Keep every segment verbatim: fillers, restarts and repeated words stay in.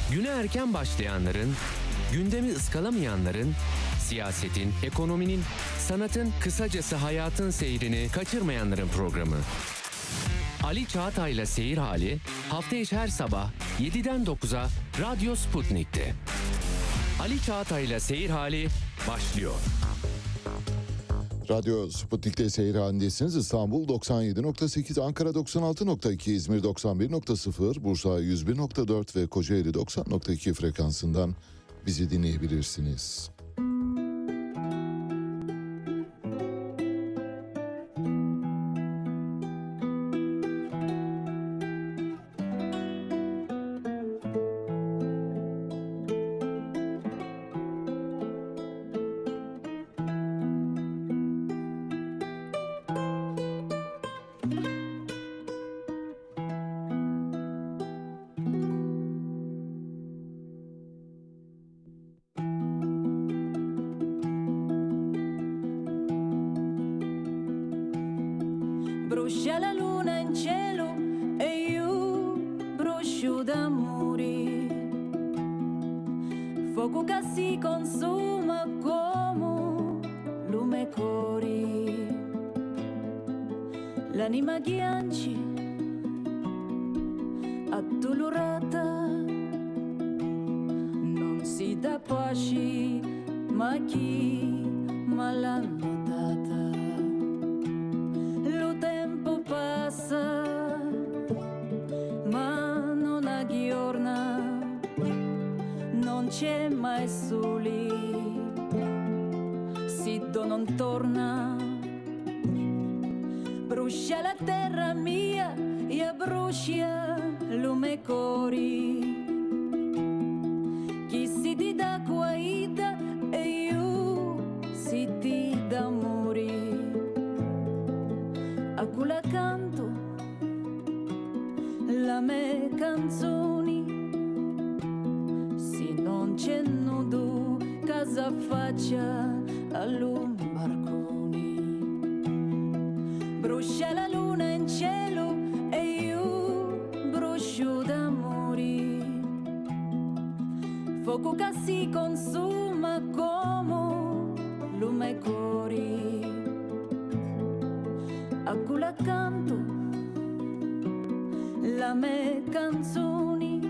Güne erken başlayanların, gündemi ıskalamayanların, siyasetin, ekonominin, sanatın, kısacası hayatın seyrini kaçırmayanların programı. Ali Çağatay'la Seyir Hali hafta içi her sabah yediden dokuza Radyo Sputnik'te. Ali Çağatay'la Seyir Hali başlıyor. Radyo Sputnik'te seyir halindesiniz. İstanbul doksan yedi nokta sekiz, Ankara doksan altı nokta iki, İzmir doksan bir nokta sıfır, Bursa yüz bir nokta dört ve Kocaeli doksan nokta iki frekansından bizi dinleyebilirsiniz. Brucia la luna in cielo e io brucio d'amori. Fuoco che si consuma come lume cori. L'anima ghianci addolorata non si dà pace ma chi malannotata. Lo tempo passa ma non aggiorna, non c'è mai soli, sito non torna. Brucia la terra mia e brucia lume cori. Chi si ti dà guaita e io si ti dà morire. A quella canto la me canzoni, se non c'è nudo casa faccia all'umbarconi. Brucia la luna in cielo e io brucio d'amori. Fuoco che si consuma come lume cori. A quella canto la me canzoni,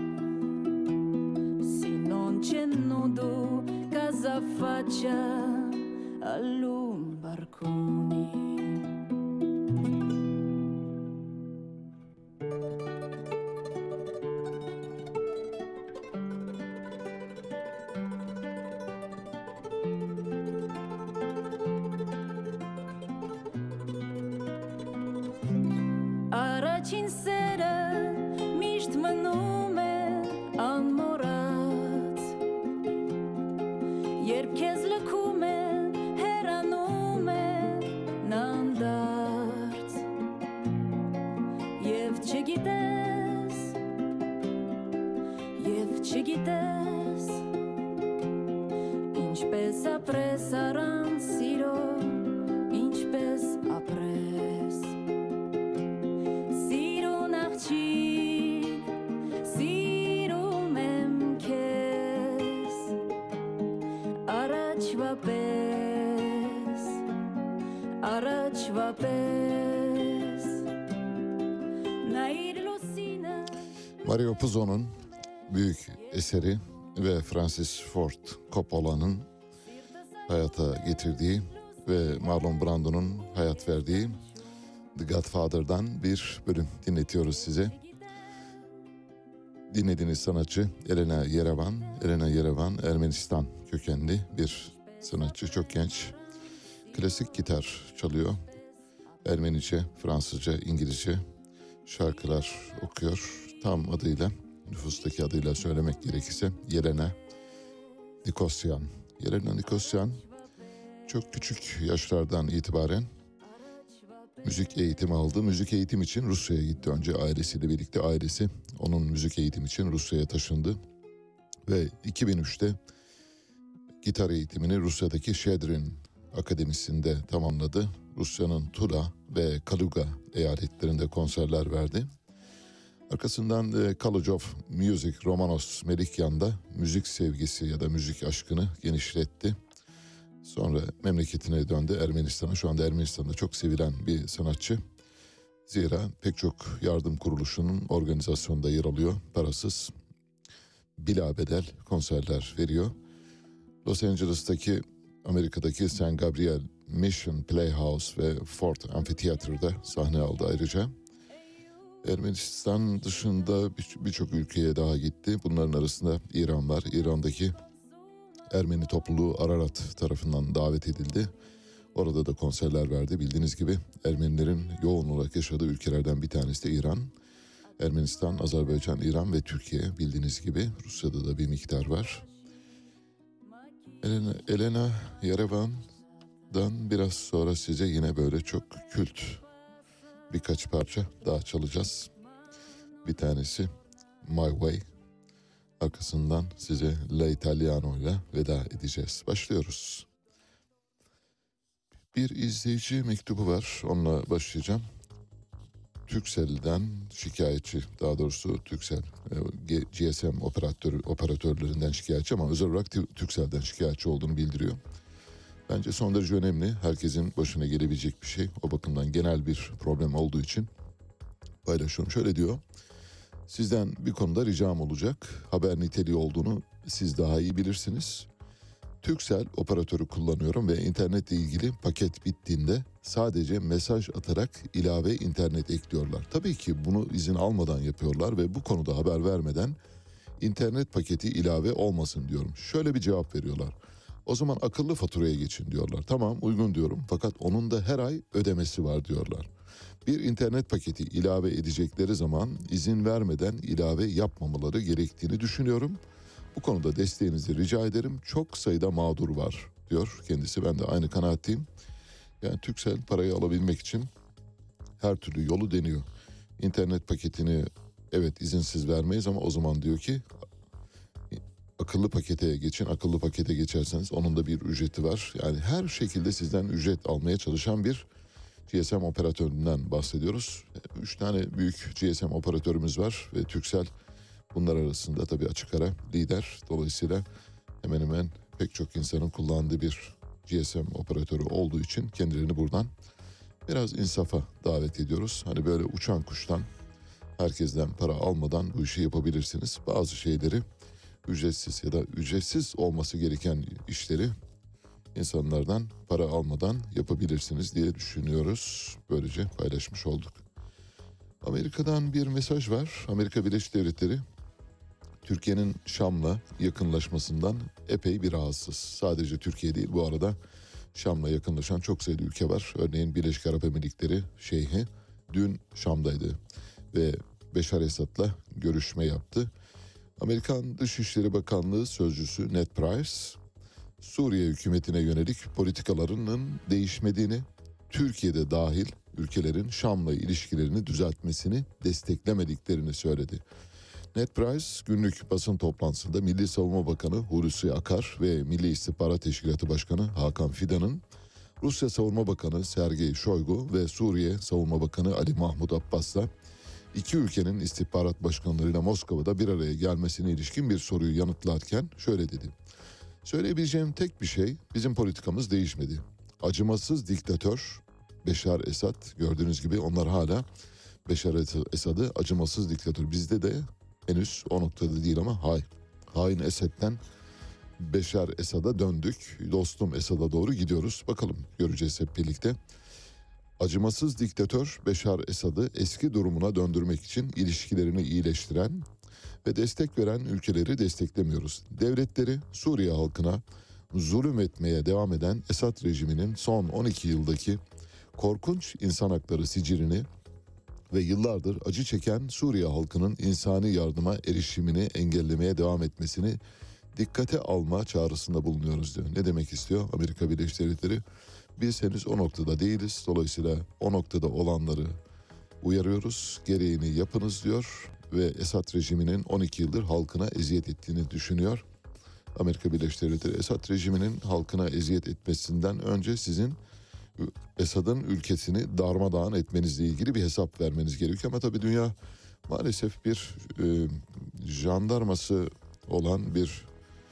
se non c'è nudo casa faccia all'umbarconi. Sincera, miști-mă nume amorat. Ierb chez lăcume, era nume n-andart. Jev ce ghites, jev ce ghites. Inci pes apres aran siro, inci pes apres. Mario Puzo'nun büyük eseri ve Francis Ford Coppola'nın hayata getirdiği ve Marlon Brando'nun hayat verdiği The Godfather'dan bir bölüm dinletiyoruz size. Dinlediğiniz sanatçı Elena Yerevan. Elena Yerevan Ermenistan kökenli bir sanatçı, çok genç. Klasik gitar çalıyor. Ermenice, Fransızca, İngilizce şarkılar okuyor. Tam adıyla, nüfustaki adıyla söylemek gerekirse Yelena Nikosyan. Yelena Nikosyan çok küçük yaşlardan itibaren müzik eğitimi aldı. Müzik eğitim için Rusya'ya gitti. Önce ailesiyle birlikte ailesi onun müzik eğitimi için Rusya'ya taşındı. Ve iki bin üçte gitar eğitimini Rusya'daki Shedrin Akademisi'nde tamamladı. Rusya'nın Tula ve Kaluga eyaletlerinde konserler verdi. Arkasından e, College of Music Romanos Melikyan'da müzik sevgisi ya da müzik aşkını genişletti. Sonra memleketine döndü, Ermenistan'a. Şu anda Ermenistan'da çok sevilen bir sanatçı. Zira pek çok yardım kuruluşunun organizasyonunda yer alıyor. Parasız, bilabedel konserler veriyor. Los Angeles'taki, Amerika'daki Saint Gabriel Mission Playhouse ve Ford Amphitheater'da sahne aldı ayrıca. Ermenistan dışında birçok ülkeye daha gitti. Bunların arasında İran var. İran'daki Ermeni topluluğu Ararat tarafından davet edildi. Orada da konserler verdi. Bildiğiniz gibi Ermenilerin yoğun olarak yaşadığı ülkelerden bir tanesi de İran. Ermenistan, Azerbaycan, İran ve Türkiye bildiğiniz gibi. Rusya'da da bir miktar var. Elena, Elena Yerevan'dan biraz sonra size yine böyle çok kült birkaç parça daha çalacağız. Bir tanesi My Way. Arkasından size La Italiano ile veda edeceğiz. Başlıyoruz. Bir izleyici mektubu var. Onunla başlayacağım. Turkcell'den şikayetçi, daha doğrusu Turkcell G S M operatör, operatörlerinden şikayetçi ama özel olarak Turkcell'den şikayetçi olduğunu bildiriyor. Bence son derece önemli. Herkesin başına gelebilecek bir şey. O bakımdan genel bir problem olduğu için paylaşıyorum. Şöyle diyor. Sizden bir konuda ricam olacak. Haber niteliği olduğunu siz daha iyi bilirsiniz. Turkcell operatörü kullanıyorum ve internetle ilgili paket bittiğinde sadece mesaj atarak ilave internet ekliyorlar. Tabii ki bunu izin almadan yapıyorlar ve bu konuda haber vermeden internet paketi ilave olmasın diyorum. Şöyle bir cevap veriyorlar. O zaman akıllı faturaya geçin diyorlar. Tamam, uygun diyorum, fakat onun da her ay ödemesi var diyorlar. Bir internet paketi ilave edecekleri zaman izin vermeden ilave yapmamaları gerektiğini düşünüyorum. Bu konuda desteğinizi rica ederim. Çok sayıda mağdur var diyor kendisi. Ben de aynı kanaatteyim. Yani Turkcell parayı alabilmek için her türlü yolu deniyor. İnternet paketini evet izinsiz vermeyiz ama o zaman diyor ki akıllı pakete geçin. Akıllı pakete geçerseniz onun da bir ücreti var. Yani her şekilde sizden ücret almaya çalışan bir G S M operatöründen bahsediyoruz. Üç tane büyük G S M operatörümüz var ve Turkcell bunlar arasında tabii açık ara lider. Dolayısıyla hemen hemen pek çok insanın kullandığı bir G S M operatörü olduğu için kendilerini buradan biraz insafa davet ediyoruz. Hani böyle uçan kuştan, herkesten para almadan bu işi yapabilirsiniz. Bazı şeyleri ücretsiz ya da ücretsiz olması gereken işleri insanlardan para almadan yapabilirsiniz diye düşünüyoruz. Böylece paylaşmış olduk. Amerika'dan bir mesaj var. Amerika Birleşik Devletleri Türkiye'nin Şam'la yakınlaşmasından epey bir rahatsız. Sadece Türkiye değil, bu arada Şam'la yakınlaşan çok sayıda ülke var. Örneğin Birleşik Arap Emirlikleri Şeyhi dün Şam'daydı ve Beşar Esad'la görüşme yaptı. Amerikan Dışişleri Bakanlığı Sözcüsü Ned Price, Suriye hükümetine yönelik politikalarının değişmediğini, Türkiye'de dahil ülkelerin Şam'la ilişkilerini düzeltmesini desteklemediklerini söyledi. Ned Price günlük basın toplantısında Milli Savunma Bakanı Hulusi Akar ve Milli İstihbarat Teşkilatı Başkanı Hakan Fidan'ın, Rusya Savunma Bakanı Sergey Shoigu ve Suriye Savunma Bakanı Ali Mahmud Abbas'la iki ülkenin istihbarat başkanlarıyla Moskova'da bir araya gelmesine ilişkin bir soruyu yanıtlarken şöyle dedi. Söyleyebileceğim tek bir şey, bizim politikamız değişmedi. Acımasız diktatör Beşar Esad, gördüğünüz gibi onlar hala Beşar Esad'ı acımasız diktatör. Bizde de henüz o noktada değil ama hay, hain Esed'den Beşar Esad'a döndük. Dostum Esad'a doğru gidiyoruz. Bakalım, göreceğiz hep birlikte. Acımasız diktatör Beşar Esad'ı eski durumuna döndürmek için ilişkilerini iyileştiren ve destek veren ülkeleri desteklemiyoruz. Devletleri Suriye halkına zulüm etmeye devam eden Esad rejiminin son on iki yıldaki korkunç insan hakları sicilini ve yıllardır acı çeken Suriye halkının insani yardıma erişimini engellemeye devam etmesini dikkate alma çağrısında bulunuyoruz diyor. Ne demek istiyor Amerika Birleşik Devletleri? Biz henüz o noktada değiliz. Dolayısıyla o noktada olanları uyarıyoruz. Gereğini yapınız diyor ve Esad rejiminin on iki yıldır halkına eziyet ettiğini düşünüyor. Amerika Birleşik Devletleri Esad rejiminin halkına eziyet etmesinden önce sizin Esad'ın ülkesini darmadağın etmenizle ilgili bir hesap vermeniz gerekiyor. Ama tabii dünya Maalesef bir e, jandarması olan bir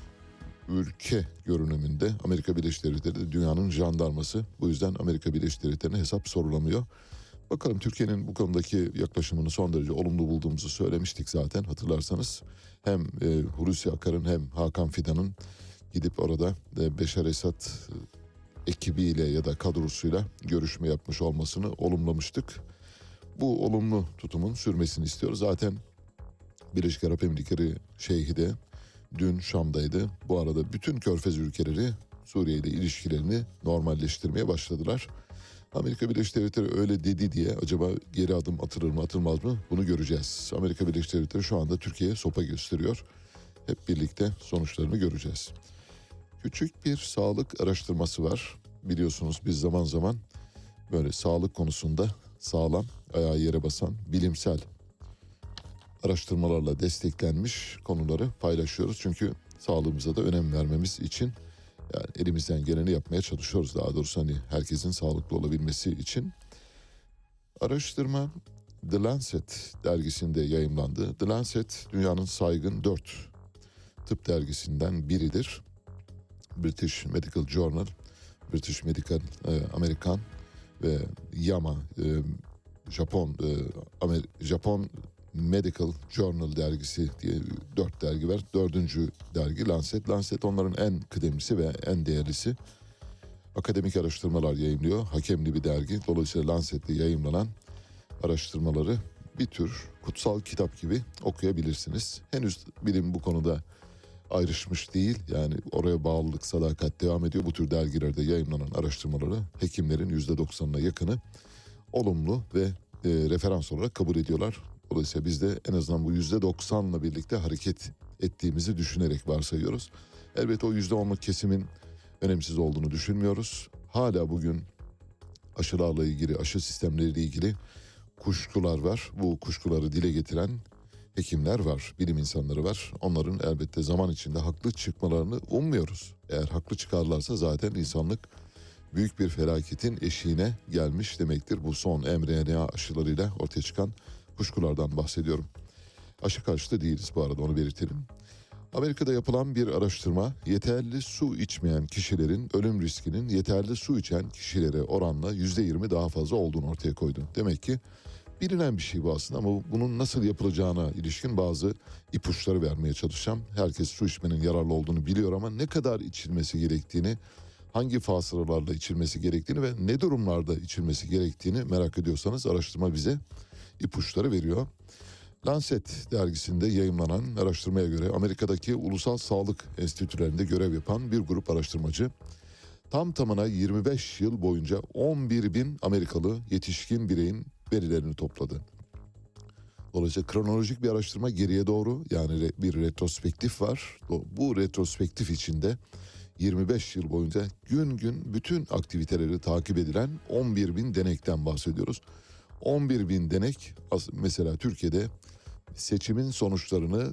ülke görünümünde Amerika Birleşik Devletleri de dünyanın jandarması. Bu yüzden Amerika Birleşik Devletleri'ne hesap sorulamıyor. Bakalım, Türkiye'nin bu konudaki yaklaşımını son derece olumlu bulduğumuzu söylemiştik zaten, hatırlarsanız. Hem e, Hulusi Akar'ın hem Hakan Fidan'ın gidip orada e, Beşar Esad ekibiyle ya da kadrosuyla görüşme yapmış olmasını olumlamıştık. Bu olumlu tutumun sürmesini istiyoruz. Zaten Birleşik Arap Emirlikleri Şeyhi de dün Şam'daydı. Bu arada bütün Körfez ülkeleri Suriye ile ilişkilerini normalleştirmeye başladılar. Amerika Birleşik Devletleri öyle dedi diye acaba geri adım atılır mı atılmaz mı, bunu göreceğiz. Amerika Birleşik Devletleri şu anda Türkiye'ye sopa gösteriyor. Hep birlikte sonuçlarını göreceğiz. Küçük bir sağlık araştırması var. Biliyorsunuz biz zaman zaman böyle sağlık konusunda sağlam, ayağı yere basan, bilimsel araştırmalarla desteklenmiş konuları paylaşıyoruz. Çünkü sağlığımıza da önem vermemiz için, yani elimizden geleni yapmaya çalışıyoruz. Daha doğrusu hani herkesin sağlıklı olabilmesi için. Araştırma The Lancet dergisinde yayımlandı. The Lancet dünyanın saygın dört tıp dergisinden biridir. British Medical Journal, British Medical e, American ve Yama e, Japon e, Amer, Japon Medical Journal dergisi diye dört dergi var. Dördüncü dergi Lancet. Lancet onların en kıdemlisi ve en değerlisi. Akademik araştırmalar yayımlıyor. Hakemli bir dergi. Dolayısıyla Lancet'te yayımlanan araştırmaları bir tür kutsal kitap gibi okuyabilirsiniz. Henüz bilim bu konuda ayrışmış değil. Yani oraya bağlılık, sadakat devam ediyor. Bu tür dergilerde yayımlanan araştırmaları hekimlerin yüzde doksanına yakını olumlu ve e, referans olarak kabul ediyorlar. Dolayısıyla biz de en azından bu yüzde doksanla birlikte hareket ettiğimizi düşünerek varsayıyoruz. Elbette o yüzde onluk kesimin önemsiz olduğunu düşünmüyoruz. Hala bugün aşılarla ilgili, aşı sistemleriyle ilgili kuşkular var. Bu kuşkuları dile getiren hekimler var, bilim insanları var. Onların elbette zaman içinde haklı çıkmalarını ummuyoruz. Eğer haklı çıkarlarsa zaten insanlık büyük bir felaketin eşiğine gelmiş demektir. Bu son mRNA aşılarıyla ortaya çıkan kuşkulardan bahsediyorum. Aşı karşıtı değiliz bu arada, onu belirtelim. Amerika'da yapılan bir araştırma yeterli su içmeyen kişilerin ölüm riskinin yeterli su içen kişilere oranla yüzde yirmi daha fazla olduğunu ortaya koydu. Demek ki bilinen bir şey bu aslında, ama bunun nasıl yapılacağına ilişkin bazı ipuçları vermeye çalışacağım. Herkes su içmenin yararlı olduğunu biliyor ama ne kadar içilmesi gerektiğini, hangi fasılalarla içilmesi gerektiğini ve ne durumlarda içilmesi gerektiğini merak ediyorsanız araştırma bize ipuçları veriyor. Lancet dergisinde yayımlanan araştırmaya göre Amerika'daki ulusal sağlık enstitülerinde görev yapan bir grup araştırmacı tam tamına yirmi beş yıl boyunca on bir bin Amerikalı yetişkin bireyin verilerini topladı. Dolayısıyla kronolojik bir araştırma, geriye doğru, yani bir retrospektif var. Bu retrospektif içinde yirmi beş yıl boyunca gün gün bütün aktiviteleri takip edilen on bir bin denekten bahsediyoruz. on bir bin denek mesela Türkiye'de seçimin sonuçlarını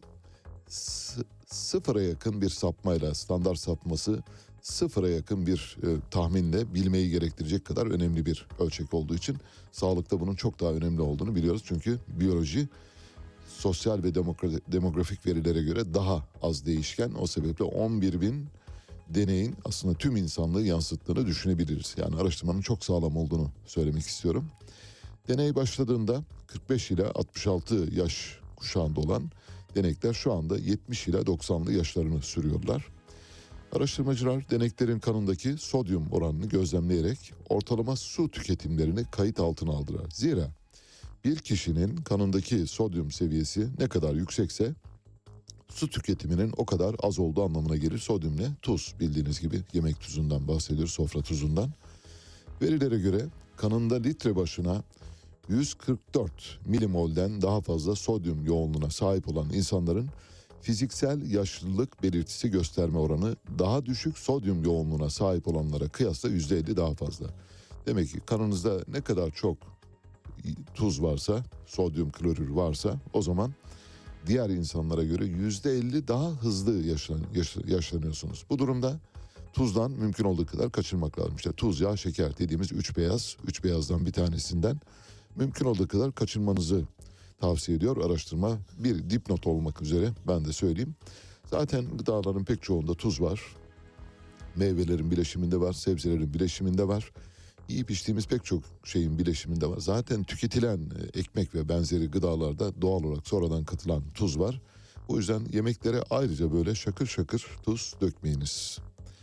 sıfıra yakın bir sapmayla, standart sapması sıfıra yakın bir e, tahminle bilmeyi gerektirecek kadar önemli bir ölçek olduğu için sağlıkta bunun çok daha önemli olduğunu biliyoruz. Çünkü biyoloji sosyal ve demografik verilere göre daha az değişken. O sebeple on bir bin deneyin aslında tüm insanlığı yansıttığını düşünebiliriz. Yani araştırmanın çok sağlam olduğunu söylemek istiyorum. Deney başladığında kırk beş ila altmış altı yaş kuşağında olan denekler şu anda yetmiş ila doksanlı yaşlarını sürüyorlar. Araştırmacılar deneklerin kanındaki sodyum oranını gözlemleyerek ortalama su tüketimlerini kayıt altına aldılar. Zira bir kişinin kanındaki sodyum seviyesi ne kadar yüksekse su tüketiminin o kadar az olduğu anlamına gelir. Sodyum ne? Tuz, bildiğiniz gibi yemek tuzundan bahsediyoruz, sofra tuzundan. Verilere göre kanında litre başına yüz kırk dört milimolden daha fazla sodyum yoğunluğuna sahip olan insanların fiziksel yaşlılık belirtisi gösterme oranı daha düşük sodyum yoğunluğuna sahip olanlara kıyasla yüzde elli daha fazla. Demek ki kanınızda ne kadar çok tuz varsa, sodyum klorür varsa, o zaman diğer insanlara göre yüzde elli daha hızlı yaşlan, yaş, yaşlanıyorsunuz. Bu durumda tuzdan mümkün olduğu kadar kaçınmak lazım. İşte tuz, yağ, şeker dediğimiz üç beyaz, üç beyazdan bir tanesinden mümkün olduğu kadar kaçınmanızı tavsiye ediyor araştırma. Bir dipnot olmak üzere ben de söyleyeyim. Zaten gıdaların pek çoğunda tuz var. Meyvelerin bileşiminde var, sebzelerin bileşiminde var. Yiyip içtiğimiz pek çok şeyin bileşiminde var. Zaten tüketilen ekmek ve benzeri gıdalarda doğal olarak sonradan katılan tuz var. O yüzden yemeklere ayrıca böyle şakır şakır tuz dökmeyiniz.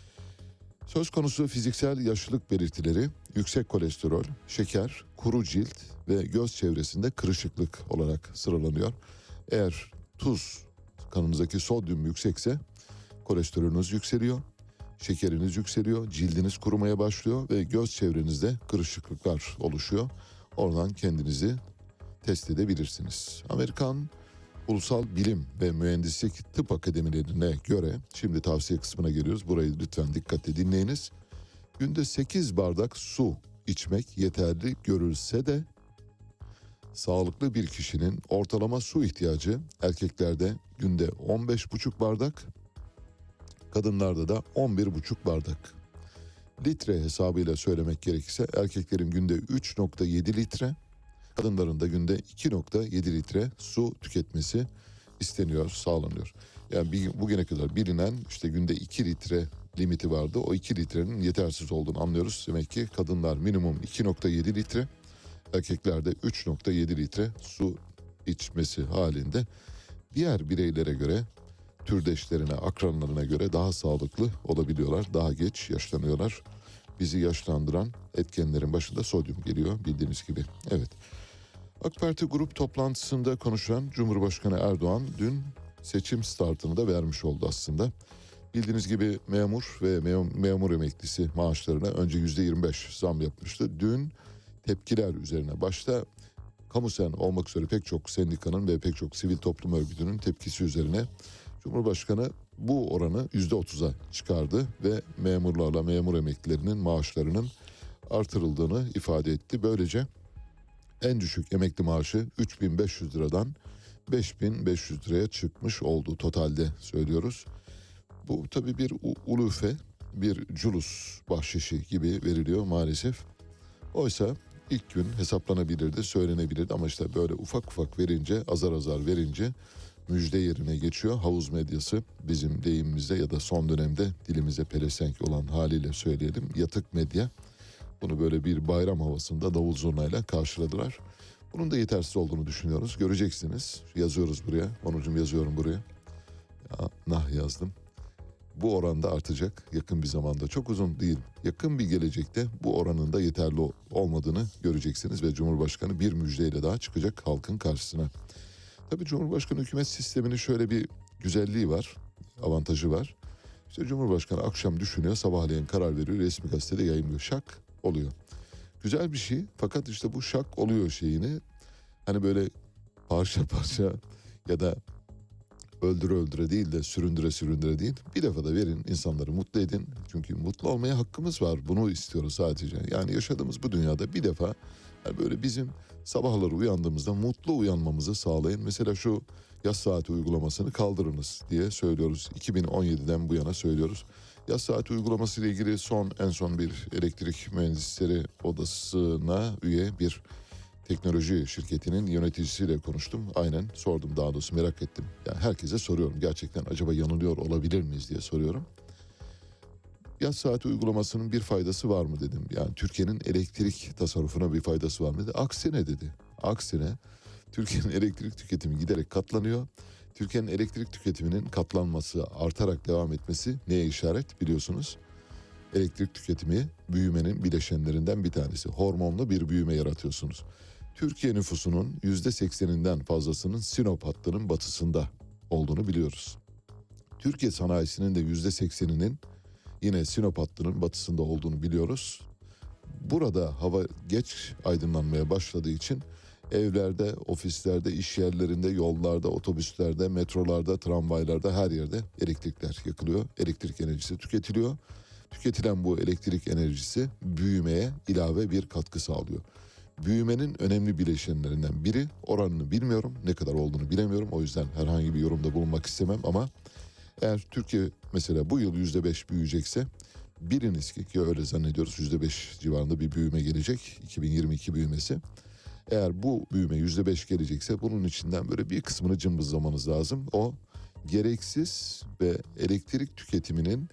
Söz konusu fiziksel yaşlılık belirtileri yüksek kolesterol, şeker, kuru cilt ve göz çevresinde kırışıklık olarak sıralanıyor. Eğer tuz kanınızdaki sodyum yüksekse kolesterolünüz yükseliyor, şekeriniz yükseliyor, cildiniz kurumaya başlıyor ve göz çevrenizde kırışıklıklar oluşuyor. Oradan kendinizi test edebilirsiniz. Amerikan Ulusal Bilim ve Mühendislik Tıp Akademilerine göre, şimdi tavsiye kısmına geliyoruz. Burayı lütfen dikkatle dinleyiniz. Günde sekiz bardak su içmek yeterli görülse de sağlıklı bir kişinin ortalama su ihtiyacı erkeklerde günde on beş buçuk bardak, kadınlarda da on bir buçuk bardak. Litre hesabıyla söylemek gerekirse erkeklerin günde üç nokta yedi litre, kadınların da günde iki nokta yedi litre su tüketmesi isteniyor, sağlanıyor. Yani bir, bugüne kadar bilinen işte günde iki litre limiti vardı. O iki litrenin yetersiz olduğunu anlıyoruz. Demek ki kadınlar minimum iki nokta yedi litre, erkeklerde üç nokta yedi litre su içmesi halinde diğer bireylere göre, türdeşlerine, akranlarına göre daha sağlıklı olabiliyorlar. Daha geç yaşlanıyorlar. Bizi yaşlandıran etkenlerin başında sodyum geliyor bildiğiniz gibi. Evet. AK Parti grup toplantısında konuşan Cumhurbaşkanı Erdoğan dün seçim startını da vermiş oldu aslında. Bildiğiniz gibi memur ve mem- memur emeklisi maaşlarına önce yüzde yirmi beş zam yapmıştı. Dün tepkiler üzerine başta Kamusen olmak üzere pek çok sendikanın ve pek çok sivil toplum örgütünün tepkisi üzerine Cumhurbaşkanı bu oranı yüzde otuza çıkardı ve memurlarla memur emeklilerinin maaşlarının artırıldığını ifade etti. Böylece en düşük emekli maaşı üç bin beş yüz liradan beş bin beş yüz liraya çıkmış oldu totalde söylüyoruz. Bu tabii bir u- ulufe, bir culus bahşişi gibi veriliyor maalesef. Oysa ilk gün hesaplanabilirdi, söylenebilirdi ama işte böyle ufak ufak verince, azar azar verince müjde yerine geçiyor. Havuz medyası bizim deyimimizde ya da son dönemde dilimize pelesenk olan haliyle söyleyelim, yatık medya. Bunu böyle bir bayram havasında davul zurnayla karşıladılar. Bunun da yetersiz olduğunu düşünüyoruz. Göreceksiniz. Yazıyoruz buraya. Onucum yazıyorum buraya. Ya, nah yazdım. Bu oranda artacak yakın bir zamanda. Çok uzun değil. Yakın bir gelecekte bu oranın da yeterli olmadığını göreceksiniz ve Cumhurbaşkanı bir müjdeyle daha çıkacak halkın karşısına. Tabii Cumhurbaşkanı hükümet sisteminin şöyle bir güzelliği var, avantajı var. İşte Cumhurbaşkanı akşam düşünüyor, sabahleyin karar veriyor, resmi gazetede yayınlıyor. Şak oluyor. Güzel bir şey fakat işte bu şak oluyor şeyini hani böyle parça parça ya da öldüre öldüre değil de süründüre süründüre değil. Bir defa da verin, insanları mutlu edin. Çünkü mutlu olmaya hakkımız var. Bunu istiyoruz sadece. Yani yaşadığımız bu dünyada bir defa yani böyle bizim sabahları uyandığımızda mutlu uyanmamızı sağlayın. Mesela şu yaz saati uygulamasını kaldırınız diye söylüyoruz. iki bin on yediden bu yana söylüyoruz. Yaz saati uygulaması ile ilgili son en son bir elektrik mühendisleri odasına üye bir teknoloji şirketinin yöneticisiyle konuştum. Aynen sordum, daha doğrusu merak ettim. Yani herkese soruyorum, gerçekten acaba yanılıyor olabilir miyiz diye soruyorum. Yaz saati uygulamasının bir faydası var mı dedim. Yani Türkiye'nin elektrik tasarrufuna bir faydası var mı dedi. Aksine dedi. Aksine Türkiye'nin elektrik tüketimi giderek katlanıyor. Türkiye'nin elektrik tüketiminin katlanması, artarak devam etmesi neye işaret biliyorsunuz? Elektrik tüketimi büyümenin bileşenlerinden bir tanesi. Hormonlu bir büyüme yaratıyorsunuz. Türkiye nüfusunun yüzde sekseninden fazlasının Sinop hattının batısında olduğunu biliyoruz. Türkiye sanayisinin de yüzde sekseninin yine Sinop hattının batısında olduğunu biliyoruz. Burada hava geç aydınlanmaya başladığı için evlerde, ofislerde, iş yerlerinde, yollarda, otobüslerde, metrolarda, tramvaylarda her yerde elektrikler yakılıyor. Elektrik enerjisi tüketiliyor. Tüketilen bu elektrik enerjisi büyümeye ilave bir katkı sağlıyor. Büyümenin önemli bileşenlerinden biri, oranını bilmiyorum, ne kadar olduğunu bilemiyorum. O yüzden herhangi bir yorumda bulunmak istemem ama eğer Türkiye mesela bu yıl yüzde beş büyüyecekse biliniz ki, ki öyle zannediyoruz, yüzde beş civarında bir büyüme gelecek, iki bin yirmi iki büyümesi. Eğer bu büyüme yüzde beş gelecekse bunun içinden böyle bir kısmını cımbızlamanız lazım. O gereksiz ve elektrik tüketiminin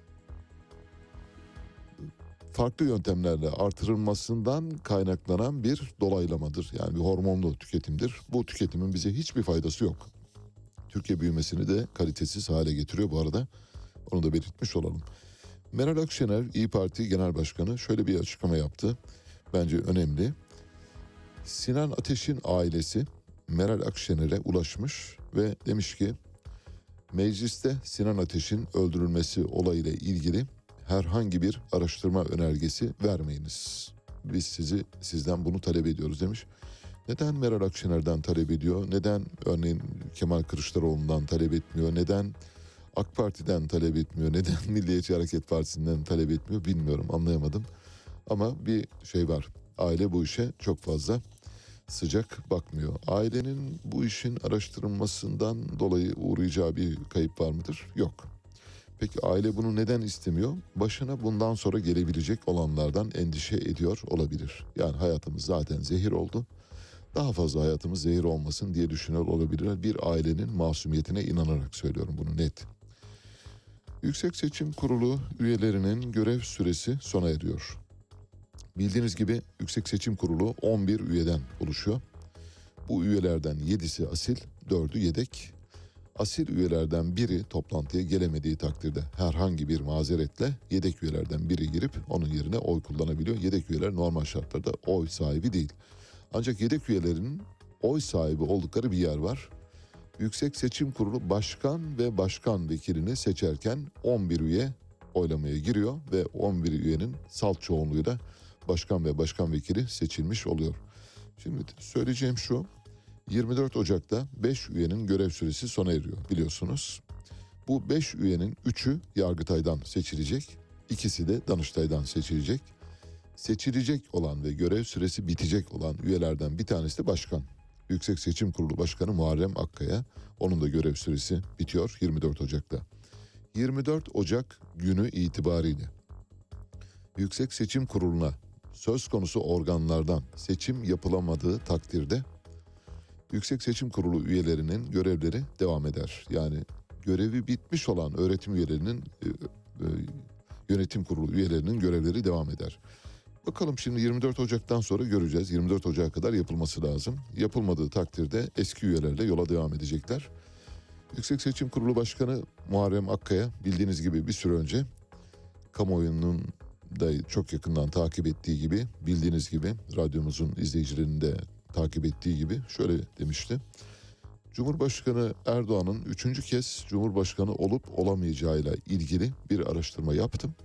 farklı yöntemlerle artırılmasından kaynaklanan bir dolaylamadır. Yani bir hormonlu tüketimdir. Bu tüketimin bize hiçbir faydası yok. Türkiye büyümesini de kalitesiz hale getiriyor bu arada. Onu da belirtmiş olalım. Meral Akşener, İYİ Parti Genel Başkanı şöyle bir açıklama yaptı. Bence önemli. Sinan Ateş'in ailesi Meral Akşener'e ulaşmış ve demiş ki mecliste Sinan Ateş'in öldürülmesi olayıyla ilgili herhangi bir araştırma önergesi vermeyiniz. Biz sizi sizden bunu talep ediyoruz demiş. Neden Meral Akşener'den talep ediyor? Neden örneğin Kemal Kılıçdaroğlu'ndan talep etmiyor? Neden AK Parti'den talep etmiyor? Neden Milliyetçi Hareket Partisi'nden talep etmiyor? Bilmiyorum, anlayamadım. Ama bir şey var. Aile bu işe çok fazla sıcak bakmıyor. Ailenin bu işin araştırılmasından dolayı uğrayacağı bir kayıp var mıdır? Yok. Peki aile bunu neden istemiyor? Başına bundan sonra gelebilecek olanlardan endişe ediyor olabilir. Yani hayatımız zaten zehir oldu. Daha fazla hayatımız zehir olmasın diye düşünüyor olabilirler. Bir ailenin masumiyetine inanarak söylüyorum bunu net. Yüksek Seçim Kurulu üyelerinin görev süresi sona eriyor. Bildiğiniz gibi Yüksek Seçim Kurulu on bir üyeden oluşuyor. Bu üyelerden yedisi asil, dördü yedek. Asil üyelerden biri toplantıya gelemediği takdirde herhangi bir mazeretle yedek üyelerden biri girip onun yerine oy kullanabiliyor. Yedek üyeler normal şartlarda oy sahibi değil. Ancak yedek üyelerin oy sahibi oldukları bir yer var. Yüksek Seçim Kurulu başkan ve başkan vekilini seçerken on bir üye oylamaya giriyor ve on bir üyenin salt çoğunluğuyla başkan ve başkan vekili seçilmiş oluyor. Şimdi söyleyeceğim şu, yirmi dört Ocak'ta beş üyenin görev süresi sona eriyor biliyorsunuz. Bu beş üyenin üçü Yargıtay'dan seçilecek, ikisi de Danıştay'dan seçilecek. Seçilecek olan ve görev süresi bitecek olan üyelerden bir tanesi de başkan. Yüksek Seçim Kurulu Başkanı Muharrem Akkaya, onun da görev süresi bitiyor yirmi dört Ocak'ta. yirmi dört Ocak günü itibariyle Yüksek Seçim Kurulu'na söz konusu organlardan seçim yapılamadığı takdirde Yüksek Seçim Kurulu üyelerinin görevleri devam eder. Yani görevi bitmiş olan öğretim üyelerinin, e, e, yönetim kurulu üyelerinin görevleri devam eder. Bakalım şimdi yirmi dört Ocak'tan sonra göreceğiz. yirmi dört Ocak'a kadar yapılması lazım. Yapılmadığı takdirde eski üyelerle yola devam edecekler. Yüksek Seçim Kurulu Başkanı Muharrem Akkaya bildiğiniz gibi bir süre önce kamuoyunun da çok yakından takip ettiği gibi, bildiğiniz gibi radyomuzun izleyicilerinin de takip ettiği gibi şöyle demişti. Cumhurbaşkanı Erdoğan'ın üçüncü kez Cumhurbaşkanı olup olamayacağıyla ilgili bir araştırma yaptım.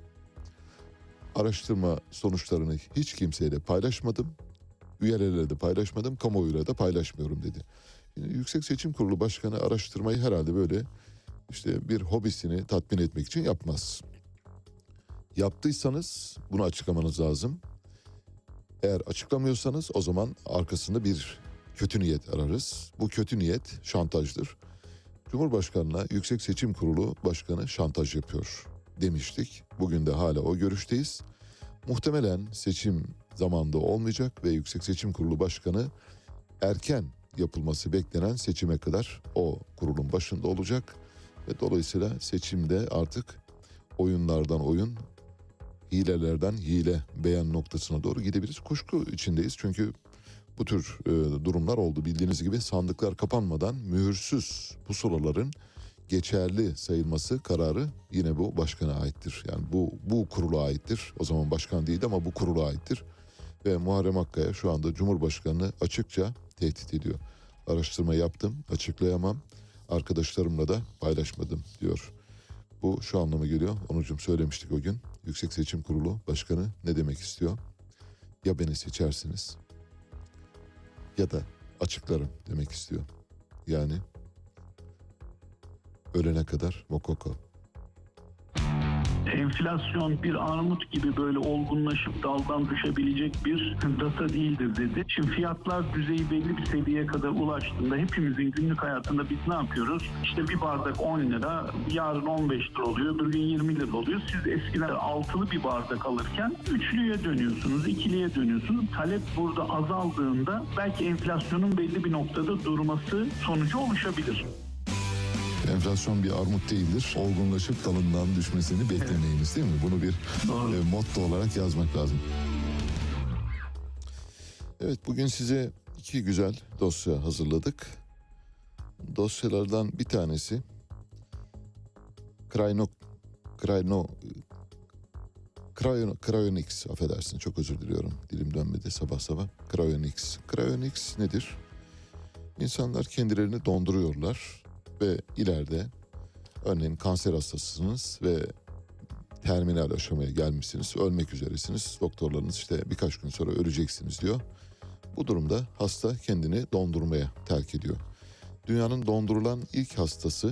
Araştırma sonuçlarını hiç kimseyle paylaşmadım. Üyelerle de paylaşmadım, kamuoyuyla da paylaşmıyorum dedi. Yani Yüksek Seçim Kurulu Başkanı araştırmayı herhalde böyle işte bir hobisini tatmin etmek için yapmaz. Yaptıysanız bunu açıklamanız lazım. Eğer açıklamıyorsanız o zaman arkasında bir kötü niyet ararız. Bu kötü niyet şantajdır. Cumhurbaşkanına Yüksek Seçim Kurulu Başkanı şantaj yapıyor demiştik. Bugün de hala o görüşteyiz. Muhtemelen seçim zamanında olmayacak ve Yüksek Seçim Kurulu Başkanı erken yapılması beklenen seçime kadar o kurulun başında olacak. Ve dolayısıyla seçimde artık oyunlardan oyun, hilelerden hile beyan noktasına doğru gidebiliriz. Kuşku içindeyiz çünkü bu tür e, durumlar oldu. Bildiğiniz gibi sandıklar kapanmadan mühürsüz pusulaların geçerli sayılması kararı yine bu başkana aittir. Yani bu bu kurula aittir. O zaman başkan değildi ama bu kurula aittir. Ve Muharrem Akkaya şu anda Cumhurbaşkanı'nı açıkça tehdit ediyor. Araştırma yaptım, açıklayamam. Arkadaşlarımla da paylaşmadım diyor. Bu şu anlama geliyor. Onucum söylemiştik o gün. Yüksek Seçim Kurulu Başkanı ne demek istiyor? Ya beni seçersiniz ya da açıklarım demek istiyor. Yani ölene kadar mokoko. Enflasyon bir armut gibi böyle olgunlaşıp daldan düşebilecek bir data değildir dedi. Şimdi fiyatlar düzeyi belli bir seviyeye kadar ulaştığında hepimizin günlük hayatında biz ne yapıyoruz? İşte bir bardak on lira, yarın on beş lira oluyor, öbür gün yirmi lira oluyor. Siz eskiden altılı bir bardak alırken üçlüye dönüyorsunuz, ikiliye dönüyorsunuz. Talep burada azaldığında belki enflasyonun belli bir noktada durması sonucu oluşabilir. Enflasyon bir armut değildir. Olgunlaşıp dalından düşmesini beklemeyiniz, değil mi? Bunu bir e, motto olarak yazmak lazım. Evet, bugün size iki güzel dosya hazırladık. Dosyalardan bir tanesi Cryno Cryno Cryo, Cryonics, affedersin, çok özür diliyorum. Dilim dönmedi sabah sabah. Cryonics. Cryonics nedir? İnsanlar kendilerini donduruyorlar ve ileride örneğin kanser hastasısınız ve terminal aşamaya gelmişsiniz, ölmek üzeresiniz. Doktorlarınız işte birkaç gün sonra öleceksiniz diyor. Bu durumda hasta kendini dondurmaya terk ediyor. Dünyanın dondurulan ilk hastası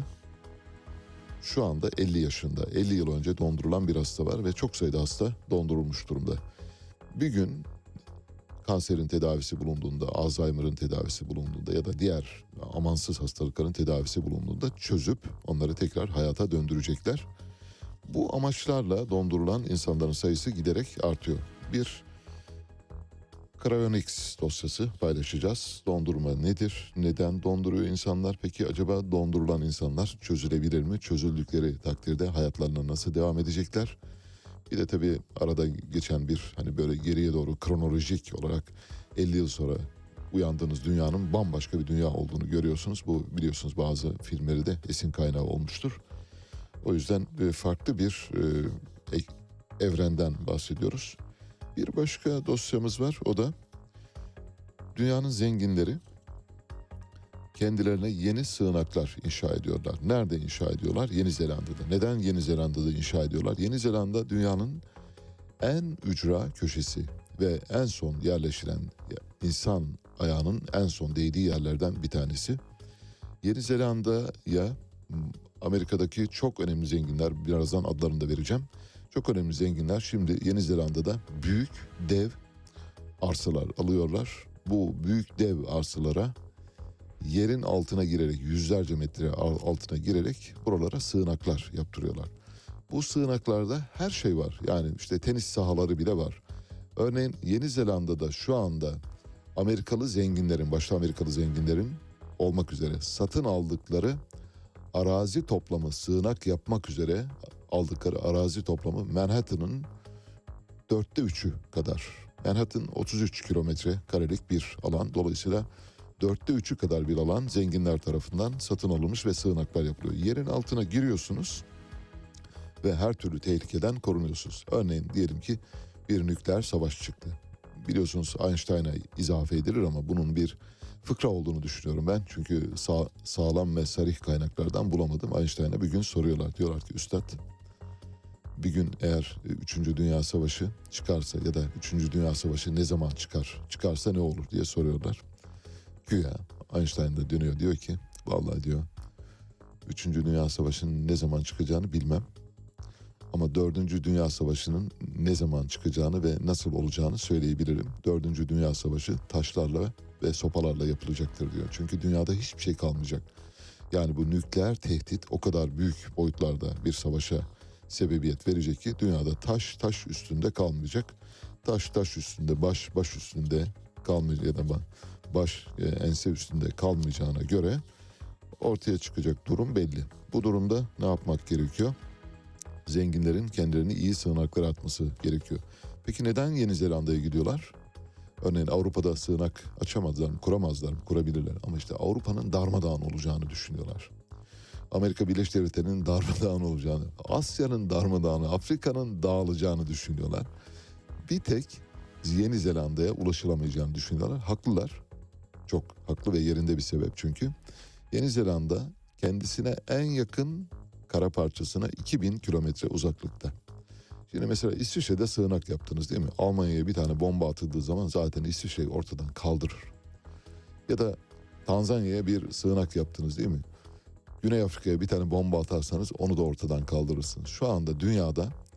şu anda elli yaşında. elli yıl önce dondurulan bir hasta var ve çok sayıda hasta dondurulmuş durumda. Bir gün kanserin tedavisi bulunduğunda, Alzheimer'ın tedavisi bulunduğunda ya da diğer amansız hastalıkların tedavisi bulunduğunda çözüp onları tekrar hayata döndürecekler. Bu amaçlarla dondurulan insanların sayısı giderek artıyor. Bir Cryonics dosyası paylaşacağız. Dondurma nedir? Neden donduruyor insanlar? Peki acaba dondurulan insanlar çözülebilir mi? Çözüldükleri takdirde hayatlarına nasıl devam edecekler? Bir de tabii arada geçen bir hani böyle geriye doğru kronolojik olarak elli yıl sonra uyandığınız dünyanın bambaşka bir dünya olduğunu görüyorsunuz. Bu biliyorsunuz bazı filmleri de esin kaynağı olmuştur. O yüzden farklı bir e, evrenden bahsediyoruz. Bir başka dosyamız var, o da dünyanın zenginleri kendilerine yeni sığınaklar inşa ediyorlar. Nerede inşa ediyorlar? Yeni Zelanda'da. Neden Yeni Zelanda'da inşa ediyorlar? Yeni Zelanda dünyanın en ücra köşesi ve en son yerleşilen, insan ayağının en son değdiği yerlerden bir tanesi. Yeni Zelanda'ya Amerika'daki çok önemli zenginler, birazdan adlarını da vereceğim. Çok önemli zenginler şimdi Yeni Zelanda'da büyük dev arsalar alıyorlar. Bu büyük dev arsalara yerin altına girerek, yüzlerce metre altına girerek buralara sığınaklar yaptırıyorlar. Bu sığınaklarda her şey var. Yani işte tenis sahaları bile var. Örneğin Yeni Zelanda'da şu anda Amerikalı zenginlerin, başta Amerikalı zenginlerin olmak üzere satın aldıkları arazi toplamı, sığınak yapmak üzere aldıkları arazi toplamı Manhattan'ın dörtte üçü kadar. Manhattan otuz üç kilometre karelik bir alan. Dolayısıyla dörtte üçü kadar bir alan zenginler tarafından satın alınmış ve sığınaklar yapılıyor. Yerin altına giriyorsunuz ve her türlü tehlikeden korunuyorsunuz. Örneğin diyelim ki bir nükleer savaş çıktı. Biliyorsunuz Einstein'a izafe edilir ama bunun bir fıkra olduğunu düşünüyorum ben. Çünkü sağ, sağlam ve sarih kaynaklardan bulamadım. Einstein'a bir gün soruyorlar. Diyorlar ki üstad, bir gün eğer üçüncü Dünya Savaşı çıkarsa ya da üçüncü Dünya Savaşı ne zaman çıkar? Çıkarsa ne olur diye soruyorlar. Güya Einstein da dönüyor, diyor ki vallahi diyor üçüncü Dünya Savaşı'nın ne zaman çıkacağını bilmem. Ama dördüncü Dünya Savaşı'nın ne zaman çıkacağını ve nasıl olacağını söyleyebilirim. dördüncü Dünya Savaşı taşlarla ve sopalarla yapılacaktır diyor. Çünkü dünyada hiçbir şey kalmayacak. Yani bu nükleer tehdit o kadar büyük boyutlarda bir savaşa sebebiyet verecek ki dünyada taş taş üstünde kalmayacak. Taş taş üstünde, baş baş üstünde kalmayacak ya da baş e, ense üstünde kalmayacağına göre ortaya çıkacak durum belli. Bu durumda ne yapmak gerekiyor? Zenginlerin kendilerini iyi sığınaklara atması gerekiyor. Peki neden Yeni Zelanda'ya gidiyorlar? Örneğin Avrupa'da sığınak açamazlar mı, kuramazlar mı? Kurabilirler. Ama işte Avrupa'nın darmadağın olacağını düşünüyorlar. Amerika Birleşik Devletleri'nin darmadağın olacağını, Asya'nın darmadağını, Afrika'nın dağılacağını düşünüyorlar. Bir tek Yeni Zelanda'ya ulaşılamayacağını düşünüyorlar. Haklılar. Çok haklı ve yerinde bir sebep çünkü. Yeni Zelanda kendisine en yakın kara parçasına iki bin kilometre uzaklıkta. Şimdi mesela İsviçre'de sığınak yaptınız değil mi? Almanya'ya bir tane bomba atıldığı zaman zaten İsviçre'yi ortadan kaldırır. Ya da Tanzanya'ya bir sığınak yaptınız değil mi? Güney Afrika'ya bir tane bomba atarsanız onu da ortadan kaldırırsınız. Şu anda dünyada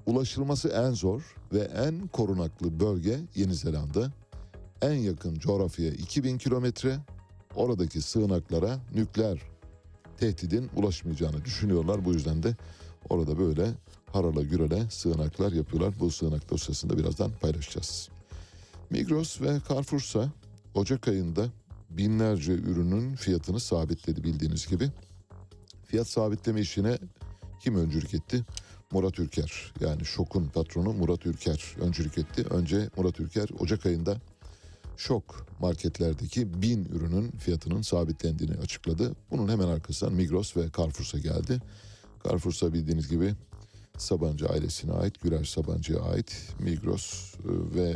ulaşılması en zor ve en korunaklı bölge Yeni Zelanda. En yakın coğrafyaya iki bin kilometre, oradaki sığınaklara nükleer tehdidin ulaşmayacağını düşünüyorlar. Bu yüzden de orada böyle harala gürele sığınaklar yapıyorlar. Bu sığınak dosyasını da birazdan paylaşacağız. Migros ve Carrefour'sa Ocak ayında binlerce ürünün fiyatını sabitledi bildiğiniz gibi. Fiyat sabitleme işine kim öncülük etti? Murat Ülker, yani Şok'un patronu Murat Ülker öncülük etti. Önce Murat Ülker Ocak ayında Şok marketlerdeki bin ürünün fiyatının sabitlendiğini açıkladı. Bunun hemen arkasından Migros ve Carrefour'sa geldi. Carrefour'sa bildiğiniz gibi Sabancı ailesine ait, Gürer Sabancı'ya ait. Migros ve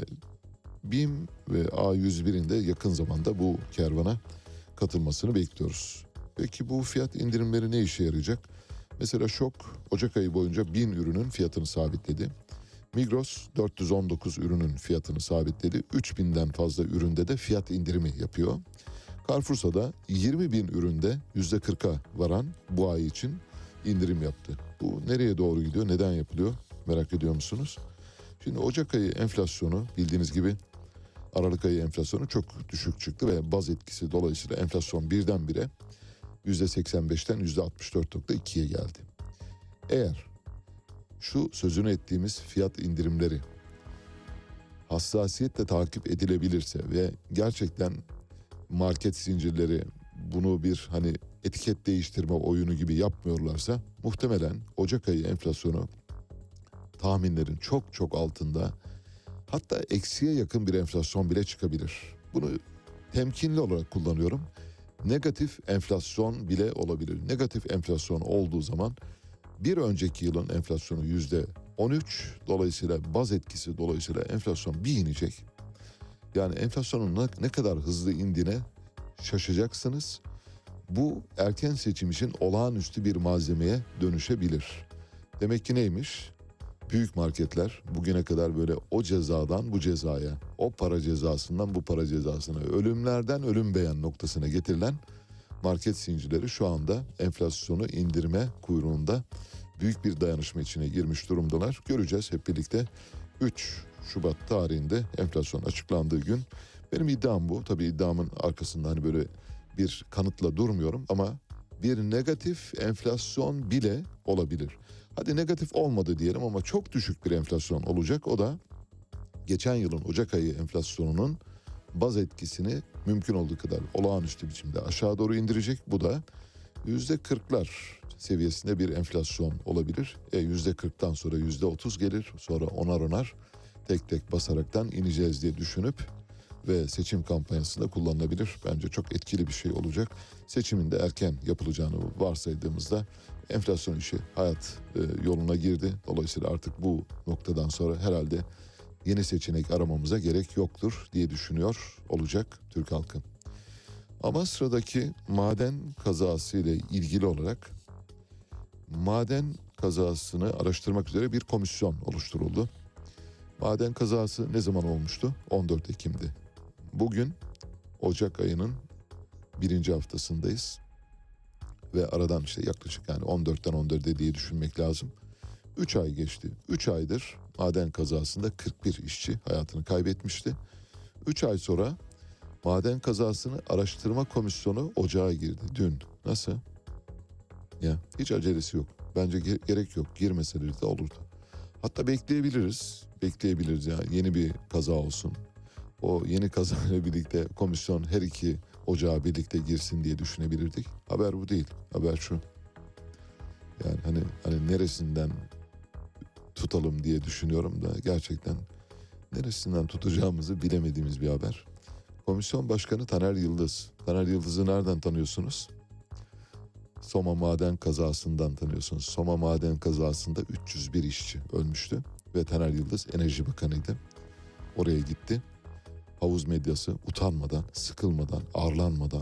BİM ve A yüz bir'in de yakın zamanda bu kervana katılmasını bekliyoruz. Peki bu fiyat indirimleri ne işe yarayacak? Mesela Şok Ocak ayı boyunca bin ürünün fiyatını sabitledi. Migros dört yüz on dokuz ürünün fiyatını sabitledi. üç binden fazla üründe de fiyat indirimi yapıyor. Carrefour'sa da yirmi bin üründe yüzde kırk'a varan bu ay için indirim yaptı. Bu nereye doğru gidiyor? Neden yapılıyor? Merak ediyor musunuz? Şimdi Ocak ayı enflasyonu bildiğiniz gibi Aralık ayı enflasyonu çok düşük çıktı ve baz etkisi dolayısıyla enflasyon birdenbire yüzde seksen beş'ten yüzde altmış dört nokta iki'ye geldi. Eğer şu sözünü ettiğimiz fiyat indirimleri hassasiyetle takip edilebilirse ve gerçekten market zincirleri bunu bir hani etiket değiştirme oyunu gibi yapmıyorlarsa muhtemelen Ocak ayı enflasyonu tahminlerin çok çok altında, hatta eksiye yakın bir enflasyon bile çıkabilir. Bunu temkinli olarak kullanıyorum. Negatif enflasyon bile olabilir. Negatif enflasyon olduğu zaman bir önceki yılın enflasyonu yüzde on üç, dolayısıyla baz etkisi dolayısıyla enflasyon bir inecek. Yani enflasyonun ne kadar hızlı indiğine şaşacaksınız. Bu erken seçim için olağanüstü bir malzemeye dönüşebilir. Demek ki neymiş? Büyük marketler bugüne kadar böyle o cezadan bu cezaya, o para cezasından bu para cezasına, ölümlerden ölüm beğen noktasına getirilen market zincirleri şu anda enflasyonu indirme kuyruğunda büyük bir dayanışma içine girmiş durumdalar. Göreceğiz hep birlikte. üç Şubat tarihinde enflasyon açıklandığı gün. Benim iddiam bu. Tabii iddiamın arkasında hani böyle bir kanıtla durmuyorum ama bir negatif enflasyon bile olabilir. Hadi negatif olmadı diyelim ama çok düşük bir enflasyon olacak. O da geçen yılın Ocak ayı enflasyonunun baz etkisini mümkün olduğu kadar olağanüstü biçimde aşağı doğru indirecek. Bu da yüzde kırk'lar seviyesinde bir enflasyon olabilir. E, yüzde kırk'tan sonra yüzde otuz gelir. Sonra onar onar tek tek basaraktan ineceğiz diye düşünüp ve seçim kampanyasında kullanılabilir. Bence çok etkili bir şey olacak. Seçimin de erken yapılacağını varsaydığımızda enflasyon işi hayat e, yoluna girdi. Dolayısıyla artık bu noktadan sonra herhalde yeni seçenek aramamıza gerek yoktur diye düşünüyor olacak Türk halkı. Ama sıradaki maden kazası ile ilgili olarak maden kazasını araştırmak üzere bir komisyon oluşturuldu. Maden kazası ne zaman olmuştu? on dört Ekim'di. Bugün Ocak ayının birinci haftasındayız. Ve aradan işte yaklaşık yani on dört'ten on dört'e diye düşünmek lazım. üç ay geçti. üç aydır maden kazasında kırk bir işçi hayatını kaybetmişti. üç ay sonra maden kazasını araştırma komisyonu ocağa girdi dün. Nasıl? Ya hiç acelesi yok. Bence ge- gerek yok. Girmeseleri de olurdu. Hatta bekleyebiliriz. Bekleyebiliriz ya. Yeni bir kaza olsun. O yeni kazayla birlikte komisyon her iki ocağa birlikte girsin diye düşünebilirdik. Haber bu değil. Haber şu. Yani hani hani neresinden tutalım diye düşünüyorum da gerçekten neresinden tutacağımızı bilemediğimiz bir haber. Komisyon Başkanı Taner Yıldız. Taner Yıldız'ı nereden tanıyorsunuz? Soma Maden kazasından tanıyorsunuz. Soma Maden kazasında üç yüz bir işçi ölmüştü ve Taner Yıldız Enerji Bakanıydı. Oraya gitti. Havuz medyası utanmadan, sıkılmadan, arlanmadan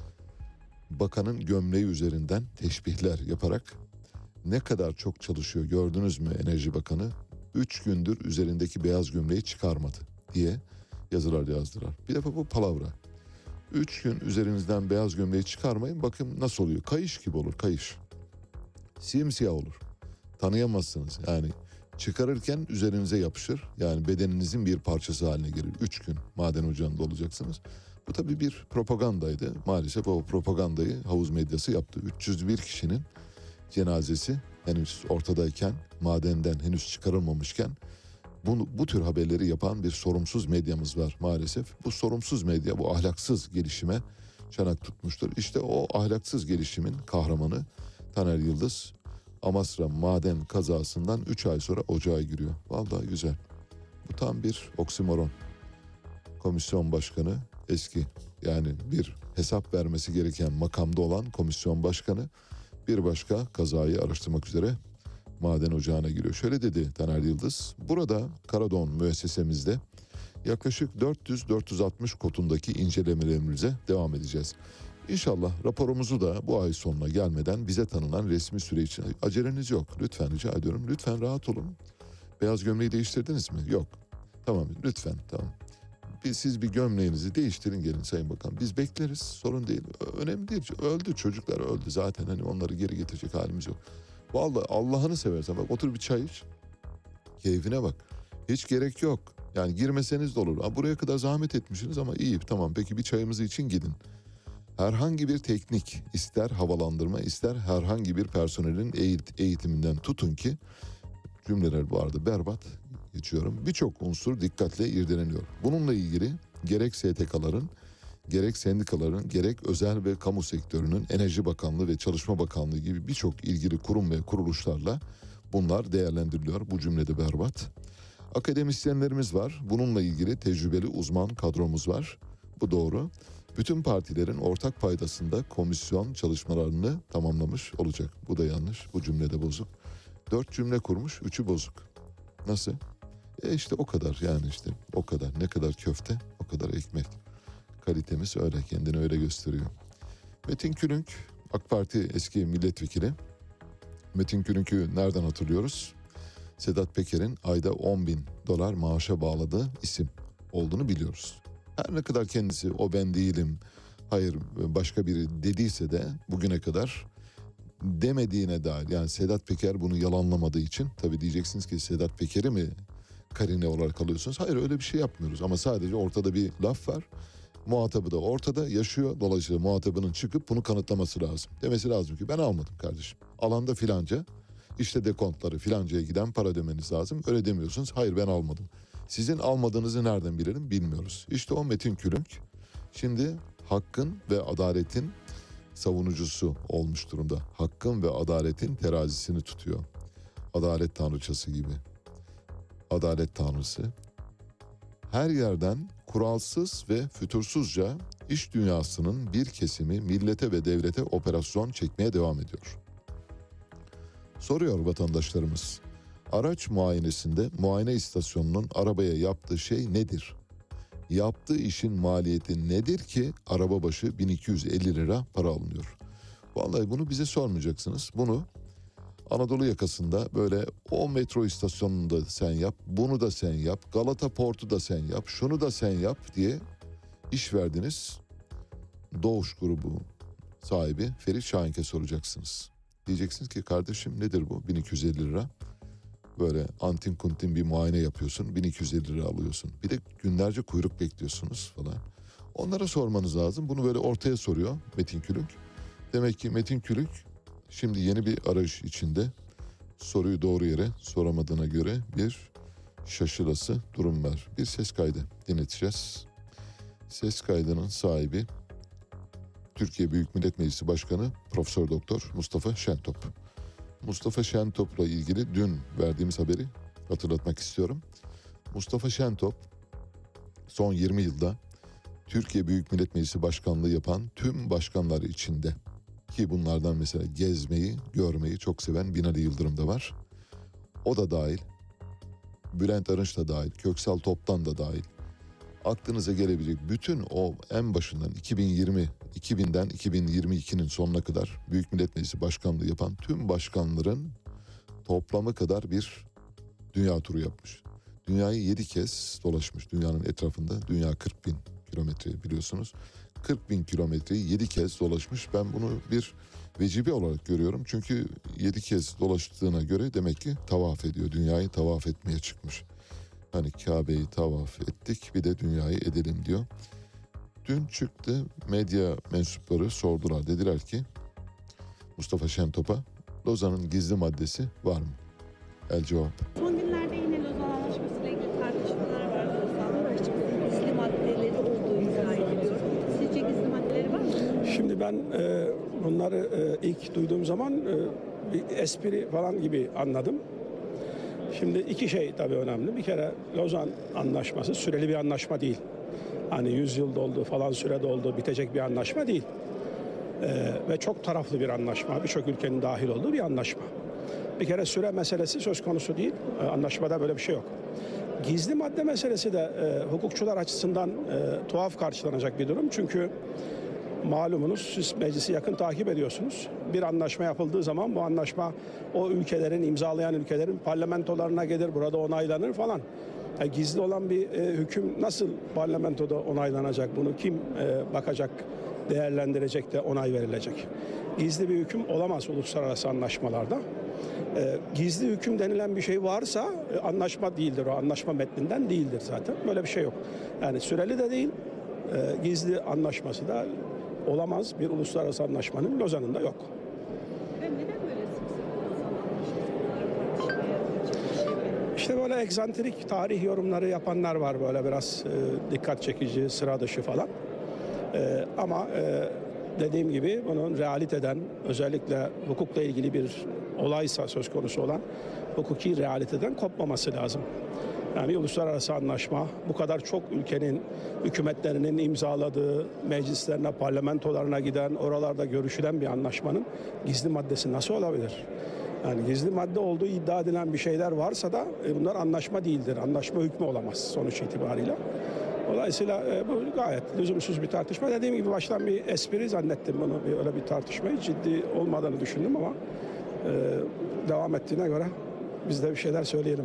bakanın gömleği üzerinden teşbihler yaparak ne kadar çok çalışıyor gördünüz mü Enerji Bakanı? Üç gündür üzerindeki beyaz gömleği çıkarmadı diye yazılar yazdılar. Bir defa bu palavra. Üç gün üzerinizden beyaz gömleği çıkarmayın, bakın nasıl oluyor. Kayış gibi olur, kayış. Simsiyah olur. Tanıyamazsınız yani. Çıkarırken üzerinize yapışır. Yani bedeninizin bir parçası haline gelir. Üç gün maden ocağında olacaksınız. Bu tabii bir propagandaydı. Maalesef o propagandayı havuz medyası yaptı. üç yüz bir kişinin cenazesi henüz ortadayken, madenden henüz çıkarılmamışken bunu, bu tür haberleri yapan bir sorumsuz medyamız var maalesef. Bu sorumsuz medya, bu ahlaksız gelişime çanak tutmuştur. İşte o ahlaksız gelişimin kahramanı Taner Yıldız, Amasra maden kazasından üç ay sonra ocağa giriyor. Vallahi güzel. Bu tam bir oksimoron. Komisyon başkanı eski, yani bir hesap vermesi gereken makamda olan komisyon başkanı bir başka kazayı araştırmak üzere maden ocağına giriyor. Şöyle dedi Taner Yıldız: burada Karadon müessesemizde yaklaşık dört yüz dört yüz altmış kotundaki incelemelerimize devam edeceğiz. İnşallah raporumuzu da bu ay sonuna gelmeden bize tanınan resmi süre için, aceleniz yok lütfen rica ediyorum, lütfen rahat olun. Beyaz gömleği değiştirdiniz mi? Yok. Tamam lütfen, tamam. Bir, siz bir gömleğinizi değiştirin gelin Sayın Bakan. Biz bekleriz, sorun değil. Önemli değil. Öldü çocuklar, öldü zaten, hani onları geri getirecek halimiz yok. Vallahi Allah'ını seversen bak, otur bir çay iç. Keyfine bak. Hiç gerek yok. Yani girmeseniz de olur. Ha, buraya kadar zahmet etmişsiniz ama iyi, tamam peki bir çayımızı için gidin. Herhangi bir teknik, ister havalandırma, ister herhangi bir personelin eğit- eğitiminden tutun ki, cümleler bu arada berbat geçiyorum, birçok unsur dikkatle irdeleniyor. Bununla ilgili gerek S T K'ların, gerek sendikaların, gerek özel ve kamu sektörünün, Enerji Bakanlığı ve Çalışma Bakanlığı gibi birçok ilgili kurum ve kuruluşlarla bunlar değerlendiriliyor. Bu cümlede berbat. Akademisyenlerimiz var. Bununla ilgili tecrübeli uzman kadromuz var. Bu doğru. Bütün partilerin ortak paydasında komisyon çalışmalarını tamamlamış olacak. Bu da yanlış. Bu cümlede bozuk. Dört cümle kurmuş, üçü bozuk. Nasıl? E işte o kadar, yani işte o kadar. Ne kadar köfte, o kadar ekmek. Kalitemiz öyle, kendini öyle gösteriyor. Metin Külünk, AK Parti eski milletvekili. Metin Külünk'ü nereden hatırlıyoruz? Sedat Peker'in ayda on bin dolar maaşa bağladığı isim olduğunu biliyoruz. Her ne kadar kendisi o ben değilim, hayır başka biri dediyse de bugüne kadar demediğine dair, yani Sedat Peker bunu yalanlamadığı için, tabii diyeceksiniz ki Sedat Peker'i mi karine olarak alıyorsunuz? Hayır, öyle bir şey yapmıyoruz ama sadece ortada bir laf var. Muhatabı da ortada yaşıyor, dolayısıyla muhatabının çıkıp bunu kanıtlaması lazım. Demesi lazım ki ben almadım kardeşim. Alanda filanca, işte dekontları filancaya giden para demeniz lazım. Öyle demiyorsunuz, hayır ben almadım. Sizin almadığınızı nereden bilelim, bilmiyoruz. İşte o Metin Külünk şimdi hakkın ve adaletin savunucusu olmuş durumda. Hakkın ve adaletin terazisini tutuyor. Adalet tanrıçası gibi. Adalet tanrısı. Her yerden kuralsız ve fütursuzca iş dünyasının bir kesimi millete ve devlete operasyon çekmeye devam ediyor. Soruyor vatandaşlarımız: araç muayenesinde muayene istasyonunun arabaya yaptığı şey nedir? Yaptığı işin maliyeti nedir ki araba başı bin iki yüz elli lira para alınıyor? Vallahi bunu bize sormayacaksınız. Bunu Anadolu yakasında böyle o metro istasyonunda sen yap, bunu da sen yap, Galata Port'u da sen yap, şunu da sen yap diye iş verdiniz. Doğuş grubu sahibi Ferit Şahink'e soracaksınız. Diyeceksiniz ki kardeşim nedir bu bin iki yüz elli lira? Böyle antin kuntin bir muayene yapıyorsun, bin iki yüz elli lira alıyorsun. Bir de günlerce kuyruk bekliyorsunuz falan. Onlara sormanız lazım. Bunu böyle ortaya soruyor Metin Külünk. Demek ki Metin Külünk şimdi yeni bir arayış içinde. Soruyu doğru yere soramadığına göre bir şaşılası durum var. Bir ses kaydı dinleteceğiz. Ses kaydının sahibi Türkiye Büyük Millet Meclisi Başkanı Profesör Doktor Mustafa Şentop. Mustafa Şentop'la ilgili dün verdiğimiz haberi hatırlatmak istiyorum. Mustafa Şentop son yirmi yılda Türkiye Büyük Millet Meclisi Başkanlığı yapan tüm başkanlar içinde, ki bunlardan mesela gezmeyi, görmeyi çok seven Binali Yıldırım da var. O da dahil. Bülent Arınç da dahil. Köksal Toptan da dahil. Aklınıza gelebilecek bütün o en başından iki bin yirmi, iki binden iki bin yirmi ikinin sonuna kadar Büyük Millet Meclisi Başkanlığı yapan tüm başkanların toplamı kadar bir dünya turu yapmış. Dünyayı yedi kez dolaşmış dünyanın etrafında. Dünya kırk bin kilometre biliyorsunuz. kırk bin kilometreyi yedi kez dolaşmış. Ben bunu bir vecibe olarak görüyorum. Çünkü yedi kez dolaştığına göre demek ki tavaf ediyor. Dünyayı tavaf etmeye çıkmış. Hani Kabe'yi tavaf ettik, bir de dünyayı edelim diyor. Dün çıktı, medya mensupları sordular. Dediler ki Mustafa Şentop'a Lozan'ın gizli maddesi var mı? El cevap. Son günlerde yine Lozan Anlaşması ile ilgili tartışmalar var. Lozan Anlaşması'nın gizli maddeleri olduğu iddia ediliyor. Sizce gizli maddeleri var mı? Şimdi ben e, bunları e, ilk duyduğum zaman e, bir espri falan gibi anladım. Şimdi iki şey tabii önemli. Bir kere Lozan Anlaşması süreli bir anlaşma değil. Hani yüz yıl doldu falan süre doldu bitecek bir anlaşma değil. E, ve çok taraflı bir anlaşma. Birçok ülkenin dahil olduğu bir anlaşma. Bir kere süre meselesi söz konusu değil. E, anlaşmada böyle bir şey yok. Gizli madde meselesi de e, hukukçular açısından e, tuhaf karşılanacak bir durum. Çünkü malumunuz siz meclisi yakın takip ediyorsunuz. Bir anlaşma yapıldığı zaman bu anlaşma o ülkelerin, imzalayan ülkelerin parlamentolarına gelir, burada onaylanır falan. Yani gizli olan bir e, hüküm nasıl parlamentoda onaylanacak? Bunu kim e, bakacak, değerlendirecek de onay verilecek? Gizli bir hüküm olamaz uluslararası anlaşmalarda. E, gizli hüküm denilen bir şey varsa e, anlaşma değildir. O anlaşma metninden değildir zaten. Böyle bir şey yok. Yani süreli de değil, e, gizli anlaşması da olamaz. Bir uluslararası anlaşmanın Lozan'ında yok. Ve neden böyle sık sık Lozan Anlaşması'nı tartışmaya İşte böyle egzantrik tarih yorumları yapanlar var, böyle biraz e, dikkat çekici, sıra dışı falan. E, ama e, dediğim gibi bunun realiteden, özellikle hukukla ilgili bir olaysa söz konusu olan hukuki realiteden kopmaması lazım. Yani bir uluslararası anlaşma, bu kadar çok ülkenin hükümetlerinin imzaladığı, meclislerine, parlamentolarına giden, oralarda görüşülen bir anlaşmanın gizli maddesi nasıl olabilir? Yani gizli madde olduğu iddia edilen bir şeyler varsa da e, bunlar anlaşma değildir. Anlaşma hükmü olamaz sonuç itibariyle. Dolayısıyla e, bu gayet lüzumsuz bir tartışma. Dediğim gibi baştan bir espri zannettim bunu. Bir, öyle bir tartışmayı ciddi olmadığını düşündüm ama e, devam ettiğine göre biz de bir şeyler söyleyelim.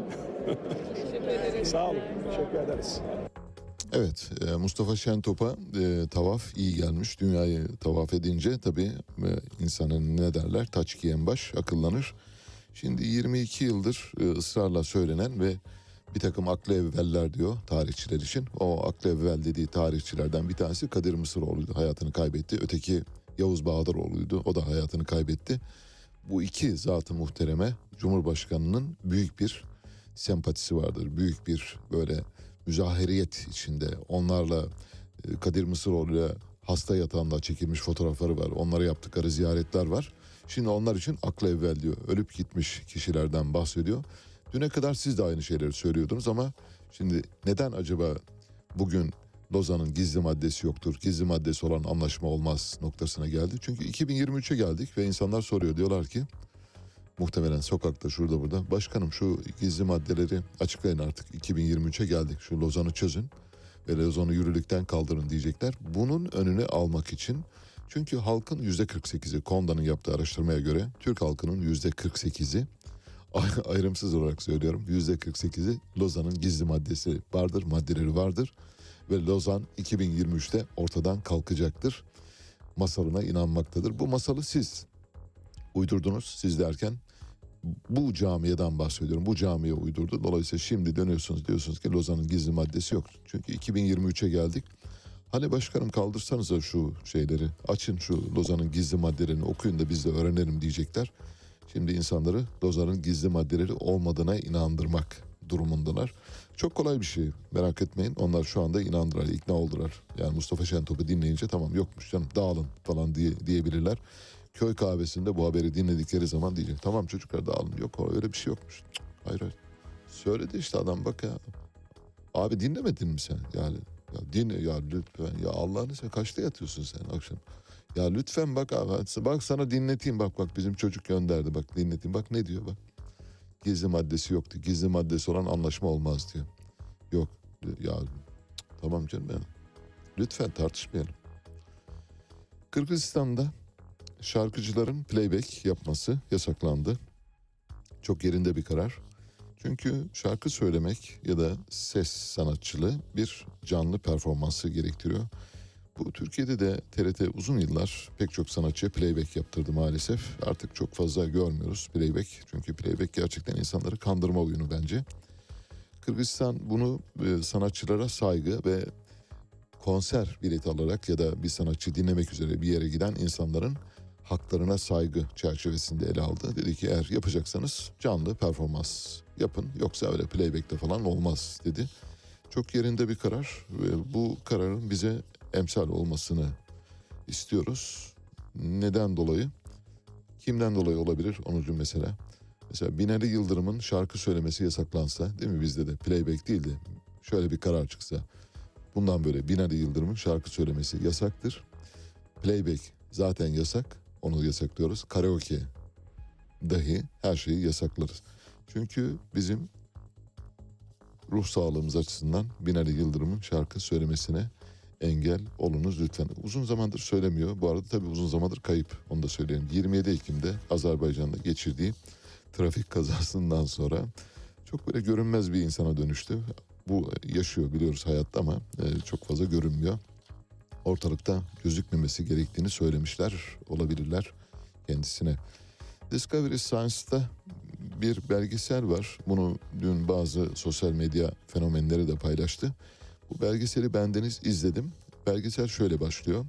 Sağ olun. Teşekkür ederiz. Evet, e, Mustafa Şentop'a e, tavaf iyi gelmiş. Dünyayı tavaf edince tabii e, insanın ne derler, taç giyen baş akıllanır. Şimdi yirmi iki yıldır e, ısrarla söylenen ve bir takım aklı evveller diyor tarihçiler için. O aklı evvel dediği tarihçilerden bir tanesi Kadir Mısıroğlu'ydu, hayatını kaybetti. Öteki Yavuz Bahadıroğlu'ydu, o da hayatını kaybetti. Bu iki zat-ı muhtereme Cumhurbaşkanı'nın büyük bir sempatisi vardır. Büyük bir böyle müzaheriyet içinde. Onlarla e, Kadir Mısıroğlu'yla hasta yatağında çekilmiş fotoğrafları var. Onlara yaptıkları ziyaretler var. Şimdi onlar için aklı evvel diyor. Ölüp gitmiş kişilerden bahsediyor. Düne kadar siz de aynı şeyleri söylüyordunuz ama şimdi neden acaba bugün Lozan'ın gizli maddesi yoktur, gizli maddesi olan anlaşma olmaz noktasına geldi? Çünkü iki bin yirmi üçe geldik ve insanlar soruyor, diyorlar ki muhtemelen sokakta şurada burada, başkanım şu gizli maddeleri açıklayın artık, iki bin yirmi üçe geldik, şu Lozan'ı çözün ve Lozan'ı yürürlükten kaldırın diyecekler. Bunun önünü almak için, çünkü halkın yüzde kırk sekizi, Konda'nın yaptığı araştırmaya göre Türk halkının yüzde kırk sekizi, ayrımsız olarak söylüyorum, yüzde kırk sekizi Lozan'ın gizli maddesi vardır, maddeleri vardır ve Lozan iki bin yirmi üçte ortadan kalkacaktır masalına inanmaktadır. Bu masalı siz uydurdunuz, siz derken bu camiyeden bahsediyorum. Bu camiye uydurdu. Dolayısıyla şimdi dönüyorsunuz, diyorsunuz ki Lozan'ın gizli maddesi yok. Çünkü iki bin yirmi üçe geldik. Hani başkanım kaldırsanıza şu şeyleri, açın şu Lozan'ın gizli maddelerini, okuyun da biz de öğrenelim diyecekler. Şimdi insanları Lozan'ın gizli maddeleri olmadığına inandırmak durumundalar. Çok kolay bir şey, merak etmeyin. Onlar şu anda inandılar, ikna oldular. Yani Mustafa Şentop'u dinleyince tamam yokmuş canım, dağılın falan diye diyebilirler. Köy kahvesinde bu haberi dinledikleri zaman diyecek tamam çocuklar dağılın, yok öyle bir şey yokmuş. Cık, hayır hayır. Söyledi işte adam, bak ya. Abi dinlemedin mi sen? Yani ya dinle ya lütfen ya, Allah'ını sen kaçta yatıyorsun sen akşam? Ya lütfen bak abi, bak sana dinleteyim, bak bak bizim çocuk gönderdi, bak dinleteyim, bak ne diyor bak. Gizli maddesi yoktu. Gizli maddesi olan anlaşma olmaz diyor. Yok ya cık, tamam canım yani. Lütfen tartışmayalım. Kırgızistan'da şarkıcıların playback yapması yasaklandı. Çok yerinde bir karar. Çünkü şarkı söylemek ya da ses sanatçılığı bir canlı performansı gerektiriyor. Bu Türkiye'de de T R T uzun yıllar pek çok sanatçıya playback yaptırdı maalesef. Artık çok fazla görmüyoruz playback. Çünkü playback gerçekten insanları kandırma oyunu bence. Kırgızistan bunu e, sanatçılara saygı ve konser bileti alarak ya da bir sanatçı dinlemek üzere bir yere giden insanların haklarına saygı çerçevesinde ele aldı. Dedi ki eğer yapacaksanız canlı performans yapın, yoksa öyle playback'te falan olmaz dedi. Çok yerinde bir karar ve bu kararın bize emsal olmasını istiyoruz. Neden dolayı? Kimden dolayı olabilir? Onuncu mesela. Mesela Binali Yıldırım'ın şarkı söylemesi yasaklansa, değil mi, bizde de playback değil de şöyle bir karar çıksa. Bundan böyle Binali Yıldırım'ın şarkı söylemesi yasaktır. Playback zaten yasak, onu yasaklıyoruz. Karaoke dahi her şeyi yasaklarız. Çünkü bizim ruh sağlığımız açısından Binali Yıldırım'ın şarkı söylemesine engel olunuz lütfen. Uzun zamandır söylemiyor. Bu arada tabii uzun zamandır kayıp. Onu da söyleyeyim. yirmi yedi Ekim'de Azerbaycan'da geçirdiği trafik kazasından sonra çok böyle görünmez bir insana dönüştü. Bu yaşıyor biliyoruz hayatta ama çok fazla görünmüyor. Ortalıkta gözükmemesi gerektiğini söylemişler olabilirler kendisine. Discovery Science'da bir belgesel var. Bunu dün bazı sosyal medya fenomenleri de paylaştı. Bu belgeseli bendeniz izledim. Belgesel şöyle başlıyor.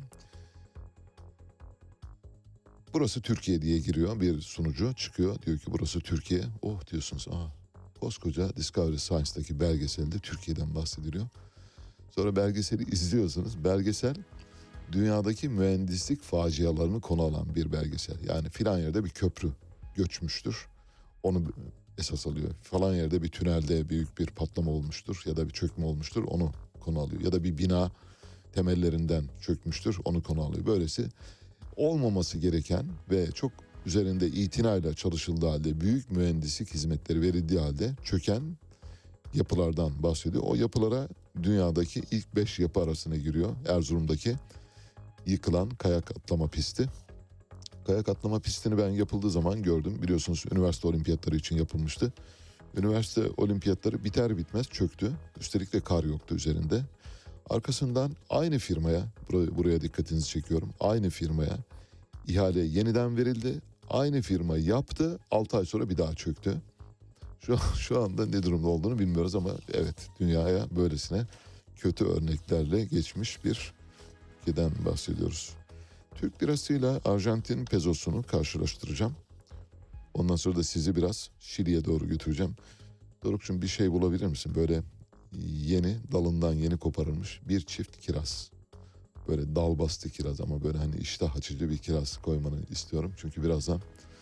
Burası Türkiye diye giriyor. Bir sunucu çıkıyor. Diyor ki burası Türkiye. Oh diyorsunuz. Aa, koskoca Discovery Science'daki belgeselde Türkiye'den bahsediliyor. Sonra belgeseli izliyorsunuz. Belgesel dünyadaki mühendislik facialarını konu alan bir belgesel. Yani filan yerde bir köprü göçmüştür. Onu esas alıyor. Falan yerde bir tünelde büyük bir patlama olmuştur ya da bir çökme olmuştur. Onu konu alıyor. Ya da bir bina temellerinden çökmüştür. Onu konu alıyor. Böylesi olmaması gereken ve çok üzerinde itinayla çalışıldığı halde, büyük mühendislik hizmetleri verildiği halde çöken yapılardan bahsediyor. O yapılara dünyadaki ilk beş yapı arasına giriyor. Erzurum'daki yıkılan kayak atlama pisti. Kayak atlama pistini ben yapıldığı zaman gördüm. Biliyorsunuz üniversite olimpiyatları için yapılmıştı. Üniversite olimpiyatları biter bitmez çöktü. Üstelik de kar yoktu üzerinde. Arkasından aynı firmaya, buraya, buraya dikkatinizi çekiyorum. Aynı firmaya ihale yeniden verildi. Aynı firma yaptı. altı ay sonra bir daha çöktü. Şu, şu anda ne durumda olduğunu bilmiyoruz ama evet, dünyaya böylesine kötü örneklerle geçmiş bir ülkeden bahsediyoruz. Türk lirasıyla Arjantin pezosunu karşılaştıracağım. Ondan sonra da sizi biraz Şili'ye doğru götüreceğim. Doruk'cum bir şey bulabilir misin? Böyle yeni, dalından yeni koparılmış bir çift kiraz. Böyle dal bastı kiraz ama böyle hani iştah açıcı bir kiraz koymanı istiyorum. Çünkü birazdan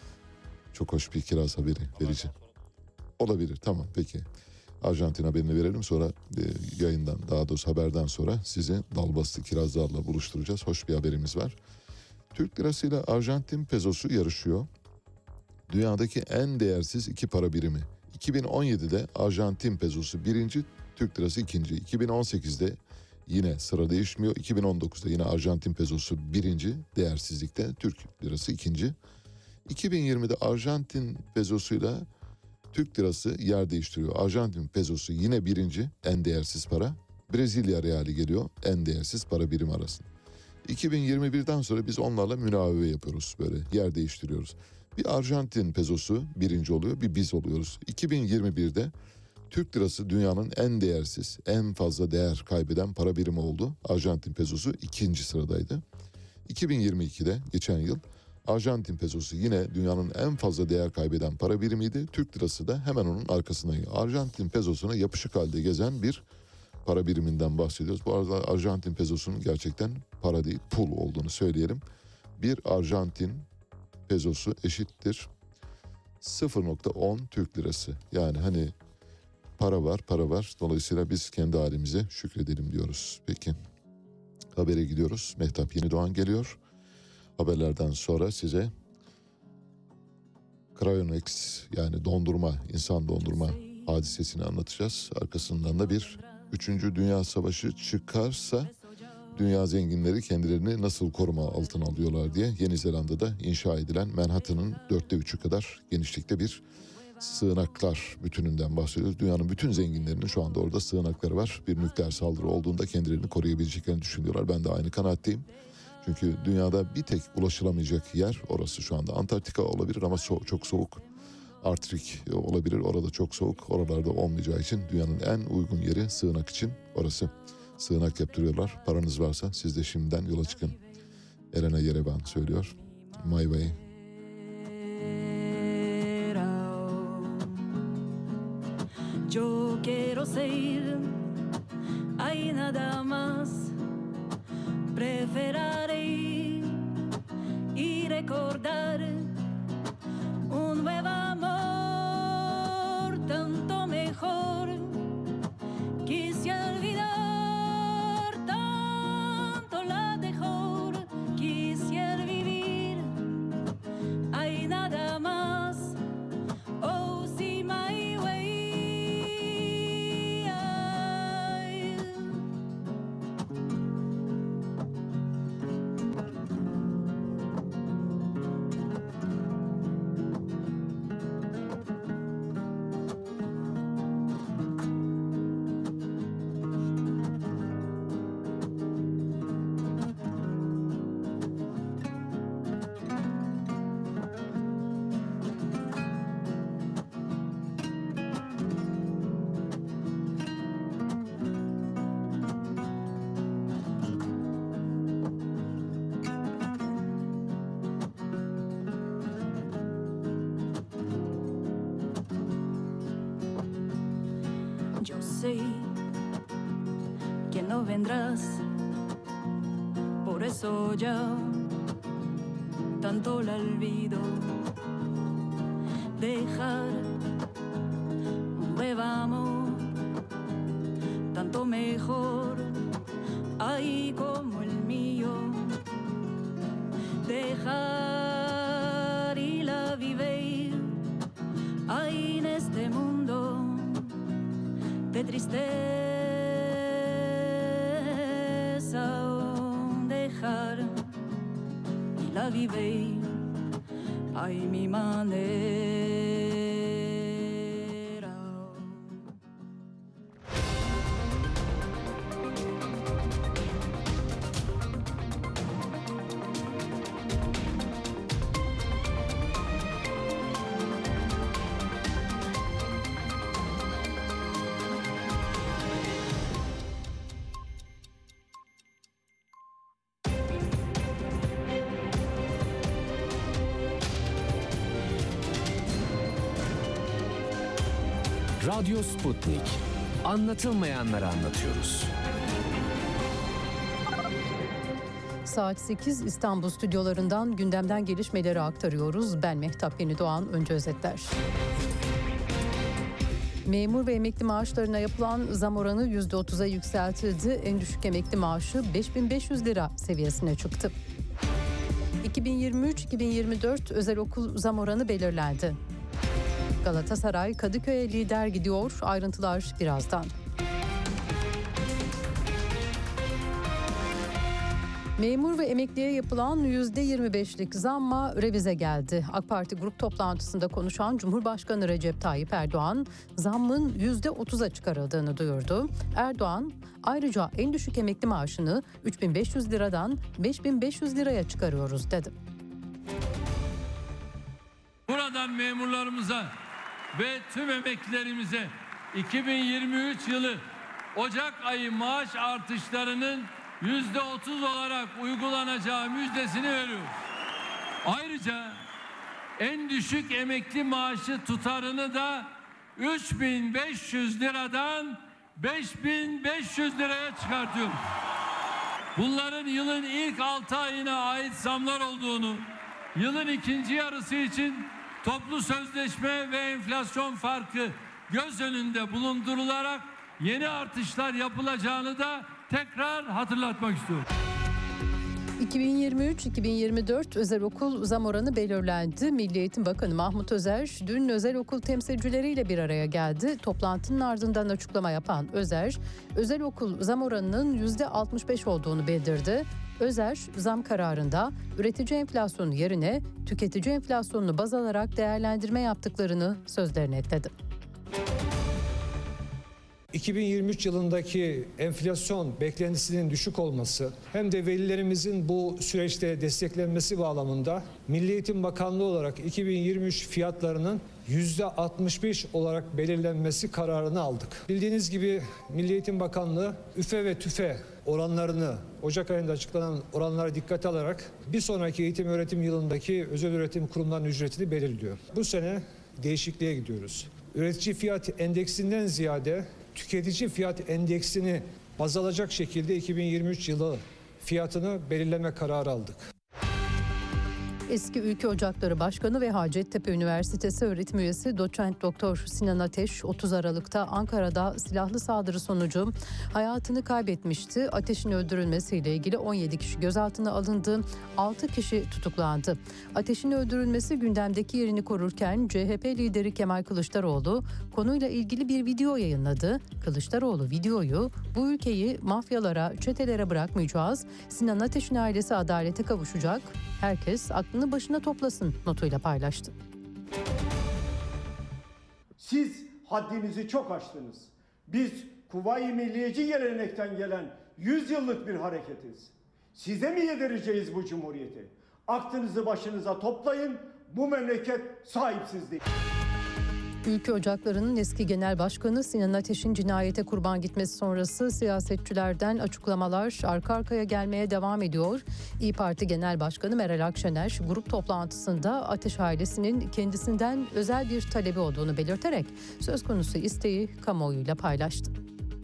çok hoş bir kiraz haberi vereceğim. Olabilir, tamam, peki. Arjantin haberini verelim, sonra e, yayından, daha doğrusu haberden sonra sizi dalbastı kirazlarla buluşturacağız. Hoş bir haberimiz var. Türk lirasıyla Arjantin pezosu yarışıyor. Dünyadaki en değersiz iki para birimi. iki bin on yedide Arjantin pezosu birinci, Türk lirası ikinci. iki bin on sekizde yine sıra değişmiyor. iki bin on dokuzda yine Arjantin pezosu birinci değersizlikte, Türk lirası ikinci. iki bin yirmide Arjantin pezosuyla Türk lirası yer değiştiriyor. Arjantin pezosu yine birinci, en değersiz para. Brezilya reali geliyor en değersiz para birimi arasında. iki bin yirmi birden sonra biz onlarla münavebe yapıyoruz, böyle yer değiştiriyoruz. Bir Arjantin pezosu birinci oluyor, bir biz oluyoruz. iki bin yirmi birde Türk lirası dünyanın en değersiz, en fazla değer kaybeden para birimi oldu. Arjantin pezosu ikinci sıradaydı. iki bin yirmi ikide, geçen yıl, Arjantin pezosu yine dünyanın en fazla değer kaybeden para birimiydi. Türk lirası da hemen onun arkasındaydı. Arjantin pezosuna yapışık halde gezen bir para biriminden bahsediyoruz. Bu arada Arjantin pezosunun gerçekten para değil, pul olduğunu söyleyelim. Bir Arjantin pezosu eşittir sıfır nokta on Türk lirası. Yani hani para var, para var. Dolayısıyla biz kendi halimize şükredelim diyoruz. Peki, habere gidiyoruz. Mehtap Yenidoğan geliyor. Haberlerden sonra size Cryonex, yani dondurma, insan dondurma hadisesini anlatacağız. Arkasından da bir üçüncü Dünya Savaşı çıkarsa dünya zenginleri kendilerini nasıl koruma altına alıyorlar diye Yeni Zelanda'da inşa edilen Manhattan'ın dörtte üçü kadar genişlikte bir sığınaklar bütününden bahsediyoruz. Dünyanın bütün zenginlerinin şu anda orada sığınakları var. Bir nükleer saldırı olduğunda kendilerini koruyabileceklerini düşünüyorlar. Ben de aynı kanaatteyim. Çünkü dünyada bir tek ulaşılamayacak yer orası şu anda. Antarktika olabilir ama so- çok soğuk. Arktrik olabilir, orada çok soğuk. Oralarda olmayacağı için dünyanın en uygun yeri sığınak için orası. Sığınak yaptırıyorlar. Paranız varsa siz de şimdiden yola çıkın. Elena Yerevan söylüyor. My Way. Yo quiero ser, hay nada más. Preferiré y recordar un nuevo amor, tanto mejor. Quise olvidar tanto la mejor. Quisiera vivir, hay nada más. Oh, see my way. Yo sé que no vendrás, por eso ya tanto la olvido. Dejar un nuevo amor, tanto mejor, ay como el mío. Dejar y la vivir, ay en este mundo de tristeza, dejar y la vive, ay mi manera. Radyo Sputnik. Anlatılmayanları anlatıyoruz. Saat sekiz İstanbul stüdyolarından gündemden gelişmeleri aktarıyoruz. Ben Mehtap Yeni Doğan, önce özetler. Memur ve emekli maaşlarına yapılan zam oranı yüzde otuza yükseltildi. En düşük emekli maaşı beş bin beş yüz lira seviyesine çıktı. iki bin yirmi üç iki bin yirmi dört özel okul zam oranı belirlendi. Galatasaray Kadıköy'e lider gidiyor. Ayrıntılar birazdan. Memur ve emekliye yapılan yüzde yirmi beşlik zamma revize geldi. AK Parti grup toplantısında konuşan Cumhurbaşkanı Recep Tayyip Erdoğan, zammın yüzde otuza çıkarıldığını duyurdu. Erdoğan, ayrıca en düşük emekli maaşını üç bin beş yüz liradan beş bin beş yüz liraya çıkarıyoruz dedi. Buradan memurlarımıza ve tüm emeklilerimize iki bin yirmi üç yılı Ocak ayı maaş artışlarının yüzde otuz olarak uygulanacağı müjdesini veriyoruz. Ayrıca en düşük emekli maaşı tutarını da üç bin beş yüz liradan beş bin beş yüz liraya çıkartıyoruz. Bunların yılın ilk altı ayına ait zamlar olduğunu, yılın ikinci yarısı için toplu sözleşme ve enflasyon farkı göz önünde bulundurularak yeni artışlar yapılacağını da tekrar hatırlatmak istiyorum. iki bin yirmi üç iki bin yirmi dört özel okul zam oranı belirlendi. Milli Eğitim Bakanı Mahmut Özer dün özel okul temsilcileriyle bir araya geldi. Toplantının ardından açıklama yapan Özer, özel okul zam oranının yüzde altmış beş olduğunu bildirdi. Özer, zam kararında üretici enflasyonu yerine tüketici enflasyonunu baz alarak değerlendirme yaptıklarını sözlerine ekledi. iki bin yirmi üç yılındaki enflasyon beklentisinin düşük olması hem de velilerimizin bu süreçte desteklenmesi bağlamında Milli Eğitim Bakanlığı olarak iki bin yirmi üç fiyatlarının yüzde altmış beş olarak belirlenmesi kararını aldık. Bildiğiniz gibi Milli Eğitim Bakanlığı üfe ve tüfe oranlarını Ocak ayında açıklanan oranlara dikkate alarak bir sonraki eğitim öğretim yılındaki özel öğretim kurumlarının ücretini belirliyor. Bu sene değişikliğe gidiyoruz. Üretici fiyat endeksinden ziyade tüketici fiyat endeksini baz alacak şekilde iki bin yirmi üç yılı fiyatını belirleme kararı aldık. Eski Ülke Ocakları Başkanı ve Hacettepe Üniversitesi öğretim üyesi doçent doktor Sinan Ateş otuz Aralık'ta Ankara'da silahlı saldırı sonucu hayatını kaybetmişti. Ateş'in öldürülmesiyle ilgili on yedi kişi gözaltına alındı, altı kişi tutuklandı. Ateş'in öldürülmesi gündemdeki yerini korurken C H P lideri Kemal Kılıçdaroğlu konuyla ilgili bir video yayınladı. Kılıçdaroğlu videoyu "Bu ülkeyi mafyalara, çetelere bırakmayacağız. Sinan Ateş'in ailesi adalete kavuşacak. Herkes aklını başına toplasın" notuyla paylaştı. Siz haddinizi çok aştınız. Biz Kuvayi Milliyeci gelenekten gelen yüz yıllık bir hareketiz. Size mi yedireceğiz bu cumhuriyeti? Aklınızı başınıza toplayın. Bu memleket sahipsiz değil. Ülke Ocakları'nın eski genel başkanı Sinan Ateş'in cinayete kurban gitmesi sonrası siyasetçilerden açıklamalar arka arkaya gelmeye devam ediyor. İYİ Parti Genel Başkanı Meral Akşener grup toplantısında Ateş ailesinin kendisinden özel bir talebi olduğunu belirterek söz konusu isteği kamuoyuyla paylaştı.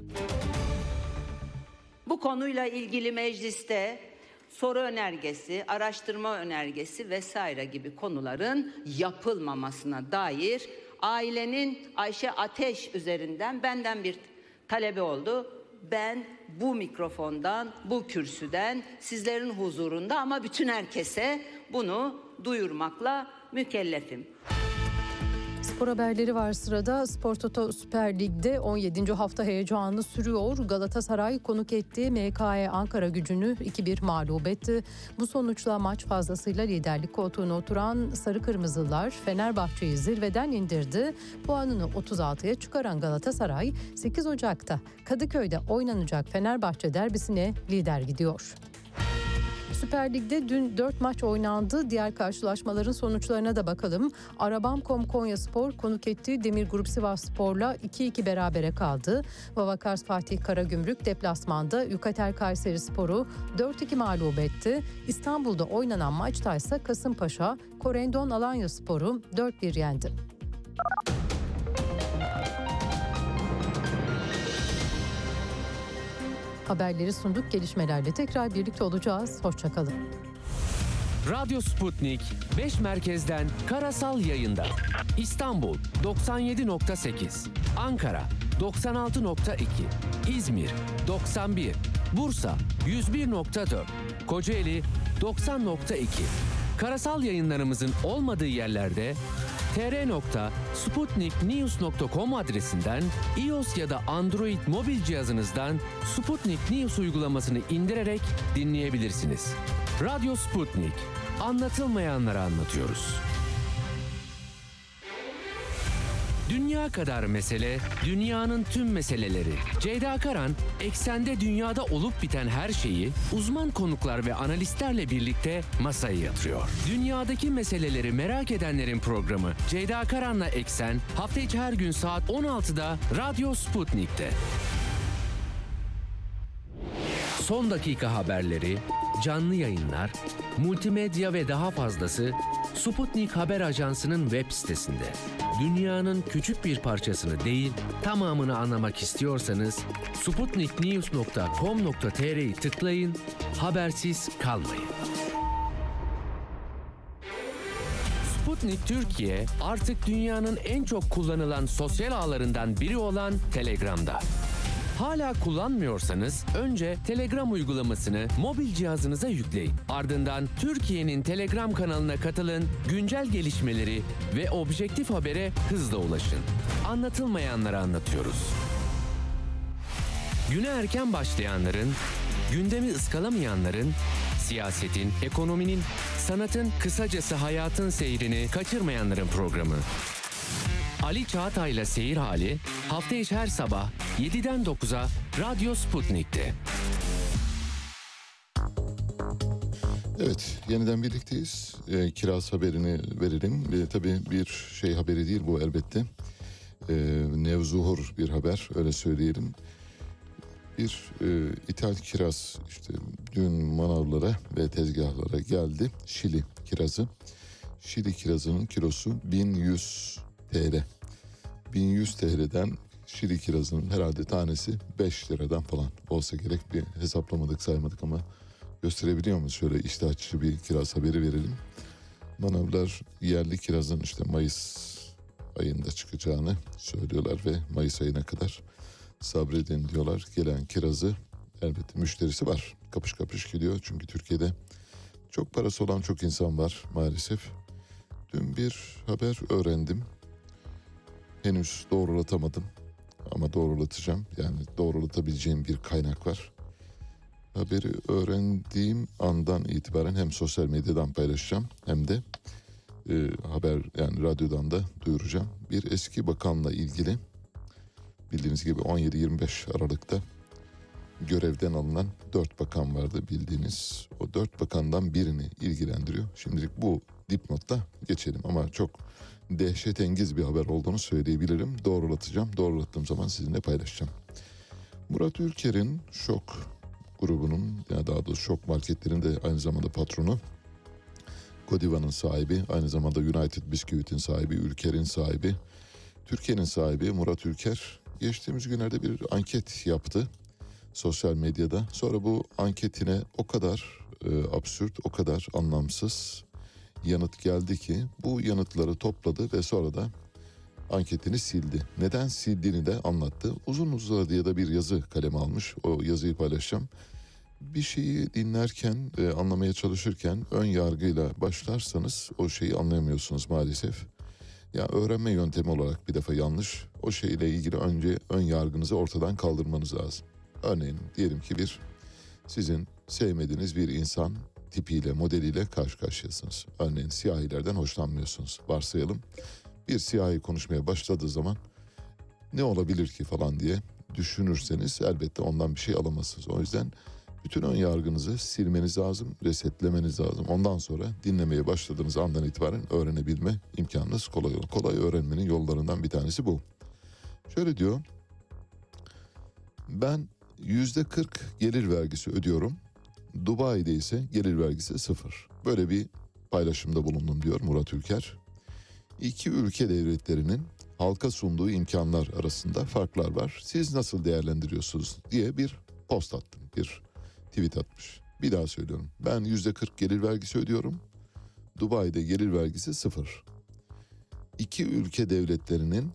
Bu konuyla ilgili mecliste soru önergesi, araştırma önergesi vesaire gibi konuların yapılmamasına dair ailenin Ayşe Ateş üzerinden benden bir talebi oldu. Ben bu mikrofondan, bu kürsüden, sizlerin huzurunda ama bütün herkese bunu duyurmakla mükellefim. Spor haberleri var sırada. Spor Toto Süper Lig'de on yedinci hafta heyecanı sürüyor. Galatasaray konuk ettiği M K E Ankara Gücü'nü iki bir mağlup etti. Bu sonuçla maç fazlasıyla liderlik koltuğuna oturan Sarı Kırmızılar Fenerbahçe'yi zirveden indirdi. Puanını otuz altıya çıkaran Galatasaray sekiz Ocak'ta Kadıköy'de oynanacak Fenerbahçe derbisine lider gidiyor. Süper Lig'de dün dört maç oynandı. Diğer karşılaşmaların sonuçlarına da bakalım. Arabam.com Konyaspor konuk ettiği Demir Grup Sivasspor'la iki iki berabere kaldı. Vavakars Fatih Karagümrük deplasmanda Yukatel Kayserispor'u dört iki mağlup etti. İstanbul'da oynanan maçta ise Kasımpaşa Korendon Alanyaspor'u dört bir yendi. Haberleri sunduk. Gelişmelerle tekrar birlikte olacağız. Hoşça kalın. Radyo Sputnik beş merkezden karasal yayında. İstanbul doksan yedi nokta sekiz, Ankara doksan altı nokta iki, İzmir doksan bir, Bursa yüz bir nokta dört, Kocaeli doksan nokta iki. Karasal yayınlarımızın olmadığı yerlerde t r nokta sputnik news nokta com adresinden iOS ya da Android mobil cihazınızdan Sputnik News uygulamasını indirerek dinleyebilirsiniz. Radyo Sputnik. Anlatılmayanları anlatıyoruz. Dünya kadar mesele, dünyanın tüm meseleleri. Ceyda Karan, eksende dünyada olup biten her şeyi uzman konuklar ve analistlerle birlikte masaya yatırıyor. Dünyadaki meseleleri merak edenlerin programı Ceyda Karan'la Eksen hafta içi her gün saat on altıda Radyo Sputnik'te. Son dakika haberleri, canlı yayınlar, multimedya ve daha fazlası Sputnik Haber Ajansı'nın web sitesinde. Dünyanın küçük bir parçasını değil, tamamını anlamak istiyorsanız sputnik news nokta com nokta t r'yi tıklayın, habersiz kalmayın. Sputnik Türkiye artık dünyanın en çok kullanılan sosyal ağlarından biri olan Telegram'da. Hala kullanmıyorsanız önce Telegram uygulamasını mobil cihazınıza yükleyin. Ardından Türkiye'nin Telegram kanalına katılın, güncel gelişmeleri ve objektif habere hızla ulaşın. Anlatılmayanları anlatıyoruz. Güne erken başlayanların, gündemi ıskalamayanların, Siyasetin, ekonominin, sanatın, kısacası hayatın seyrini kaçırmayanların programı. Ali Çağatay'la Seyir Hali hafta içi her sabah yediden dokuza Radyo Sputnik'te. Evet, yeniden birlikteyiz. E, kiraz haberini verelim. E, tabii bir şey haberi değil bu elbette. E, nevzuhur bir haber, öyle söyleyelim. Bir e, ithal kiraz işte dün manavlara ve tezgahlara geldi. Şili kirazı. Şili kirazının kilosu bin yüz TL. bin yüz T L'den Şili kirazının herhalde tanesi beş liradan falan olsa gerek, bir hesaplamadık saymadık ama gösterebiliyor muyuz? Şöyle iştah açıcı bir kiraz haberi verelim. Manavlar yerli kirazın işte Mayıs ayında çıkacağını söylüyorlar ve Mayıs ayına kadar sabredin diyorlar. Gelen kirazı elbette müşterisi var. Kapış kapış gidiyor çünkü Türkiye'de çok parası olan çok insan var maalesef. Dün bir haber öğrendim. Henüz doğrulatamadım ama doğrulatacağım. Yani doğrulatabileceğim bir kaynak var. Haberi öğrendiğim andan itibaren hem sosyal medyadan paylaşacağım hem de e, haber yani radyodan da duyuracağım. Bir eski bakanla ilgili, bildiğiniz gibi on yedi yirmi beş Aralık'ta görevden alınan dört bakan vardı bildiğiniz. O dört bakandan birini ilgilendiriyor. Şimdilik bu dipnotla geçelim ama çok dehşetengiz bir haber olduğunu söyleyebilirim. Doğrulatacağım. Doğrulattığım zaman sizinle paylaşacağım. Murat Ülker'in Şok grubunun, ya daha doğrusu Şok marketlerin de aynı zamanda patronu, Godiva'nın sahibi, aynı zamanda United Biscuit'in sahibi, Ülker'in sahibi, Türkiye'nin sahibi Murat Ülker geçtiğimiz günlerde bir anket yaptı sosyal medyada. Sonra bu anketine o kadar e, absürt, o kadar anlamsız yanıt geldi ki bu yanıtları topladı ve sonra da anketini sildi. Neden sildiğini de anlattı. Uzun uzadıya da bir yazı kaleme almış. O yazıyı paylaşacağım. Bir şeyi dinlerken, e, anlamaya çalışırken ön yargıyla başlarsanız o şeyi anlayamıyorsunuz maalesef. Ya öğrenme yöntemi olarak bir defa yanlış. O şeyle ilgili önce ön yargınızı ortadan kaldırmanız lazım. Örneğin diyelim ki bir sizin sevmediğiniz bir insan tipiyle, modeliyle karşı karşıyasınız. Örneğin siyahilerden hoşlanmıyorsunuz. Varsayalım. Bir siyahi konuşmaya başladığı zaman ne olabilir ki falan diye düşünürseniz elbette ondan bir şey alamazsınız. O yüzden bütün ön yargınızı silmeniz lazım, resetlemeniz lazım. Ondan sonra dinlemeye başladığınız andan itibaren öğrenebilme imkanınız kolay olur. Kolay öğrenmenin yollarından bir tanesi bu. Şöyle diyor. Ben yüzde kırk gelir vergisi ödüyorum. Dubai'de ise gelir vergisi sıfır. Böyle bir paylaşımda bulundum diyor Murat Ülker. İki ülke devletlerinin halka sunduğu imkanlar arasında farklar var. Siz nasıl değerlendiriyorsunuz diye bir post attım, bir tweet atmış. Bir daha söylüyorum. Ben yüzde kırk gelir vergisi ödüyorum. Dubai'de gelir vergisi sıfır. İki ülke devletlerinin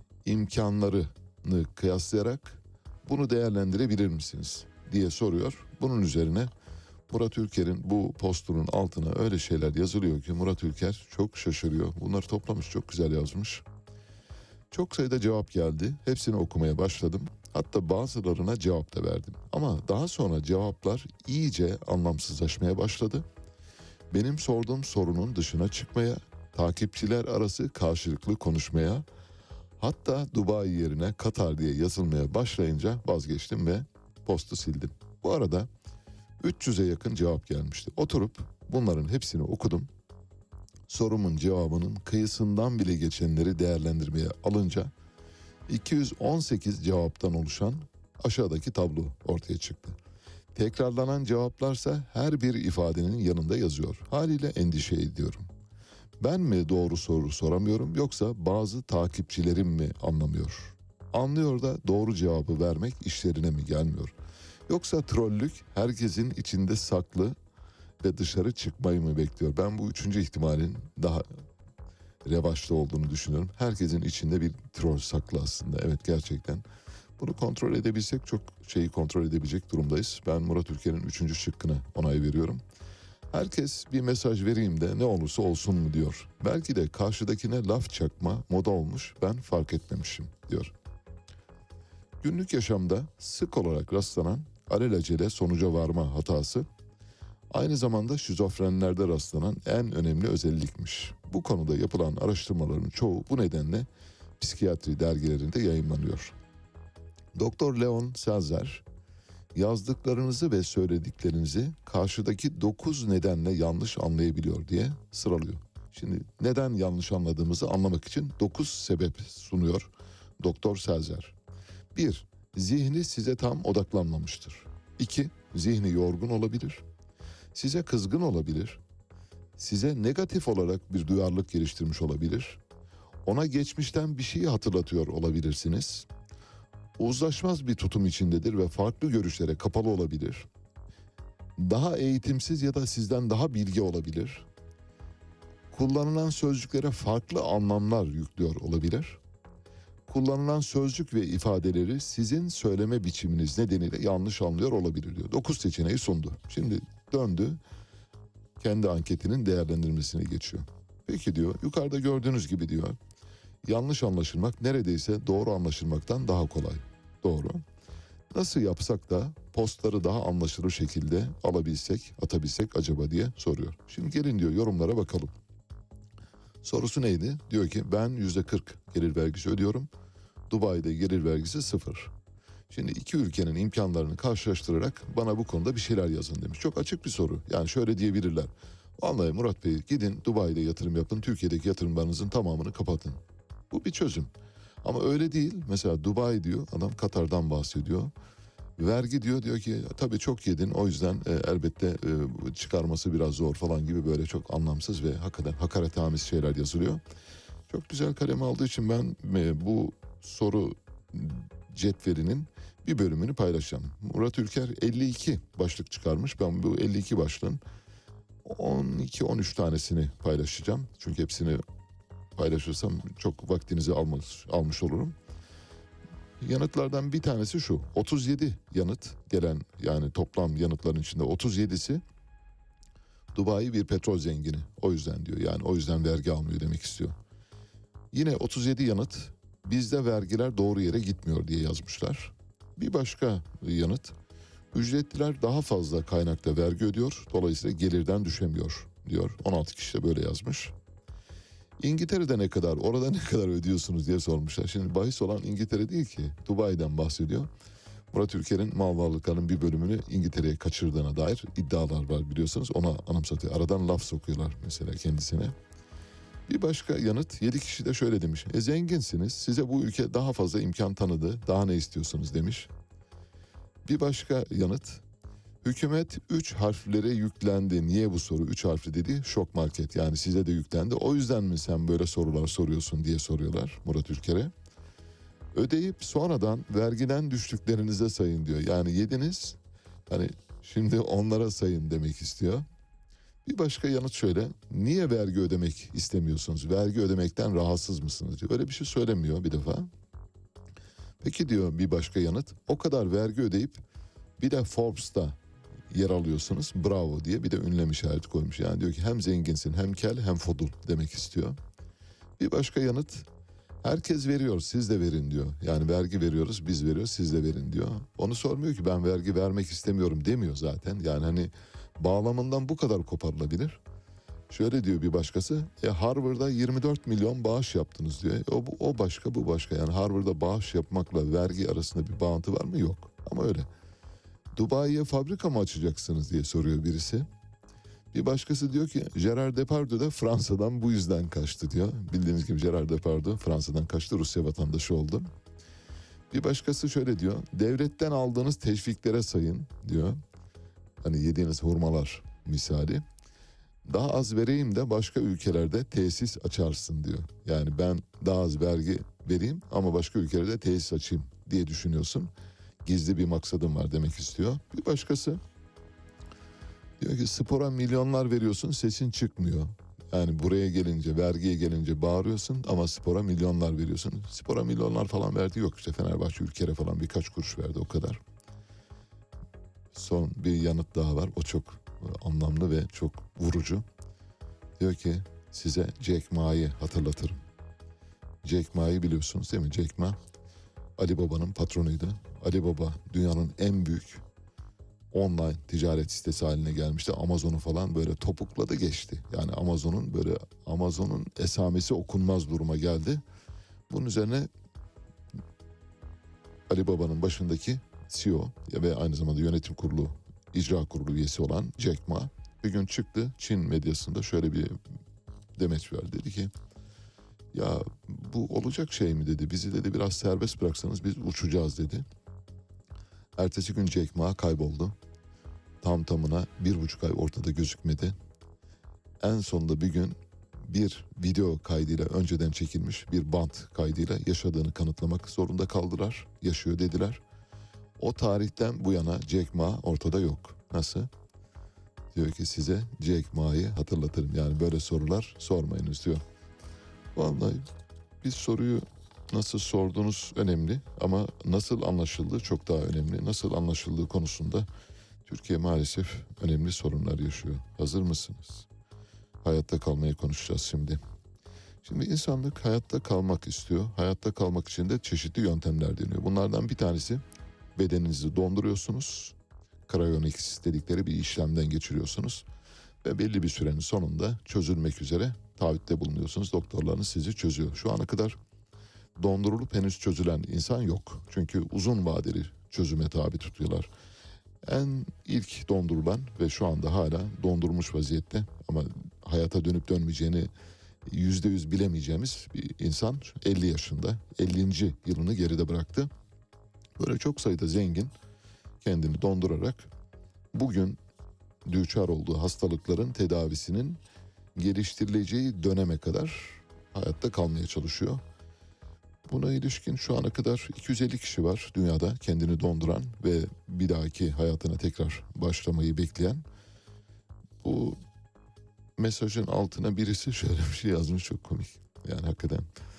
imkanlarını kıyaslayarak bunu değerlendirebilir misiniz diye soruyor. Bunun üzerine Murat Ülker'in bu postunun altına öyle şeyler yazılıyor ki Murat Ülker çok şaşırıyor. Bunları toplamış, çok güzel yazmış. Çok sayıda cevap geldi. Hepsini okumaya başladım. Hatta bazılarına cevap da verdim. Ama daha sonra cevaplar iyice anlamsızlaşmaya başladı. Benim sorduğum sorunun dışına çıkmaya, takipçiler arası karşılıklı konuşmaya, hatta Dubai yerine Katar diye yazılmaya başlayınca vazgeçtim ve postu sildim. Bu arada üç yüze yakın cevap gelmişti. Oturup bunların hepsini okudum. Sorumun cevabının kıyısından bile geçenleri değerlendirmeye alınca iki yüz on sekiz cevaptan oluşan aşağıdaki tablo ortaya çıktı. Tekrarlanan cevaplarsa her bir ifadenin yanında yazıyor. Haliyle endişe ediyorum. Ben mi doğru soru soramıyorum yoksa bazı takipçilerim mi anlamıyor? Anlıyor da doğru cevabı vermek işlerine mi gelmiyor? Yoksa trollük herkesin içinde saklı ve dışarı çıkmayı mı bekliyor? Ben bu üçüncü ihtimalin daha revaçta olduğunu düşünüyorum. Herkesin içinde bir troll saklı aslında. Evet, gerçekten. Bunu kontrol edebilsek çok şeyi kontrol edebilecek durumdayız. Ben Murat Ülker'in üçüncü şıkkına onay veriyorum. Herkes bir mesaj vereyim de ne olursa olsun mu diyor. Belki de karşıdakine laf çakma moda olmuş, ben fark etmemişim diyor. Günlük yaşamda sık olarak rastlanan alelacele sonuca varma hatası, Aynı zamanda şizofrenlerde rastlanan en önemli özellikmiş. Bu konuda yapılan araştırmaların çoğu bu nedenle psikiyatri dergilerinde yayınlanıyor. Doktor Leon Selzer, yazdıklarınızı ve söylediklerinizi karşıdaki dokuz nedenle yanlış anlayabiliyor diye sıralıyor. Şimdi neden yanlış anladığımızı anlamak için dokuz sebep sunuyor Doktor Selzer. bir. Zihni size tam odaklanmamıştır. iki. Zihni yorgun olabilir. Size kızgın olabilir. Size negatif olarak bir duyarlılık geliştirmiş olabilir. Ona geçmişten bir şeyi hatırlatıyor olabilirsiniz. Uzlaşmaz bir tutum içindedir ve farklı görüşlere kapalı olabilir. Daha eğitimsiz ya da sizden daha bilgi olabilir. Kullanılan sözcüklere farklı anlamlar yüklüyor olabilir. Kullanılan sözcük ve ifadeleri sizin söyleme biçiminiz nedeniyle yanlış anlıyor olabilir diyor. Dokuz seçeneği sundu. Şimdi döndü, kendi anketinin değerlendirmesine geçiyor. Peki diyor, yukarıda gördüğünüz gibi diyor, yanlış anlaşılmak neredeyse doğru anlaşılmaktan daha kolay. Doğru. Nasıl yapsak da postları daha anlaşılır şekilde alabilsek, atabilsek acaba diye soruyor. Şimdi gelin diyor yorumlara bakalım. Sorusu neydi? Diyor ki ben yüzde kırk gelir vergisi ödüyorum. Dubai'de gelir vergisi sıfır. Şimdi iki ülkenin imkanlarını karşılaştırarak bana bu konuda bir şeyler yazın demiş. Çok açık bir soru. Yani şöyle diyebilirler. Vallahi Murat Bey gidin Dubai'de yatırım yapın. Türkiye'deki yatırımlarınızın tamamını kapatın. Bu bir çözüm. Ama öyle değil. Mesela Dubai diyor, adam Katar'dan bahsediyor. Vergi diyor, diyor ki tabii çok yedin o yüzden e, elbette e, çıkarması biraz zor falan gibi böyle çok anlamsız ve hakikaten hakaretamiz şeyler yazılıyor. Çok güzel kaleme aldığı için ben e, bu soru cetvelinin bir bölümünü paylaşacağım. Murat Ülker elli iki başlık çıkarmış. Ben bu elli iki başlığın on iki on üç tanesini paylaşacağım. Çünkü hepsini paylaşırsam çok vaktinizi almış, almış olurum. Yanıtlardan bir tanesi şu. otuz yedi yanıt gelen, yani toplam yanıtların içinde otuz yedisi Dubai bir petrol zengini. O yüzden diyor. Yani o yüzden vergi almıyor demek istiyor. Yine otuz yedi yanıt bizde vergiler doğru yere gitmiyor diye yazmışlar. Bir başka yanıt, ücretliler daha fazla kaynakta vergi ödüyor. Dolayısıyla gelirden düşemiyor diyor. on altı kişi de böyle yazmış. İngiltere'de ne kadar, orada ne kadar ödüyorsunuz diye sormuşlar. Şimdi bahis olan İngiltere değil ki, Dubai'den bahsediyor. Murat Ülker'in mal varlıklarının bir bölümünü İngiltere'ye kaçırdığına dair iddialar var biliyorsunuz. Ona anımsatıyor. Aradan laf sokuyorlar mesela kendisine. Bir başka yanıt, yedi kişi de şöyle demiş. E zenginsiniz, size bu ülke daha fazla imkan tanıdı, daha ne istiyorsunuz demiş. Bir başka yanıt, hükümet üç harflere yüklendi. Niye bu soru üç harfli dedi? Şok market, yani size de yüklendi. O yüzden mi sen böyle sorular soruyorsun diye soruyorlar Murat Ülker'e. Ödeyip sonradan vergiden düştüklerinize sayın diyor. Yani yediniz, hani şimdi onlara sayın demek istiyor. Bir başka yanıt şöyle, niye vergi ödemek istemiyorsunuz? Vergi ödemekten rahatsız mısınız diyor. Öyle bir şey söylemiyor bir defa. Peki diyor bir başka yanıt, o kadar vergi ödeyip bir de Forbes'ta yer alıyorsunuz, bravo diye bir de ünlem işareti koymuş. Yani diyor ki hem zenginsin hem kel hem fodul demek istiyor. Bir başka yanıt, herkes veriyor siz de verin diyor. Yani vergi veriyoruz biz veriyoruz siz de verin diyor. Onu sormuyor ki ben vergi vermek istemiyorum demiyor zaten. Yani hani bağlamından bu kadar koparılabilir. Şöyle diyor bir başkası, e Harvard'a yirmi dört milyon bağış yaptınız diyor. O, o başka bu başka, yani Harvard'a bağış yapmakla vergi arasında bir bağıntı var mı? Yok ama öyle. Dubai'ye fabrika mı açacaksınız diye soruyor birisi. Bir başkası diyor ki Gerard Depardieu da Fransa'dan bu yüzden kaçtı diyor. Bildiğiniz gibi Gerard Depardieu Fransa'dan kaçtı, Rusya vatandaşı oldu. Bir başkası şöyle diyor, devletten aldığınız teşviklere sayın diyor. Hani yediğiniz hurmalar misali. Daha az vereyim de başka ülkelerde tesis açarsın diyor. Yani ben daha az vergi vereyim ama başka ülkelerde tesis açayım diye düşünüyorsun. Gizli bir maksadım var demek istiyor. Bir başkası diyor ki spora milyonlar veriyorsun, sesin çıkmıyor. Yani buraya gelince, vergiye gelince bağırıyorsun ama spora milyonlar veriyorsun. Spora milyonlar falan verdi yok, işte Fenerbahçe Ülker'e falan birkaç kuruş verdi, o kadar. Son bir yanıt daha var, o çok anlamlı ve çok vurucu. Diyor ki size Jack Ma'yı hatırlatırım. Jack Ma'yı biliyorsunuz değil mi? Jack Ma Ali Baba'nın patronuydu. Ali Baba dünyanın en büyük online ticaret sitesi haline gelmişti. Amazon'u falan böyle topukladı geçti. Yani Amazon'un böyle Amazon'un esamesi okunmaz duruma geldi. Bunun üzerine Alibaba'nın başındaki C E O ve aynı zamanda yönetim kurulu, icra kurulu üyesi olan Jack Ma bir gün çıktı Çin medyasında şöyle bir demeç verdi. Dedi ki ya bu olacak şey mi dedi. Bizi dedi biraz serbest bıraksanız biz uçacağız dedi. Ertesi gün Jack Ma kayboldu. Tam tamına bir buçuk ay ortada gözükmedi. En sonunda bir gün bir video kaydıyla önceden çekilmiş bir bant kaydıyla yaşadığını kanıtlamak zorunda kaldılar. Yaşıyor dediler. O tarihten bu yana Jack Ma ortada yok. Nasıl? Diyor ki size Jack Ma'yı hatırlatırım. Yani böyle sorular sormayınız diyor. Vallahi biz soruyu nasıl sorduğunuz önemli ama nasıl anlaşıldığı çok daha önemli. Nasıl anlaşıldığı konusunda Türkiye maalesef önemli sorunlar yaşıyor. Hazır mısınız? Hayatta kalmayı konuşacağız şimdi. Şimdi insanlık hayatta kalmak istiyor. Hayatta kalmak için de çeşitli yöntemler deniyor. Bunlardan bir tanesi bedeninizi donduruyorsunuz. Cryonics dedikleri bir işlemden geçiriyorsunuz. Ve belli bir sürenin sonunda çözülmek üzere taahhütte bulunuyorsunuz. Doktorlarınız sizi çözüyor. Şu ana kadar dondurulup henüz çözülen insan yok. Çünkü uzun vadeli çözüme tabi tutuyorlar. En ilk dondurulan ve şu anda hala dondurmuş vaziyette ama hayata dönüp dönmeyeceğini yüzde yüz bilemeyeceğimiz bir insan elli yaşında. ellinci yılını geride bıraktı. Böyle çok sayıda zengin kendini dondurarak bugün düçar olduğu hastalıkların tedavisinin geliştirileceği döneme kadar hayatta kalmaya çalışıyor. Buna ilişkin şu ana kadar iki yüz elli kişi var dünyada kendini donduran ve bir dahaki hayatına tekrar başlamayı bekleyen. Bu mesajın altına birisi şöyle bir şey yazmış, çok komik. Yani hakikaten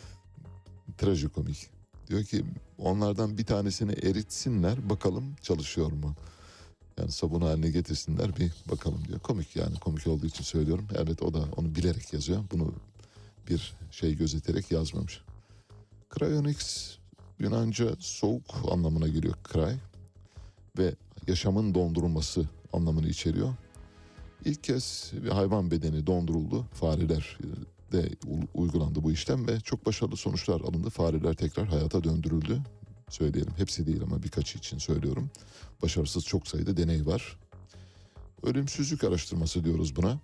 trajikomik. Diyor ki onlardan bir tanesini eritsinler bakalım çalışıyor mu? Yani sabun haline getirsinler bir bakalım diyor. Komik, yani komik olduğu için söylüyorum. Evet, o da onu bilerek yazıyor. Bunu bir şey gözeterek yazmamış. Cryonics Yunanca soğuk anlamına geliyor cry ve yaşamın dondurulması anlamını içeriyor. İlk kez bir hayvan bedeni donduruldu. Fareler de uygulandı bu işlem ve çok başarılı sonuçlar alındı. Fareler tekrar hayata döndürüldü. Söyleyelim, hepsi değil ama birkaçı için söylüyorum. Başarısız çok sayıda deney var. Ölümsüzlük araştırması diyoruz buna.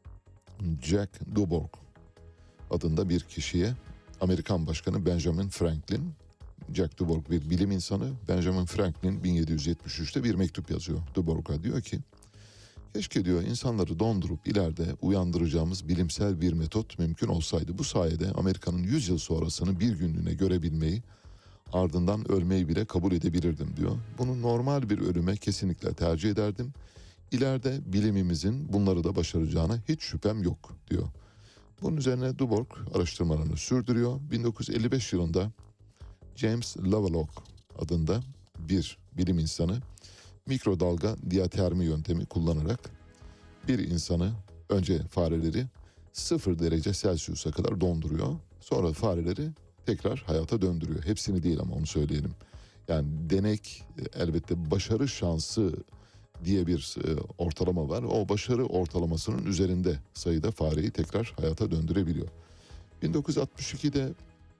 Jack Dubourg adında bir kişiye Amerikan Başkanı Benjamin Franklin, Jack Dubourg bir bilim insanı, Benjamin Franklin bin yedi yüz yetmiş üçte bir mektup yazıyor Dubourg'a. Diyor ki keşke diyor insanları dondurup ileride uyandıracağımız bilimsel bir metot mümkün olsaydı. Bu sayede Amerika'nın yüz yıl sonrasını bir günlüğüne görebilmeyi, ardından ölmeyi bile kabul edebilirdim diyor. Bunu normal bir ölüme kesinlikle tercih ederdim. İleride bilimimizin bunları da başaracağına hiç şüphem yok diyor. Bunun üzerine Dubourg araştırmalarını sürdürüyor. bin dokuz yüz elli beş yılında James Lovelock adında bir bilim insanı mikrodalga diatermi yöntemi kullanarak bir insanı, önce fareleri sıfır derece Celsius'a kadar donduruyor. Sonra fareleri tekrar hayata döndürüyor. Hepsini değil ama onu söyleyelim. Yani denek elbette başarı şansı diye bir ortalama var. O başarı ortalamasının üzerinde sayıda fareyi tekrar hayata döndürebiliyor. bin dokuz yüz altmış ikide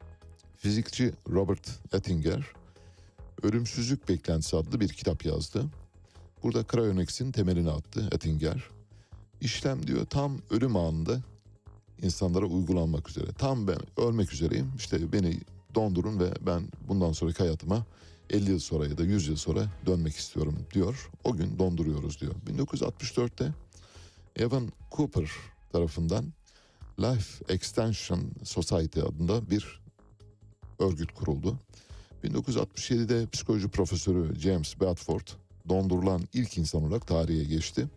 fizikçi Robert Ettinger Ölümsüzlük Beklentisi adlı bir kitap yazdı. Burada Cryonics'in temelini attı Ettinger. İşlem diyor tam ölüm anında insanlara uygulanmak üzere. Tam ben ölmek üzereyim, İşte beni dondurun ve ben bundan sonraki hayatıma elli yıl sonra ya da yüz yıl sonra dönmek istiyorum diyor. O gün donduruyoruz diyor. bin dokuz yüz altmış dörtte Evan Cooper tarafından Life Extension Society adında bir örgüt kuruldu. bin dokuz yüz altmış yedide psikoloji profesörü James Bedford dondurulan ilk insan olarak tarihe geçti.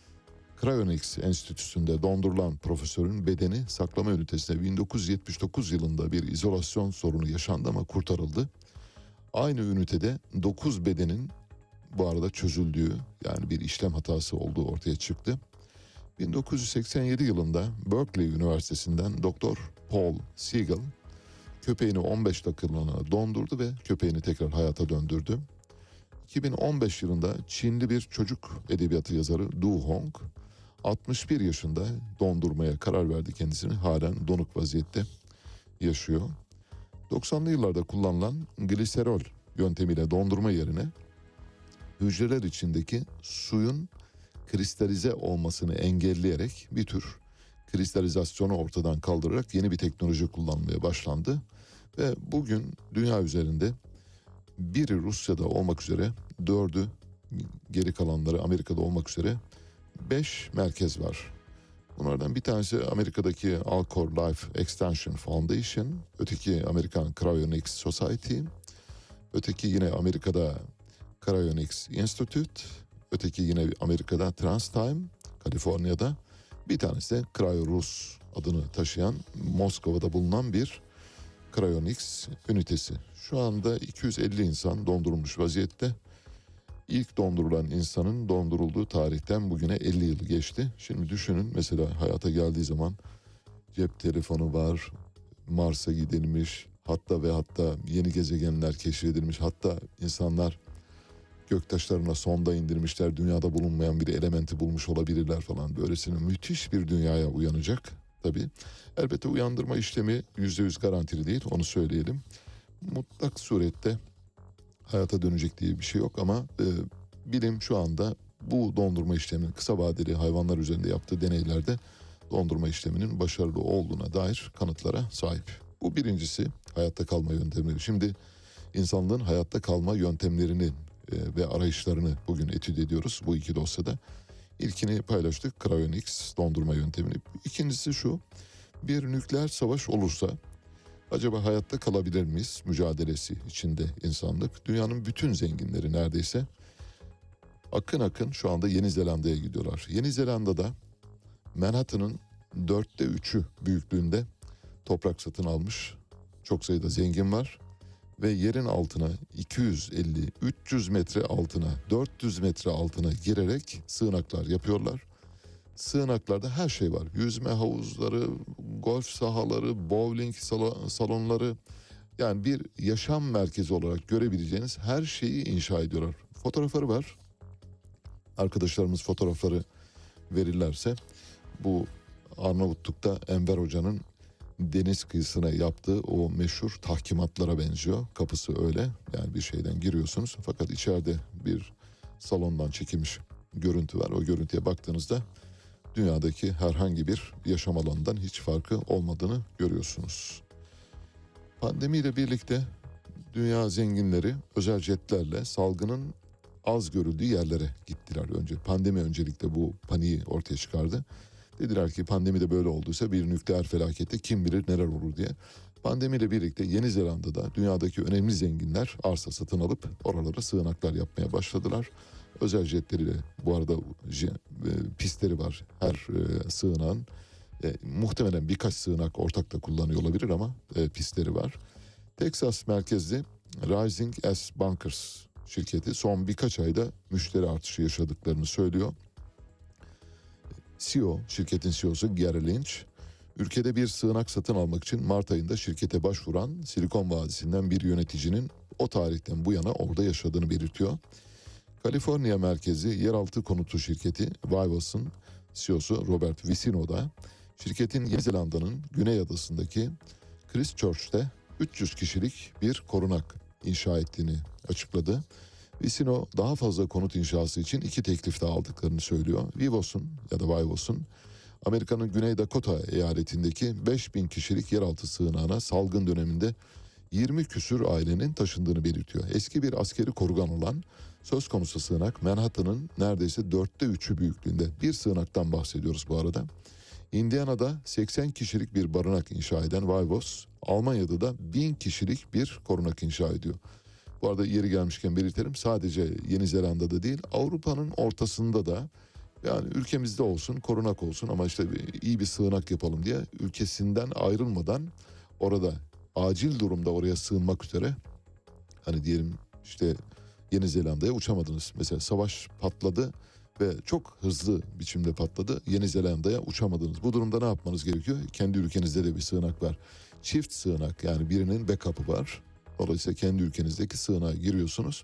Cryonics Enstitüsü'nde dondurulan profesörün bedeni saklama ünitesine bin dokuz yüz yetmiş dokuz yılında bir izolasyon sorunu yaşandı ama kurtarıldı. Aynı ünitede dokuz bedenin bu arada çözüldüğü, yani bir işlem hatası olduğu ortaya çıktı. bin dokuz yüz seksen yedi yılında Berkeley Üniversitesi'nden Doktor Paul Siegel köpeğini on beş dakikalığına dondurdu ve köpeğini tekrar hayata döndürdü. iki bin on beş yılında Çinli bir çocuk edebiyatı yazarı Du Hong altmış bir yaşında dondurmaya karar verdi kendisini. Halen donuk vaziyette yaşıyor. doksanlı yıllarda kullanılan gliserol yöntemiyle dondurma yerine hücreler içindeki suyun kristalize olmasını engelleyerek bir tür kristalizasyonu ortadan kaldırarak yeni bir teknoloji kullanmaya başlandı. Ve bugün dünya üzerinde biri Rusya'da olmak üzere dördü geri kalanları Amerika'da olmak üzere beş merkez var. Bunlardan bir tanesi Amerika'daki Alcor Life Extension Foundation, öteki Amerikan Cryonics Society, öteki yine Amerika'da Cryonics Institute, öteki yine Amerika'da TransTime, Kaliforniya'da, bir tanesi de Cryo-Rus adını taşıyan Moskova'da bulunan bir Cryonics ünitesi. Şu anda iki yüz elli insan dondurulmuş vaziyette. İlk dondurulan insanın dondurulduğu tarihten bugüne elli yıl geçti. Şimdi düşünün, mesela hayata geldiği zaman cep telefonu var, Mars'a gidilmiş, hatta ve hatta yeni gezegenler keşfedilmiş, hatta insanlar göktaşlarına sonda indirmişler, dünyada bulunmayan bir elementi bulmuş olabilirler falan. Böylesine müthiş bir dünyaya uyanacak tabii. Elbette uyandırma işlemi yüzde yüz garantili değil, onu söyleyelim. Mutlak surette hayata dönecek diye bir şey yok ama e, bilim şu anda bu dondurma işleminin kısa vadeli hayvanlar üzerinde yaptığı deneylerde dondurma işleminin başarılı olduğuna dair kanıtlara sahip. Bu birincisi, hayatta kalma yöntemleri. Şimdi insanlığın hayatta kalma yöntemlerini e, ve arayışlarını bugün etüt ediyoruz bu iki dosyada. İlkini paylaştık, Cryonics dondurma yöntemini. İkincisi şu, bir nükleer savaş olursa acaba hayatta kalabilir miyiz mücadelesi içinde insanlık? Dünyanın bütün zenginleri neredeyse akın akın şu anda Yeni Zelanda'ya gidiyorlar. Yeni Zelanda'da Manhattan'ın dörtte üçü büyüklüğünde toprak satın almış. Çok sayıda zengin var ve yerin altına iki yüz elli üç yüz metre altına, dört yüz metre altına girerek sığınaklar yapıyorlar. Sığınaklarda her şey var. Yüzme havuzları, golf sahaları, bowling salonları, yani bir yaşam merkezi olarak görebileceğiniz her şeyi inşa ediyorlar. Fotoğrafları var. Arkadaşlarımız fotoğrafları verirlerse, bu Arnavutluk'ta Enver Hoca'nın deniz kıyısına yaptığı o meşhur tahkimatlara benziyor. Kapısı öyle, yani bir şeyden giriyorsunuz fakat içeride bir salondan çekilmiş görüntü var. O görüntüye baktığınızda dünyadaki herhangi bir yaşam alanından hiç farkı olmadığını görüyorsunuz. Pandemiyle birlikte dünya zenginleri özel jetlerle salgının az görüldüğü yerlere gittiler önce. Pandemi öncelikle bu paniği ortaya çıkardı. Dediler ki pandemi de böyle olduysa bir nükleer felakette kim bilir neler olur diye. Pandemiyle birlikte Yeni Zelanda'da dünyadaki önemli zenginler arsa satın alıp oralara sığınaklar yapmaya başladılar. Özel jetleriyle, bu arada e, pistleri var her e, sığınağın. E, muhtemelen birkaç sığınak ortak da kullanıyor olabilir ama e, pistleri var. Texas merkezli Rising S Bunkers şirketi son birkaç ayda müşteri artışı yaşadıklarını söylüyor. C E O, şirketin C E O'su Gary Lynch, ülkede bir sığınak satın almak için Mart ayında şirkete başvuran Silikon Vadisi'nden bir yöneticinin o tarihten bu yana orada yaşadığını belirtiyor. Kaliforniya merkezi yeraltı konutu şirketi Vivos'un C E O'su Robert Vicino da şirketin Yeni Zelanda'nın güney adasındaki Christchurch'te üç yüz kişilik bir korunak inşa ettiğini açıkladı. Vicino daha fazla konut inşası için iki teklif daha aldıklarını söylüyor. Vivos'un ya da Vivos'un Amerika'nın Güney Dakota eyaletindeki beş bin kişilik yeraltı sığınağına salgın döneminde yirmi küsür ailenin taşındığını belirtiyor. Eski bir askeri korugan olan söz konusu sığınak Manhattan'ın neredeyse dörtte üçü büyüklüğünde bir sığınaktan bahsediyoruz bu arada. Indiana'da seksen kişilik bir barınak inşa eden Vivos, Almanya'da da bin kişilik bir korunak inşa ediyor. Bu arada yeri gelmişken belirtelim, sadece Yeni Zelanda'da değil Avrupa'nın ortasında da, yani ülkemizde olsun, korunak olsun ama işte iyi bir sığınak yapalım diye ülkesinden ayrılmadan orada acil durumda oraya sığınmak üzere, hani diyelim işte Yeni Zelanda'ya uçamadınız. Mesela savaş patladı ve çok hızlı biçimde patladı. Yeni Zelanda'ya uçamadınız. Bu durumda ne yapmanız gerekiyor? Kendi ülkenizde de bir sığınak var. Çift sığınak, yani birinin backup'ı var. Dolayısıyla kendi ülkenizdeki sığınağa giriyorsunuz.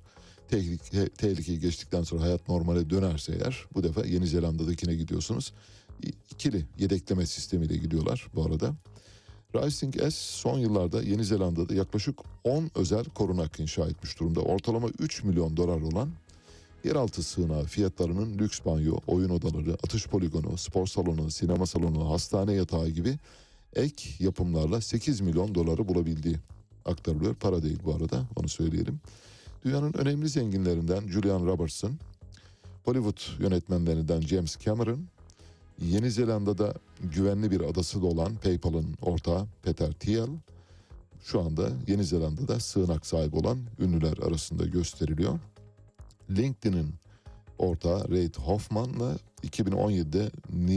tehlike, tehlikeyi geçtikten sonra hayat normale dönerse eğer bu defa Yeni Zelanda'dakine gidiyorsunuz. İkili yedekleme sistemiyle gidiyorlar bu arada. Rising S son yıllarda Yeni Zelanda'da yaklaşık on özel korunak inşa etmiş durumda. Ortalama üç milyon dolar olan yeraltı sığınağı fiyatlarının lüks banyo, oyun odaları, atış poligonu, spor salonu, sinema salonu, hastane yatağı gibi ek yapımlarla sekiz milyon doları bulabildiği aktarılıyor. Para değil bu arada, onu söyleyelim. Dünyanın önemli zenginlerinden Julian Robertson, Hollywood yönetmenlerinden James Cameron, Yeni Zelanda'da güvenli bir adası da olan PayPal'ın ortağı Peter Thiel, şu anda Yeni Zelanda'da sığınak sahibi olan ünlüler arasında gösteriliyor. LinkedIn'in ortağı Reid Hoffman'la iki bin on yedide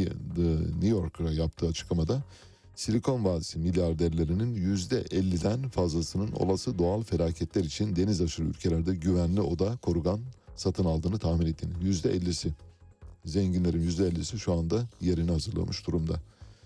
New Yorker'a yaptığı açıklamada Silikon Vadisi milyarderlerinin yüzde elliden fazlasının olası doğal felaketler için deniz aşırı ülkelerde güvenli oda, korugan satın aldığını tahmin ettiğini. yüzde ellisi. Zenginlerin yüzde ellisi şu anda yerini hazırlamış durumda.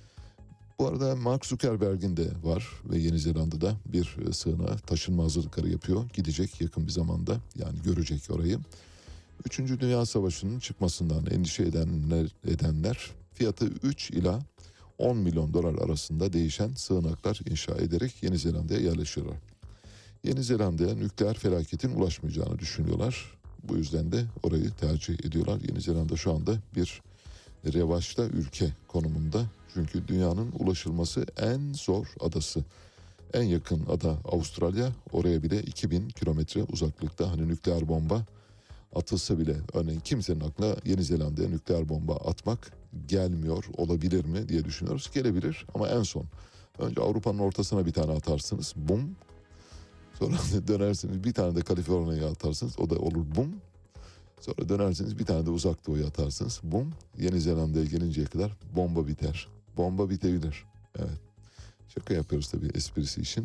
Bu arada Mark Zuckerberg'in de var ve Yeni Zelanda'da bir sığınağa taşınma hazırlıkları yapıyor. Gidecek yakın bir zamanda, yani görecek orayı. Üçüncü Dünya Savaşı'nın çıkmasından endişe edenler, edenler fiyatı üç ila on milyon dolar arasında değişen sığınaklar inşa ederek Yeni Zelanda'ya yerleşiyorlar. Yeni Zelanda'ya nükleer felaketin ulaşmayacağını düşünüyorlar. Bu yüzden de orayı tercih ediyorlar. Yeni Zelanda şu anda bir revaçta ülke konumunda. Çünkü dünyanın ulaşılması en zor adası. En yakın ada Avustralya, oraya bile iki bin kilometre uzaklıkta. Hani nükleer bomba atılsa bile, örneğin kimsenin aklına Yeni Zelanda'ya nükleer bomba atmak gelmiyor olabilir mi diye düşünüyoruz. Gelebilir ama en son. Önce Avrupa'nın ortasına bir tane atarsınız, bum. Sonra dönersiniz bir tane de Kaliforniya'ya atarsınız, o da olur, bum. Sonra dönersiniz bir tane de Uzak Doğu'ya atarsınız, bum. Yeni Zelanda'ya gelinceye kadar bomba biter. Bomba bitebilir. Evet. Şaka yapıyoruz tabii esprisi için.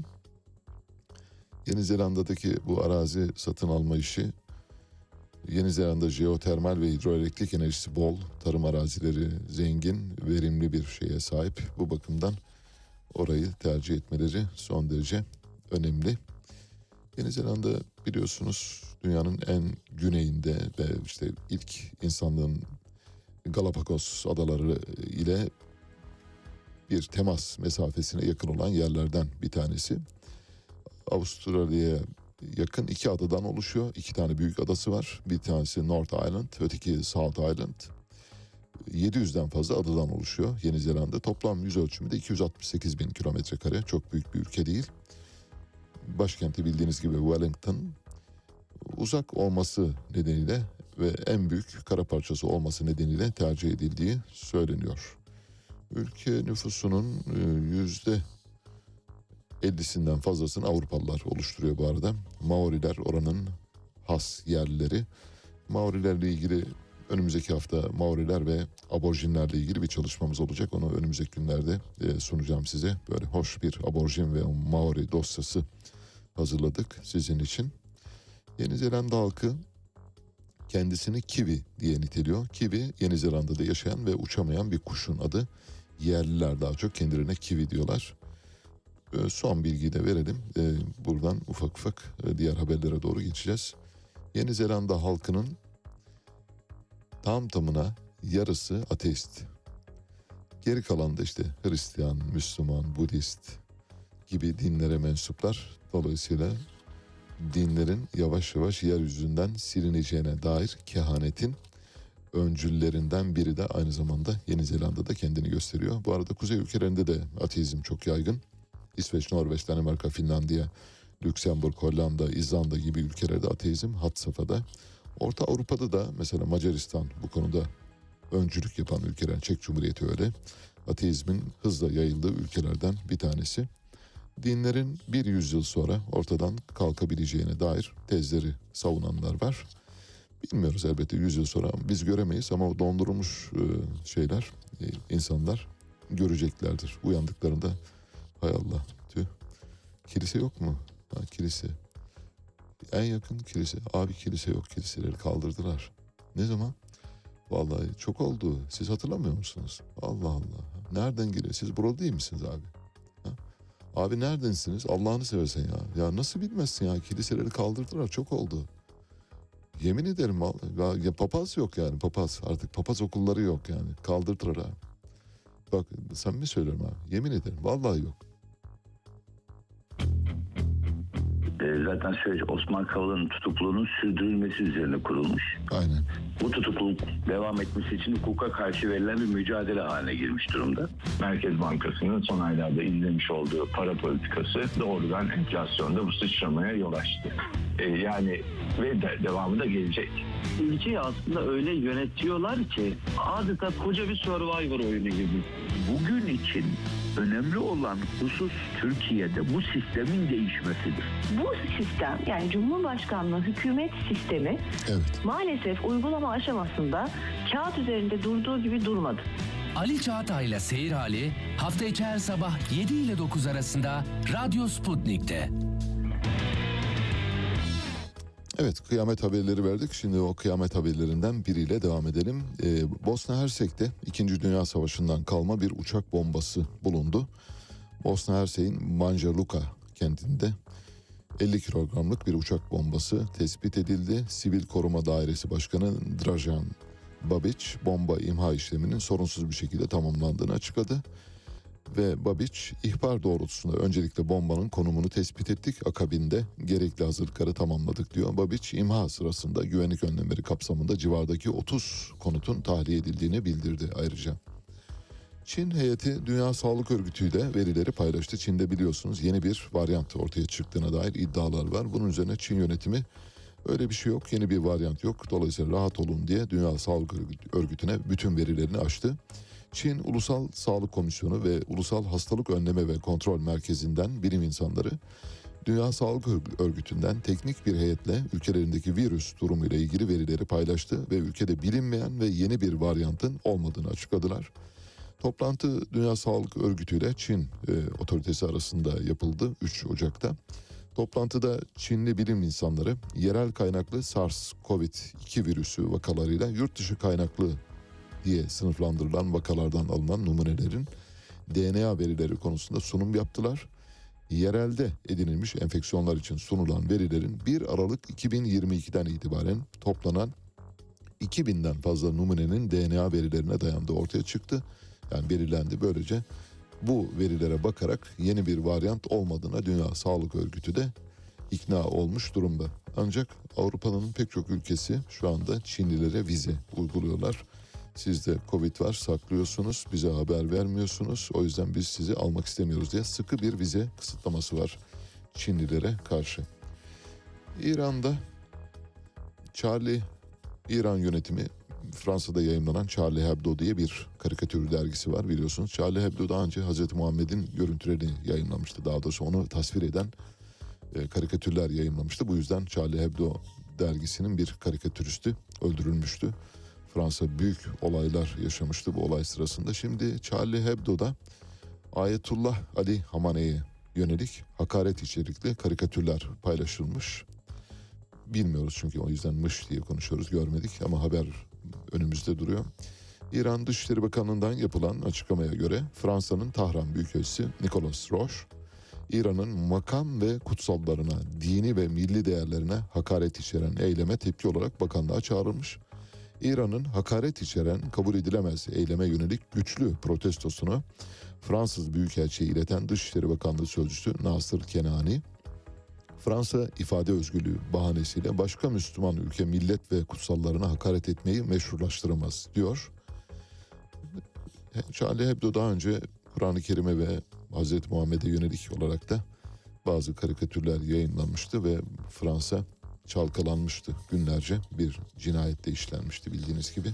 Yeni Zelanda'daki bu arazi satın alma işi, Yeni Zelanda jeotermal ve hidroelektrik enerjisi bol, tarım arazileri zengin, verimli bir şeye sahip. Bu bakımdan orayı tercih etmeleri son derece önemli. Yeni Zelanda biliyorsunuz dünyanın en güneyinde ve işte ilk insanlığın Galapagos adaları ile bir temas mesafesine yakın olan yerlerden bir tanesi. Avustralya'ya yakın iki adadan oluşuyor. İki tane büyük adası var. Bir tanesi North Island, öteki South Island. yedi yüzden fazla adadan oluşuyor Yeni Zelanda. Toplam yüz ölçümü iki yüz altmış sekiz bin kilometre kare. Çok büyük bir ülke değil. Başkenti bildiğiniz gibi Wellington. Uzak olması nedeniyle ve en büyük kara parçası olması nedeniyle tercih edildiği söyleniyor. Ülke nüfusunun yüzde ellisinden fazlasını Avrupalılar oluşturuyor bu arada. Maoriler oranın has yerlileri. Maorilerle ilgili önümüzdeki hafta Maoriler ve aborjinlerle ilgili bir çalışmamız olacak. Onu önümüzdeki günlerde sunacağım size. Böyle hoş bir aborjin ve Maori dosyası hazırladık sizin için. Yeni Zelanda halkı kendisini kiwi diye niteliyor. Kiwi, Yeni Zelanda'da yaşayan ve uçamayan bir kuşun adı. Yerliler daha çok kendilerine kiwi diyorlar. Son bilgiyi de verelim. Buradan ufak ufak diğer haberlere doğru geçeceğiz. Yeni Zelanda halkının tam tamına yarısı ateist. Geri kalan da işte Hristiyan, Müslüman, Budist gibi dinlere mensuplar. Dolayısıyla dinlerin yavaş yavaş yeryüzünden silineceğine dair kehanetin öncüllerinden biri de aynı zamanda Yeni Zelanda'da kendini gösteriyor. Bu arada kuzey ülkelerinde de ateizm çok yaygın. İsveç, Norveç, Danimarka, Finlandiya, Lüksemburg, Hollanda, İzlanda gibi ülkelerde ateizm had safhada. Orta Avrupa'da da mesela Macaristan bu konuda öncülük yapan ülkeler, Çek Cumhuriyeti öyle. Ateizmin hızla yayıldığı ülkelerden bir tanesi. Dinlerin bir yüzyıl sonra ortadan kalkabileceğine dair tezleri savunanlar var. Bilmiyoruz elbette yüzyıl sonra biz göremeyiz ama o dondurulmuş şeyler, insanlar göreceklerdir. Uyandıklarında hay Allah tüh, kilise yok mu? Ha, kilise. En yakın kilise. Abi kilise yok, kiliseleri kaldırdılar. Ne zaman? Vallahi çok oldu. Siz hatırlamıyor musunuz? Allah Allah. Nereden geliyor? Siz buralı değil misiniz abi? Ha? Abi neredensiniz? Allah'ını seversen ya. Ya nasıl bilmezsin ya? Kiliseleri kaldırdılar. Çok oldu. Yemin ederim ya, ya papaz yok yani, papaz. Artık papaz okulları yok yani. Kaldırdılar ha. Bak samimi söylüyorum ha. Yemin ederim vallahi yok. Zaten süreç Osman Kavala'nın tutukluluğunun sürdürülmesi üzerine kurulmuş. Aynen. Bu tutukluluk devam etmesi için hukuka karşı verilen bir mücadele haline girmiş durumda. Merkez Bankası'nın son aylarda izlemiş olduğu para politikası doğrudan enflasyonda bu sıçramaya yol açtı. Ee, yani ve de, devamı da gelecek. Ülkeyi aslında öyle yönetiyorlar ki adeta koca bir Survivor oyunu gibi. Bugün için önemli olan husus Türkiye'de bu sistemin değişmesidir. Bu sistem, yani Cumhurbaşkanlığı hükümet sistemi evet. maalesef uygulama aşamasında kağıt üzerinde durduğu gibi durmadı. Ali Çağatay'la Seyir Hali hafta içi her sabah yedi ile dokuz arasında Radyo Sputnik'te. Evet, kıyamet haberleri verdik. Şimdi o kıyamet haberlerinden biriyle devam edelim. Ee, Bosna Hersek'te İkinci Dünya Savaşı'ndan kalma bir uçak bombası bulundu. Bosna Hersek'in Banja Luka kentinde elli kilogramlık bir uçak bombası tespit edildi. Sivil Koruma Dairesi Başkanı Dražan Babić bomba imha işleminin sorunsuz bir şekilde tamamlandığını açıkladı. Ve Babić ihbar doğrultusunda öncelikle bombanın konumunu tespit ettik, akabinde gerekli hazırlıkları tamamladık diyor. Babić imha sırasında güvenlik önlemleri kapsamında civardaki otuz konutun tahliye edildiğini bildirdi ayrıca. Çin heyeti Dünya Sağlık Örgütü ile verileri paylaştı. Çin'de biliyorsunuz yeni bir varyant ortaya çıktığına dair iddialar var. Bunun üzerine Çin yönetimi öyle bir şey yok, yeni bir varyant yok, dolayısıyla rahat olun diye Dünya Sağlık Örgütü'ne bütün verilerini açtı. Çin Ulusal Sağlık Komisyonu ve Ulusal Hastalık Önleme ve Kontrol Merkezi'nden bilim insanları Dünya Sağlık Örgütü'nden teknik bir heyetle ülkelerindeki virüs durumu ile ilgili verileri paylaştı ve ülkede bilinmeyen ve yeni bir varyantın olmadığını açıkladılar. Toplantı Dünya Sağlık Örgütü ile Çin e, otoritesi arasında yapıldı üç Ocak'ta. Toplantıda Çinli bilim insanları yerel kaynaklı SARS-CoV iki virüsü vakalarıyla yurt dışı kaynaklı diye sınıflandırılan vakalardan alınan numunelerin D N A verileri konusunda sunum yaptılar. Yerelde edinilmiş enfeksiyonlar için sunulan verilerin bir Aralık iki bin yirmi ikiden itibaren toplanan iki binden fazla numunenin D N A verilerine dayandığı ortaya çıktı. Yani belirlendi. Böylece bu verilere bakarak yeni bir varyant olmadığına Dünya Sağlık Örgütü de ikna olmuş durumda. Ancak Avrupa'nın pek çok ülkesi şu anda Çinlilere vize uyguluyorlar. Sizde Covid var, saklıyorsunuz, bize haber vermiyorsunuz. O yüzden biz sizi almak istemiyoruz diye sıkı bir vize kısıtlaması var Çinlilere karşı. İran'da Charlie, İran yönetimi Fransa'da yayımlanan Charlie Hebdo diye bir karikatür dergisi var biliyorsunuz. Charlie Hebdo daha önce Hazreti Muhammed'in görüntülerini yayınlamıştı. Daha doğrusu onu tasvir eden e, karikatürler yayınlamıştı. Bu yüzden Charlie Hebdo dergisinin bir karikatüristi öldürülmüştü. Fransa büyük olaylar yaşamıştı bu olay sırasında. Şimdi Charlie Hebdo'da Ayetullah Ali Hamane'ye yönelik hakaret içerikli karikatürler paylaşılmış. Bilmiyoruz çünkü o yüzden mış diye konuşuyoruz, görmedik ama haber önümüzde duruyor. İran Dışişleri Bakanlığı'ndan yapılan açıklamaya göre Fransa'nın Tahran Büyükelçisi Nicolas Roche, İran'ın makam ve kutsallarına, dini ve milli değerlerine hakaret içeren eyleme tepki olarak bakanlığa çağrılmış. İran'ın hakaret içeren kabul edilemez eyleme yönelik güçlü protestosunu Fransız Büyükelçi'ye ileten Dışişleri Bakanlığı Sözcüsü Nasır Kenani, Fransa ifade özgürlüğü bahanesiyle başka Müslüman ülke millet ve kutsallarına hakaret etmeyi meşrulaştıramaz diyor. Charlie Hebdo daha önce Kur'an-ı Kerim'e ve Hazreti Muhammed'e yönelik olarak da bazı karikatürler yayınlanmıştı ve Fransa çalkalanmıştı günlerce, bir cinayette işlenmişti bildiğiniz gibi.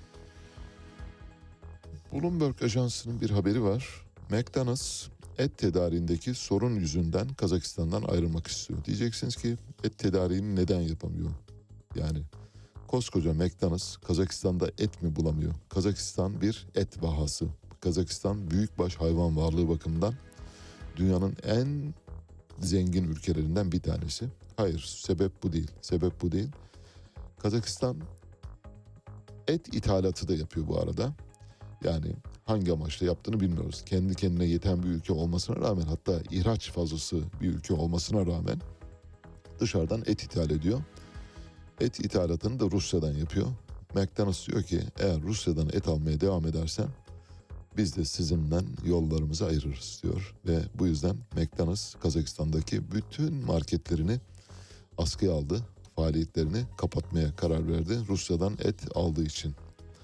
Bloomberg Ajansı'nın bir haberi var. McDonald's et tedariğindeki sorun yüzünden Kazakistan'dan ayrılmak istiyor. Diyeceksiniz ki et tedariğini neden yapamıyor? Yani koskoca McDonald's Kazakistan'da et mi bulamıyor? Kazakistan bir et vahası. Kazakistan büyükbaş hayvan varlığı bakımından dünyanın en zengin ülkelerinden bir tanesi. Hayır, sebep bu değil. Sebep bu değil. Kazakistan et ithalatı da yapıyor bu arada. Yani hangi amaçla yaptığını bilmiyoruz. Kendi kendine yeten bir ülke olmasına rağmen, hatta ihraç fazlası bir ülke olmasına rağmen dışarıdan et ithal ediyor. Et ithalatını da Rusya'dan yapıyor. McDonald's diyor ki eğer Rusya'dan et almaya devam edersen biz de sizinle yollarımızı ayırırız diyor. Ve bu yüzden McDonald's Kazakistan'daki bütün marketlerini askıya aldı. Faaliyetlerini kapatmaya karar verdi Rusya'dan et aldığı için.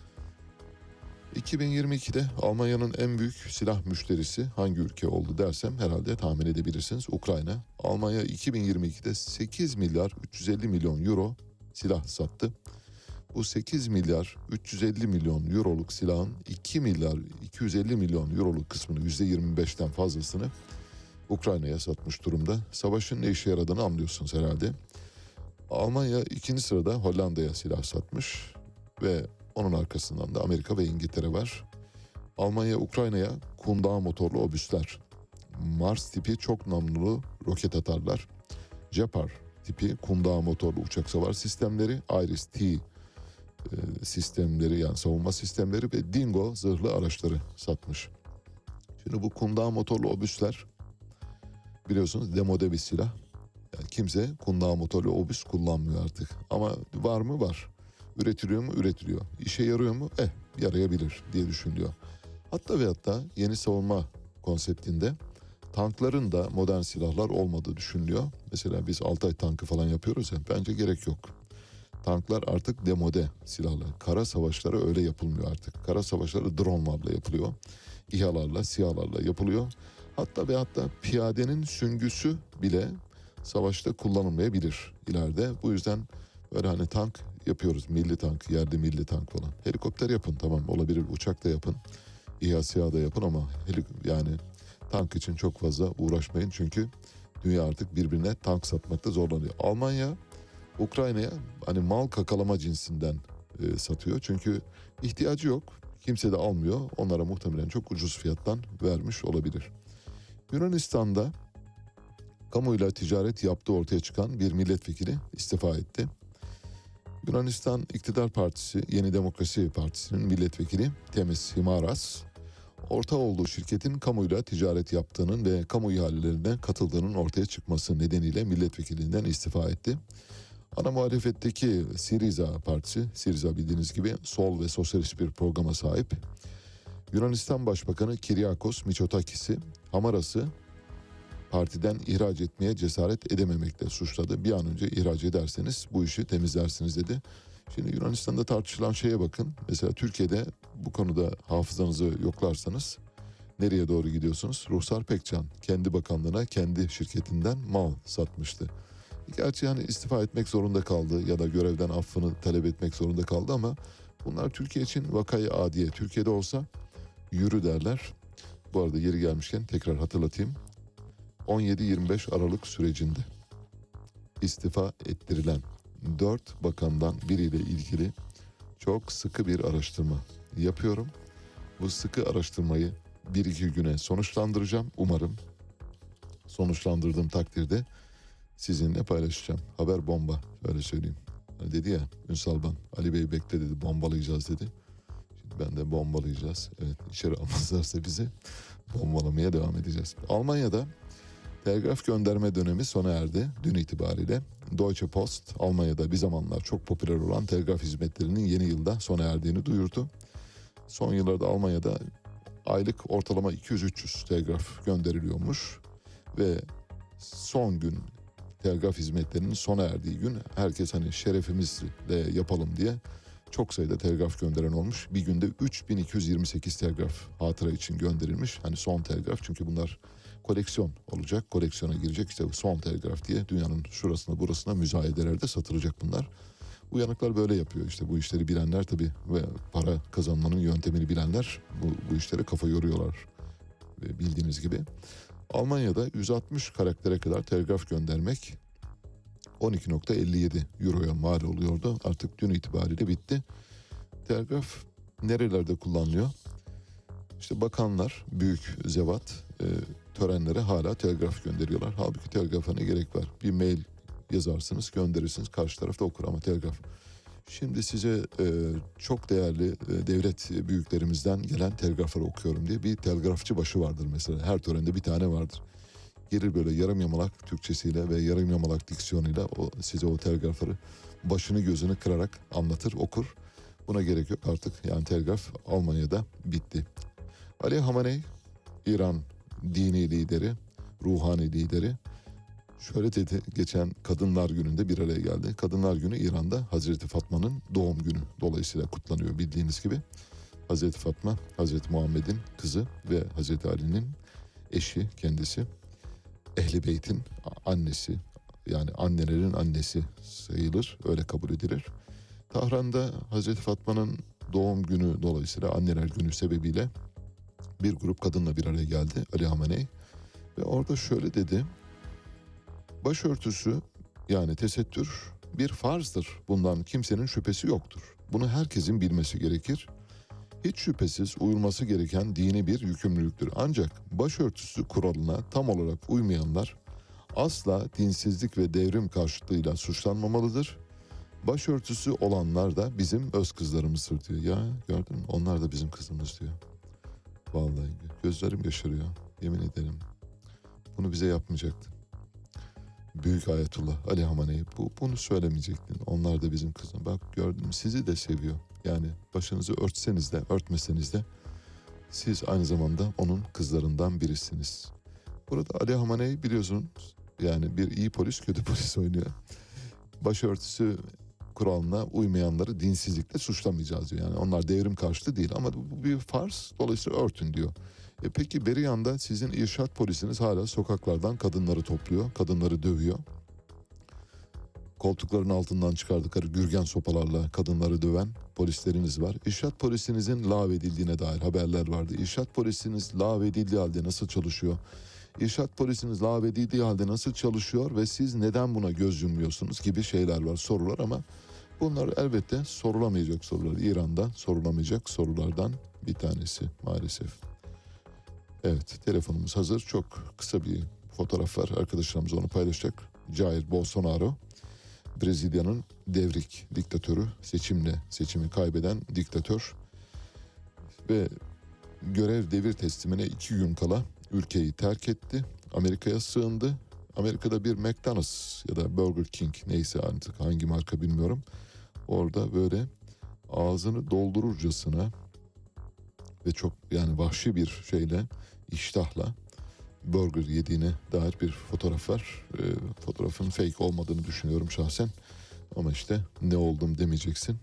iki bin yirmi ikide Almanya'nın en büyük silah müşterisi hangi ülke oldu dersem herhalde tahmin edebilirsiniz. Ukrayna. Almanya iki bin yirmi ikide sekiz milyar üç yüz elli milyon euro silah sattı. Bu sekiz milyar üç yüz elli milyon euroluk silahın iki milyar iki yüz elli milyon euroluk kısmını yüzde yirmi beşten fazlasını Ukrayna'ya satmış durumda. Savaşın ne işe yaradığını anlıyorsunuz herhalde. Almanya ikinci sırada Hollanda'ya silah satmış ve onun arkasından da Amerika ve İngiltere var. Almanya Ukrayna'ya kundağı motorlu obüsler, Mars tipi çok namlulu roket atarlar, Japar tipi kundağı motorlu uçak savar sistemleri, Iris-T e, sistemleri yani savunma sistemleri ve Dingo zırhlı araçları satmış. Şimdi bu kundağı motorlu obüsler biliyorsunuz demode bir silah. Yani kimse kundağı motorlu obüs kullanmıyor artık. Ama var mı? Var. Üretiliyor mu? Üretiliyor. İşe yarıyor mu? Eh yarayabilir diye düşünülüyor. Hatta ve hatta yeni savunma konseptinde tankların da modern silahlar olmadığı düşünülüyor. Mesela biz Altay tankı falan yapıyoruz ya, bence gerek yok. Tanklar artık demode silahlar. Kara savaşları öyle yapılmıyor artık. Kara savaşları dronlarla yapılıyor. İHA'larla, SİHA'larla yapılıyor. Hatta ve hatta piyadenin süngüsü bile savaşta kullanılmayabilir ileride. Bu yüzden böyle hani tank yapıyoruz. Milli tank, yerde milli tank falan. Helikopter yapın, tamam olabilir. Uçak da yapın. İHA, SİHA da yapın ama helik- yani tank için çok fazla uğraşmayın. Çünkü dünya artık birbirine tank satmakta zorlanıyor. Almanya Ukrayna'ya hani mal kakalama cinsinden e, satıyor. Çünkü ihtiyacı yok. Kimse de almıyor. Onlara muhtemelen çok ucuz fiyattan vermiş olabilir. Yunanistan'da kamuyla ticaret yaptığı ortaya çıkan bir milletvekili istifa etti. Yunanistan İktidar Partisi, Yeni Demokrasi Partisi'nin milletvekili Temis Himaras, ortağı olduğu şirketin kamuyla ticaret yaptığının ve kamu ihalelerine katıldığının ortaya çıkması nedeniyle milletvekilinden istifa etti. Ana muhalefetteki Syriza Partisi, Syriza bildiğiniz gibi sol ve sosyalist bir programa sahip. Yunanistan Başbakanı Kyriakos Mitsotakis'i, Hamaras'ı partiden ihraç etmeye cesaret edememekle suçladı. Bir an önce ihraç ederseniz bu işi temizlersiniz dedi. Şimdi Yunanistan'da tartışılan şeye bakın. Mesela Türkiye'de bu konuda hafızanızı yoklarsanız nereye doğru gidiyorsunuz? Ruhsar Pekcan kendi bakanlığına kendi şirketinden mal satmıştı. Gerçi yani istifa etmek zorunda kaldı ya da görevden affını talep etmek zorunda kaldı ama bunlar Türkiye için vakayı adiye. Türkiye'de olsa yürü derler. Bu arada yeri gelmişken tekrar hatırlatayım. on yedi yirmi beş Aralık sürecinde istifa ettirilen dört bakandan biriyle ilgili çok sıkı bir araştırma yapıyorum. Bu sıkı araştırmayı bir iki güne sonuçlandıracağım. Umarım sonuçlandırdığım takdirde sizinle paylaşacağım. Haber bomba, öyle söyleyeyim. Hani dedi ya Ünsal Ban, Ali Bey bekle dedi, bombalayacağız dedi. Şimdi ben de bombalayacağız. Evet, içeri almazlarsa bizi bombalamaya devam edeceğiz. Almanya'da telgraf gönderme dönemi sona erdi dün itibariyle. Deutsche Post Almanya'da bir zamanlar çok popüler olan telgraf hizmetlerinin yeni yılda sona erdiğini duyurdu. Son yıllarda Almanya'da aylık ortalama iki yüz üç yüz telgraf gönderiliyormuş ve son gün telgraf hizmetlerinin sona erdiği gün herkes hani şerefimizle yapalım diye çok sayıda telgraf gönderen olmuş. Bir günde üç bin iki yüz yirmi sekiz telgraf hatıra için gönderilmiş. Hani son telgraf, çünkü bunlar koleksiyon olacak. Koleksiyona girecek, işte son telgraf diye dünyanın şurasına burasına müzayedelerde satılacak bunlar. Uyanıklar böyle yapıyor işte, bu işleri bilenler tabii ve para kazanmanın yöntemini bilenler bu, bu işlere kafa yoruyorlar bildiğiniz gibi. Almanya'da yüz altmış karaktere kadar telgraf göndermek on iki virgül elli yedi euroya mal oluyordu. Artık dün itibariyle bitti. Telgraf nerelerde kullanılıyor? İşte bakanlar, büyük zevat e, törenlere hala telgraf gönderiyorlar. Halbuki telgrafa ne gerek var? Bir mail yazarsınız, gönderirsiniz, karşı tarafta okur ama telgraf. Şimdi size e, çok değerli e, devlet büyüklerimizden gelen telgrafları okuyorum diye bir telgrafçı başı vardır mesela. Her törende bir tane vardır. gelir böyle yarım yamalak Türkçesiyle ve yarım yamalak diksiyonuyla o, size o telgrafları başını gözünü kırarak anlatır, okur. Buna gerek yok artık, yani telgraf Almanya'da bitti. Ali Hamenei, İran dini lideri, ruhani lideri, şöyle dedi geçen Kadınlar Günü'nde bir araya geldi. Kadınlar Günü İran'da Hazreti Fatma'nın doğum günü dolayısıyla kutlanıyor bildiğiniz gibi. Hazreti Fatma, Hazreti Muhammed'in kızı ve Hazreti Ali'nin eşi kendisi. Ehl-i Beyt'in annesi, yani annelerin annesi sayılır, öyle kabul edilir. Tahran'da Hazreti Fatma'nın doğum günü dolayısıyla anneler günü sebebiyle bir grup kadınla bir araya geldi Ali Hamenei. Ve orada şöyle dedi: başörtüsü yani tesettür bir farzdır. Bundan kimsenin şüphesi yoktur. Bunu herkesin bilmesi gerekir. Hiç şüphesiz uyulması gereken dini bir yükümlülüktür. Ancak başörtüsü kuralına tam olarak uymayanlar asla dinsizlik ve devrim karşıtlığıyla suçlanmamalıdır. Başörtüsü olanlar da bizim öz kızlarımızdır diyor. Ya gördün mü? Onlar da bizim kızımız diyor. Vallahi gözlerim yaşarıyor. Yemin ederim. Bunu bize yapmayacaktı. Büyük Ayetullah Ali Hamenei bu, bunu söylemeyecektin. Onlar da bizim kızım. Bak gördün mü? Sizi de seviyor. Yani başınızı örtseniz de örtmeseniz de siz aynı zamanda onun kızlarından birisiniz. Burada Ali Hamenei biliyorsunuz yani bir iyi polis kötü polis oynuyor. Başörtüsü kuralına uymayanları dinsizlikle suçlamayacağız diyor. Yani onlar devrim karşıtı değil ama bu bir farz, dolayısıyla örtün diyor. E peki beri yanda sizin irşad polisiniz hala sokaklardan kadınları topluyor, kadınları dövüyor. Koltukların altından çıkardıkları gürgen sopalarla kadınları döven polisleriniz var. İrşad polisinizin lağvedildiğine dair haberler vardı. İrşad polisiniz lağvedildiği halde nasıl çalışıyor? İrşad polisiniz lağvedildiği halde nasıl çalışıyor ve siz neden buna göz yumuyorsunuz gibi şeyler var, sorular ama bunlar elbette sorulamayacak sorular. İran'da sorulamayacak sorulardan bir tanesi maalesef. Evet, telefonumuz hazır. Çok kısa bir fotoğraf var. Arkadaşlarımız onu paylaşacak. Jair Bolsonaro, Brezilya'nın devrik diktatörü, seçimle seçimi kaybeden diktatör ve görev devir teslimine iki gün kala ülkeyi terk etti. Amerika'ya sığındı. Amerika'da bir McDonald's ya da Burger King neyse artık hangi marka bilmiyorum. Orada böyle ağzını doldururcasına ve çok yani vahşi bir şeyle, iştahla burger yediğine dair bir fotoğraf var. E, fotoğrafın fake olmadığını düşünüyorum şahsen. Ama işte ne oldum demeyeceksin,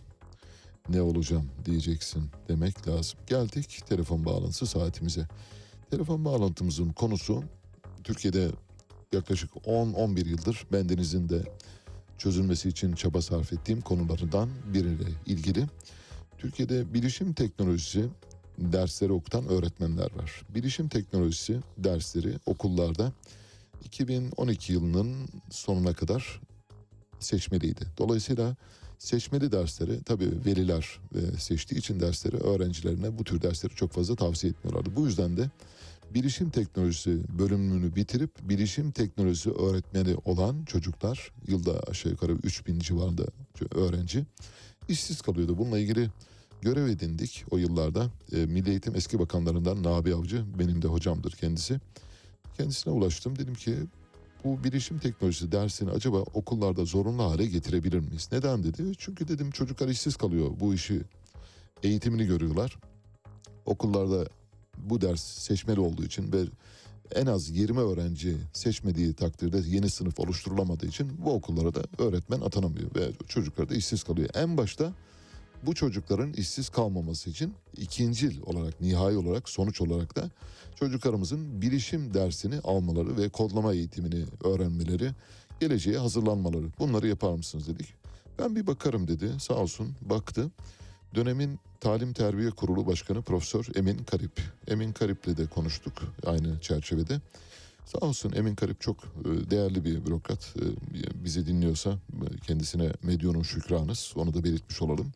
ne olacağım diyeceksin demek lazım. Geldik telefon bağlantısı saatimize. Telefon bağlantımızın konusu Türkiye'de yaklaşık on on bir yıldır bendenizin de çözülmesi için çaba sarf ettiğim konulardan biriyle ilgili. Türkiye'de bilişim teknolojisi dersleri okutan öğretmenler var. Bilişim teknolojisi dersleri okullarda iki bin on iki yılının sonuna kadar seçmeliydi. Dolayısıyla seçmeli dersleri tabii veliler seçtiği için dersleri öğrencilerine bu tür dersleri çok fazla tavsiye etmiyorlardı. Bu yüzden de bilişim teknolojisi bölümünü bitirip bilişim teknolojisi öğretmeni olan çocuklar yılda aşağı yukarı üç bin civarında öğrenci işsiz kalıyordu. Bununla ilgili görev edindik o yıllarda. E, Milli Eğitim eski bakanlarından Nabi Avcı, benim de hocamdır kendisi. Kendisine ulaştım. Dedim ki bu bilişim teknolojisi dersini acaba okullarda zorunlu hale getirebilir miyiz? Neden dedi? Çünkü dedim çocuklar işsiz kalıyor. Bu işi eğitimini görüyorlar. Okullarda bu ders seçmeli olduğu için ve en az yirmi öğrenci seçmediği takdirde yeni sınıf oluşturulamadığı için bu okullara da öğretmen atanamıyor ve çocuklar da işsiz kalıyor. En başta bu çocukların işsiz kalmaması için ikincil olarak, nihai olarak, sonuç olarak da çocuklarımızın bilişim dersini almaları ve kodlama eğitimini öğrenmeleri, geleceğe hazırlanmaları. Bunları yapar mısınız dedik. Ben bir bakarım dedi. Sağ olsun baktı. Dönemin Talim Terbiye Kurulu Başkanı Profesör Emin Karip. Emin Karip'le de konuştuk aynı çerçevede. Sağ olsun Emin Karip çok değerli bir bürokrat. Bizi dinliyorsa kendisine medyonun şükranız. Onu da belirtmiş olalım.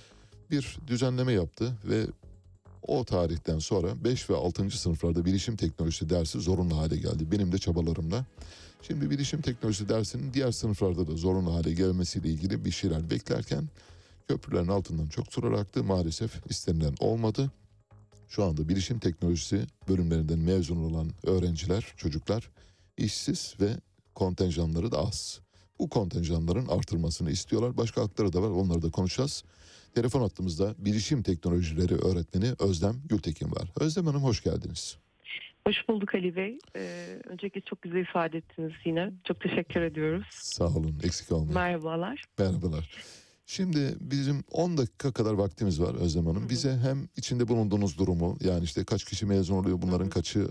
Bir düzenleme yaptı ve o tarihten sonra beş ve altıncı sınıflarda bilişim teknolojisi dersi zorunlu hale geldi. Benim de çabalarımla. Şimdi bilişim teknolojisi dersinin diğer sınıflarda da zorunlu hale gelmesiyle ilgili bir şeyler beklerken köprülerin altından çok sular aktı. Maalesef istenilen olmadı. Şu anda bilişim teknolojisi bölümlerinden mezun olan öğrenciler, çocuklar işsiz ve kontenjanları da az. Bu kontenjanların artırmasını istiyorlar. Başka hakları da var, onları da konuşacağız. Telefon hattımızda Bilişim Teknolojileri Öğretmeni Özlem Gültekin var. Özlem Hanım, hoş geldiniz. Hoş bulduk Ali Bey. Ee, öncelikle çok güzel ifade ettiniz yine. Çok teşekkür ediyoruz. Sağ olun, eksik olmayın. Merhabalar. Merhabalar. Şimdi bizim on dakika kadar vaktimiz var Özlem Hanım. Bize hem içinde bulunduğunuz durumu, yani işte kaç kişi mezun oluyor, bunların kaçı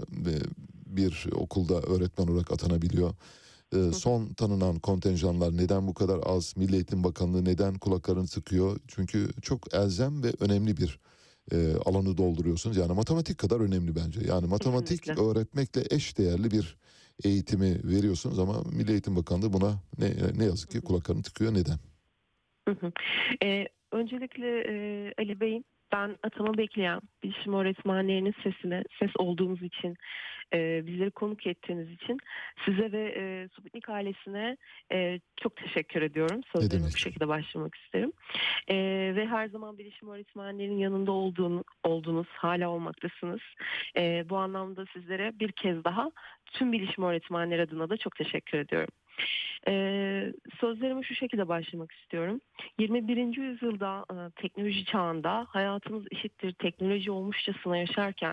bir okulda öğretmen olarak atanabiliyor? Ee, son tanınan kontenjanlar neden bu kadar az? Milli Eğitim Bakanlığı neden kulaklarını sıkıyor? Çünkü çok elzem ve önemli bir e, alanı dolduruyorsunuz. Yani matematik kadar önemli bence. Yani matematik Kesinlikle. öğretmekle eş değerli bir eğitimi veriyorsunuz ama Milli Eğitim Bakanlığı buna ne, ne yazık ki kulaklarını tıkıyor. Neden? Hı hı. Ee, öncelikle e, Ali Bey, ben atama bekleyen bilişim öğretmenlerinin sesine ses olduğunuz için, e, bizleri konuk ettiğiniz için size ve e, Sputnik ailesine e, çok teşekkür ediyorum. Sözlerime bu şekilde başlamak isterim. E, ve her zaman bilişim öğretmenlerinin yanında olduğunu, oldunuz, hala olmaktasınız. E, bu anlamda sizlere bir kez daha tüm bilişim öğretmenleri adına da çok teşekkür ediyorum. Ee, sözlerime şu şekilde başlamak istiyorum. yirmi birinci yüzyılda e, teknoloji çağında hayatımız eşittir teknoloji olmuşçasına yaşarken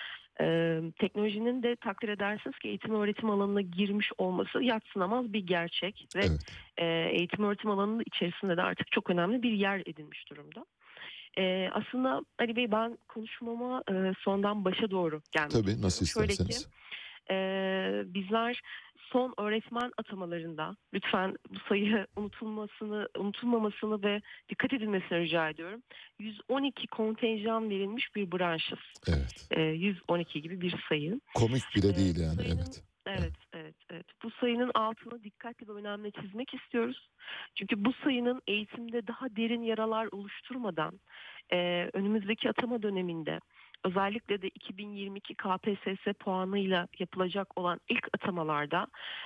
e, teknolojinin de takdir edersiniz ki eğitim öğretim alanına girmiş olması yadsınamaz bir gerçek ve e, eğitim öğretim alanının içerisinde de artık çok önemli bir yer edinmiş durumda. Ee, aslında Ali Bey, ben konuşmama e, sondan başa doğru gelmek Tabii, istiyorum. nasıl Şöyle isterseniz. ki e, bizler son öğretmen atamalarında lütfen bu sayı unutulmasını, unutulmamasını ve dikkat edilmesini rica ediyorum. yüz on iki kontenjan verilmiş bir branşız. Evet. E, yüz on iki gibi bir sayı. Komik bile değil Ee, yani, sayının- evet. Evet, evet, evet. Bu sayının altını dikkatli ve önemli çizmek istiyoruz. Çünkü bu sayının eğitimde daha derin yaralar oluşturmadan e, önümüzdeki atama döneminde özellikle de iki bin yirmi iki K P S S puanıyla yapılacak olan ilk atamalarda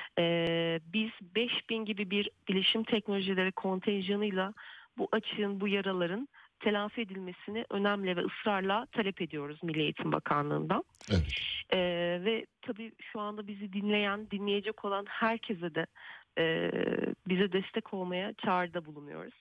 e, biz beş bin gibi bir bilişim teknolojileri kontenjanıyla bu açığın, bu yaraların telafi edilmesini önemli ve ısrarla talep ediyoruz Milli Eğitim Bakanlığı'ndan. Evet. Ee, ve tabii şu anda bizi dinleyen, dinleyecek olan herkese de e, bize destek olmaya çağrıda bulunuyoruz.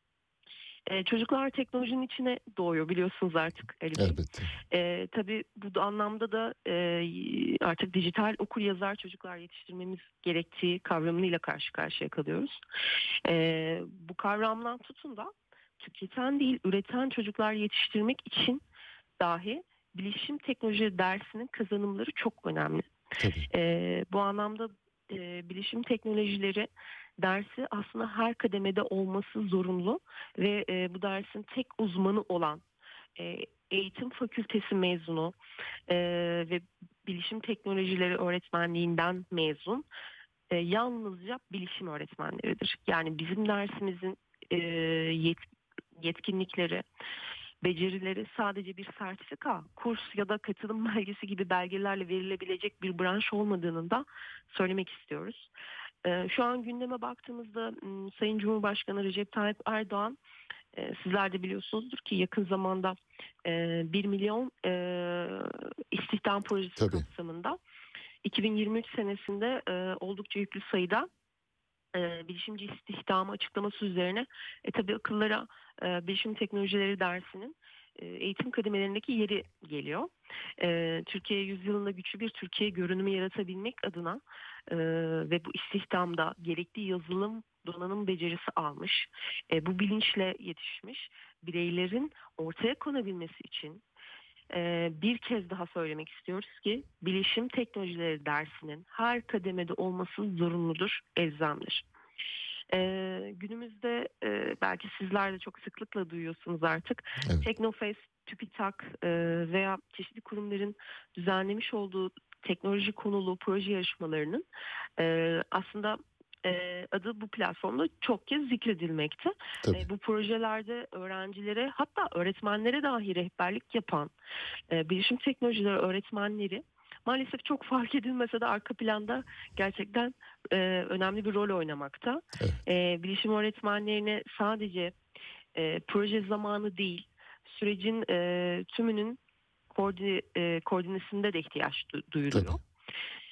Ee, çocuklar teknolojinin içine doğuyor, biliyorsunuz artık Ali Bey. Elbette. Ee, tabii bu anlamda da e, artık dijital okur yazar çocuklar yetiştirmemiz gerektiği kavramıyla karşı karşıya kalıyoruz. Ee, bu kavramdan tutun da tüketen değil, üreten çocuklar yetiştirmek için dahi bilişim teknoloji dersinin kazanımları çok önemli. Ee, bu anlamda e, bilişim teknolojileri dersi aslında her kademede olması zorunlu ve e, bu dersin tek uzmanı olan e, eğitim fakültesi mezunu e, ve bilişim teknolojileri öğretmenliğinden mezun e, yalnızca bilişim öğretmenleridir. Yani bizim dersimizin e, yet- yetkinlikleri, becerileri sadece bir sertifika, kurs ya da katılım belgesi gibi belgelerle verilebilecek bir branş olmadığını da söylemek istiyoruz. Ee, şu an gündeme baktığımızda m, Sayın Cumhurbaşkanı Recep Tayyip Erdoğan, e, sizler de biliyorsunuzdur ki yakın zamanda e, bir milyon e, istihdam projesi Tabii. kapsamında iki bin yirmi üç senesinde e, oldukça yüklü sayıda e, bilişimci istihdamı açıklaması üzerine e, tabii akıllara e, bilişim teknolojileri dersinin e, eğitim kademelerindeki yeri geliyor. E, Türkiye yüzyılında güçlü bir Türkiye görünümü yaratabilmek adına e, ve bu istihdamda gerekli yazılım donanım becerisi almış, e, bu bilinçle yetişmiş bireylerin ortaya konabilmesi için Ee, bir kez daha söylemek istiyoruz ki bilişim teknolojileri dersinin her kademede olması zorunludur, elzemdir. Ee, günümüzde e, belki sizler de çok sıklıkla duyuyorsunuz artık. Evet. Teknofest, TÜBİTAK e, veya çeşitli kurumların düzenlemiş olduğu teknoloji konulu proje yarışmalarının e, aslında e, adı bu platformda çok kez zikredilmekte. E, bu projelerde öğrencilere, hatta öğretmenlere dahi rehberlik yapan e, bilişim teknolojileri öğretmenleri maalesef çok fark edilmese de arka planda gerçekten e, önemli bir rol oynamakta. E, bilişim öğretmenlerine sadece e, proje zamanı değil, sürecin e, tümünün koordine, e, koordinesinde de ihtiyaç du- duyuluyor.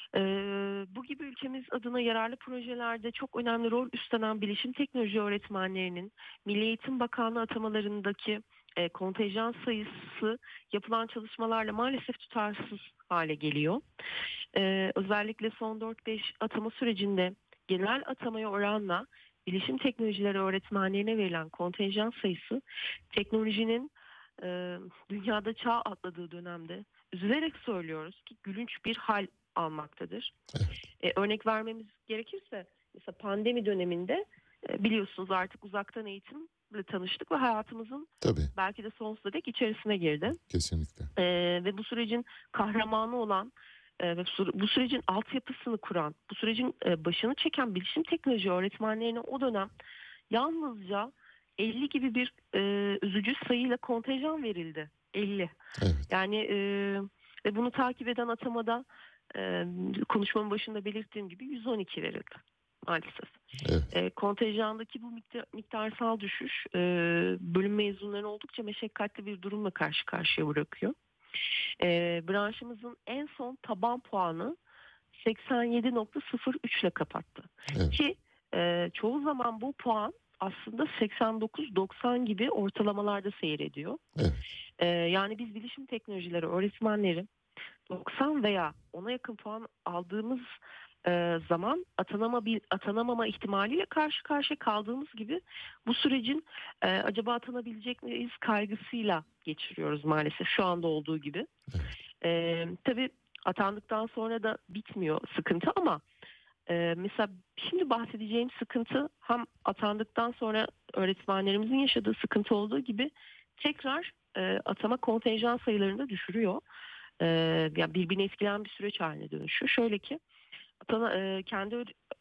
Ee, bu gibi ülkemiz adına yararlı projelerde çok önemli rol üstlenen bilişim teknoloji öğretmenlerinin Milli Eğitim Bakanlığı atamalarındaki e, kontenjan sayısı yapılan çalışmalarla maalesef tutarsız hale geliyor. Ee, özellikle son dört beş atama sürecinde genel atamaya oranla bilişim teknolojileri öğretmenlerine verilen kontenjan sayısı teknolojinin e, dünyada çağ atladığı dönemde üzülerek söylüyoruz ki gülünç bir hal almaktadır. E, örnek vermemiz gerekirse mesela pandemi döneminde e, biliyorsunuz artık uzaktan eğitimle tanıştık ve hayatımızın Tabii. belki de sonsuza dek içerisine girdi. Kesinlikle. E, ve bu sürecin kahramanı olan e, ve bu sürecin altyapısını kuran, bu sürecin e, başını çeken bilişim teknoloji öğretmenlerine o dönem yalnızca elli gibi bir e, üzücü sayıyla kontenjan verildi. elli. Evet. Yani e, ve bunu takip eden atamada e, konuşmamın başında belirttiğim gibi yüz on iki verildi maalesef. Evet. E, kontenjandaki bu miktar, miktarsal düşüş e, bölüm mezunlarını oldukça meşakkatli bir durumla karşı karşıya bırakıyor. E, branşımızın en son taban puanı seksen yedi nokta sıfır üç ile kapattı. Evet. Ki e, çoğu zaman bu puan aslında seksen dokuz doksan gibi ortalamalarda seyrediyor. Evet. E, yani biz bilişim teknolojileri öğretmenleri doksan veya ona yakın puan aldığımız e, zaman atanama bir atanamama ihtimaliyle karşı karşıya kaldığımız gibi bu sürecin e, acaba atanabilecek miyiz kaygısıyla geçiriyoruz maalesef şu anda olduğu gibi. E, tabii atandıktan sonra da bitmiyor sıkıntı ama e, mesela şimdi bahsedeceğim sıkıntı hem atandıktan sonra öğretmenlerimizin yaşadığı sıkıntı olduğu gibi tekrar e, atama kontenjan sayılarını da düşürüyor. E, yani birbirini etkileyen bir süreç haline dönüşüyor. Şöyle ki atana, e, kendi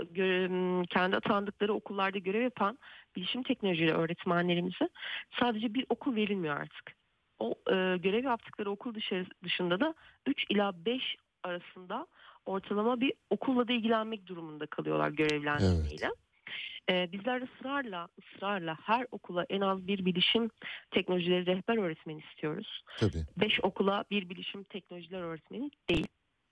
gö, kendi atandıkları okullarda görev yapan bilişim teknolojileri öğretmenlerimize sadece bir okul verilmiyor artık. O e, görev yaptıkları okul dışarı, dışında da üç ila beş arasında ortalama bir okulla da ilgilenmek durumunda kalıyorlar görevlendirmeyle. Evet. Ee, bizler ısrarla, ısrarla her okula en az bir bilişim teknolojileri rehber öğretmeni istiyoruz. Tabii. Beş okula bir bilişim teknolojileri öğretmeni değil.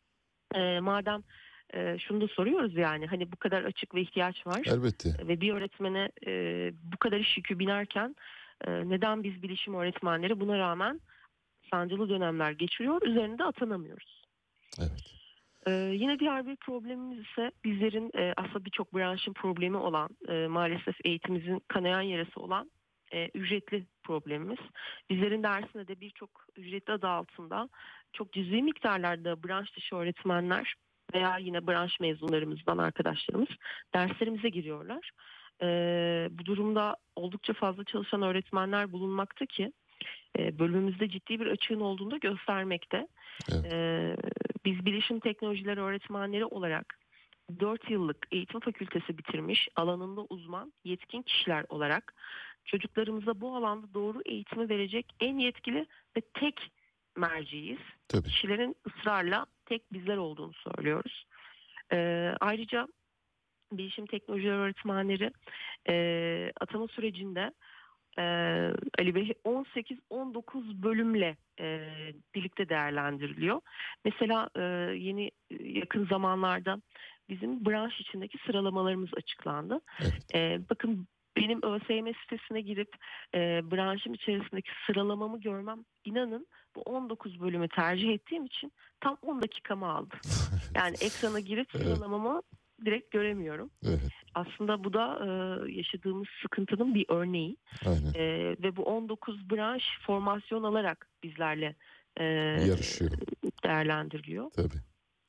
Ee, madem e, şunu da soruyoruz yani hani bu kadar açık ve ihtiyaç var. Elbette. Ve bir öğretmene e, bu kadar iş yükü binerken e, neden biz bilişim öğretmenleri buna rağmen sancılı dönemler geçiriyor, üzerinde atanamıyoruz. Evet. Ee, yine diğer bir problemimiz ise bizlerin e, aslında birçok branşın problemi olan e, maalesef eğitimimizin kanayan yarası olan e, ücretli problemimiz. Bizlerin dersinde de birçok ücretli adı altında çok cüzi miktarlarda branş dışı öğretmenler veya yine branş mezunlarımızdan arkadaşlarımız derslerimize giriyorlar. E, bu durumda oldukça fazla çalışan öğretmenler bulunmakta ki e, bölümümüzde ciddi bir açığın olduğunu da göstermekte. Evet. E, biz bilişim teknolojileri öğretmenleri olarak dört yıllık eğitim fakültesi bitirmiş, alanında uzman, yetkin kişiler olarak çocuklarımıza bu alanda doğru eğitimi verecek en yetkili ve tek merciyiz. Tabii. Kişilerin ısrarla tek bizler olduğunu söylüyoruz. E, ayrıca bilişim teknolojileri öğretmenleri e, atama sürecinde e, Ali Bey on sekiz on dokuz bölümle e, birlikte değerlendiriliyor. Mesela e, yeni yakın zamanlarda bizim branş içindeki sıralamalarımız açıklandı. Evet. E, bakın benim ÖSYM sitesine girip e, branşım içerisindeki sıralamamı görmem, inanın bu on dokuz bölümü tercih ettiğim için tam on dakikamı aldı. Yani ekrana girip sıralamamı direkt göremiyorum. Evet. Aslında bu da e, yaşadığımız sıkıntının bir örneği. Aynen. E, ve bu on dokuz branş formasyon alarak bizlerle e, yarışıyor, değerlendiriliyor. Tabii.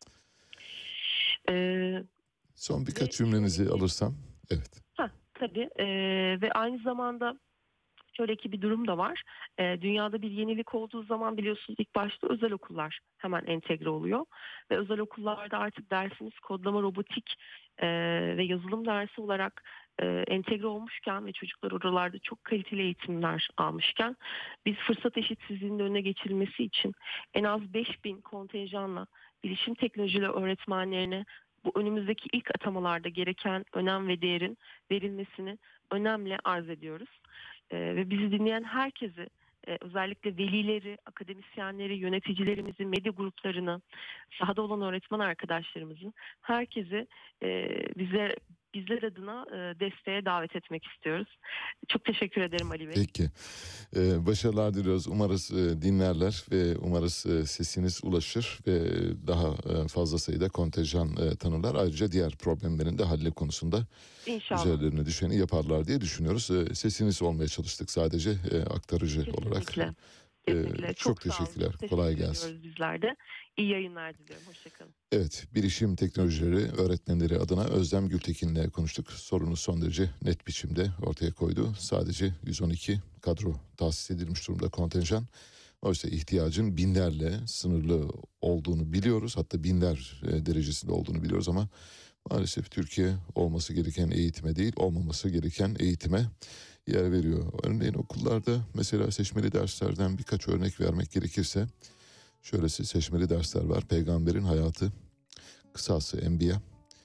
E, Son birkaç cümlenizi alırsam. Evet. Ha, tabii. E, ve aynı zamanda şöyle ki bir durum da var. E, dünyada bir yenilik olduğu zaman biliyorsunuz ilk başta özel okullar hemen entegre oluyor. Ve özel okullarda artık dersiniz kodlama, robotik e, ve yazılım dersi olarak e, entegre olmuşken ve çocuklar oralarda çok kaliteli eğitimler almışken biz fırsat eşitsizliğinin önüne geçirilmesi için en az beş bin kontenjanla bilişim teknolojileri öğretmenlerine bu önümüzdeki ilk atamalarda gereken önem ve değerin verilmesini önemli arz ediyoruz. Ee, ve bizi dinleyen herkesi e, özellikle velileri, akademisyenleri, yöneticilerimizi, medya gruplarını, sahada olan öğretmen arkadaşlarımızın herkesi e, bize bizler adına e, desteğe davet etmek istiyoruz. Çok teşekkür ederim Ali Bey. Peki. Ee, başarılar diliyoruz. Umarız e, dinlerler ve umarız e, sesiniz ulaşır ve daha e, fazla sayıda kontenjan e, tanırlar. Ayrıca diğer problemlerin de halli konusunda İnşallah. üzerlerine düşeni yaparlar diye düşünüyoruz. E, sesiniz olmaya çalıştık sadece e, aktarıcı Kesinlikle. olarak. Kesinlikle. E, çok, çok sağ olun. teşekkürler. Çok Kolay teşekkür gelsin. ediyoruz bizler de. İyi yayınlar diliyorum. Hoşçakalın. Evet, bilişim teknolojileri öğretmenleri adına Özlem Gültekin'le konuştuk. Sorunu son derece net biçimde ortaya koydu. Sadece yüz on iki kadro tahsis edilmiş durumda kontenjan. Oysa ihtiyacın binlerle sınırlı olduğunu biliyoruz. Hatta binler e, derecesinde olduğunu biliyoruz ama maalesef Türkiye olması gereken eğitime değil, olmaması gereken eğitime yer veriyor. Örneğin okullarda mesela seçmeli derslerden birkaç örnek vermek gerekirse şöylesi seçmeli dersler var. Peygamberin hayatı, kısası enbiya,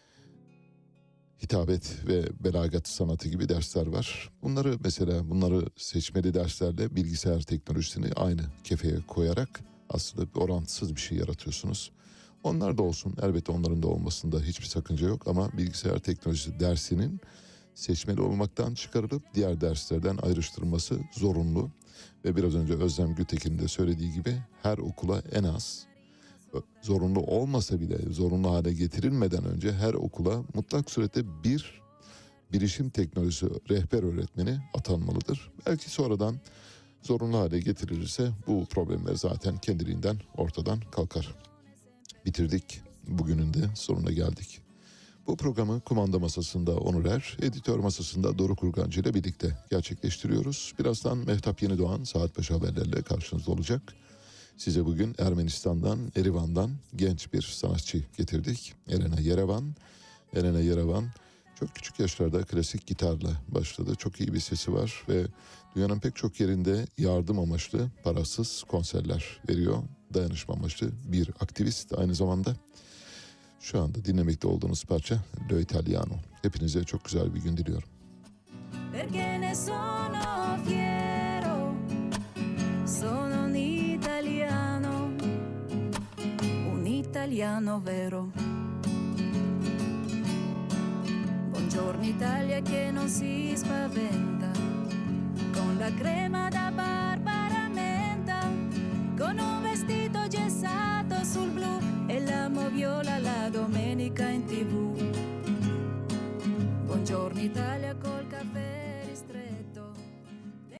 hitabet ve belagat sanatı gibi dersler var. Bunları mesela bunları seçmeli derslerle bilgisayar teknolojisini aynı kefeye koyarak aslında bir orantısız bir şey yaratıyorsunuz. Onlar da olsun, elbette onların da olmasında hiçbir sakınca yok ama bilgisayar teknolojisi dersinin seçmeli olmaktan çıkarılıp diğer derslerden ayrıştırılması zorunlu. Ve biraz önce Özlem Gültekin'in de söylediği gibi her okula en az zorunlu olmasa bile zorunlu hale getirilmeden önce her okula mutlak surette bir bilişim teknolojisi rehber öğretmeni atanmalıdır. Belki sonradan zorunlu hale getirilirse bu problemler zaten kendiliğinden ortadan kalkar. Bitirdik. Bugünün de sonuna geldik. Bu programı kumanda masasında Onur Er, editör masasında Doruk Urgancı ile birlikte gerçekleştiriyoruz. Birazdan Mehtap Yenidoğan saat beş haberlerle karşınızda olacak. Size bugün Ermenistan'dan, Erivan'dan genç bir sanatçı getirdik. Elena Yerevan. Elena Yerevan çok küçük yaşlarda klasik gitarla başladı. Çok iyi bir sesi var ve dünyanın pek çok yerinde yardım amaçlı parasız konserler veriyor. Dayanışma amaçlı bir aktivist aynı zamanda. Şu anda dinlemekte olduğunuz parça Lo Italiano. Hepinize çok güzel bir gün diliyorum. Perché ne sono fiero, sono un italiano, un italiano vero. Buongiorno Italia che non si spaventa, con la crema da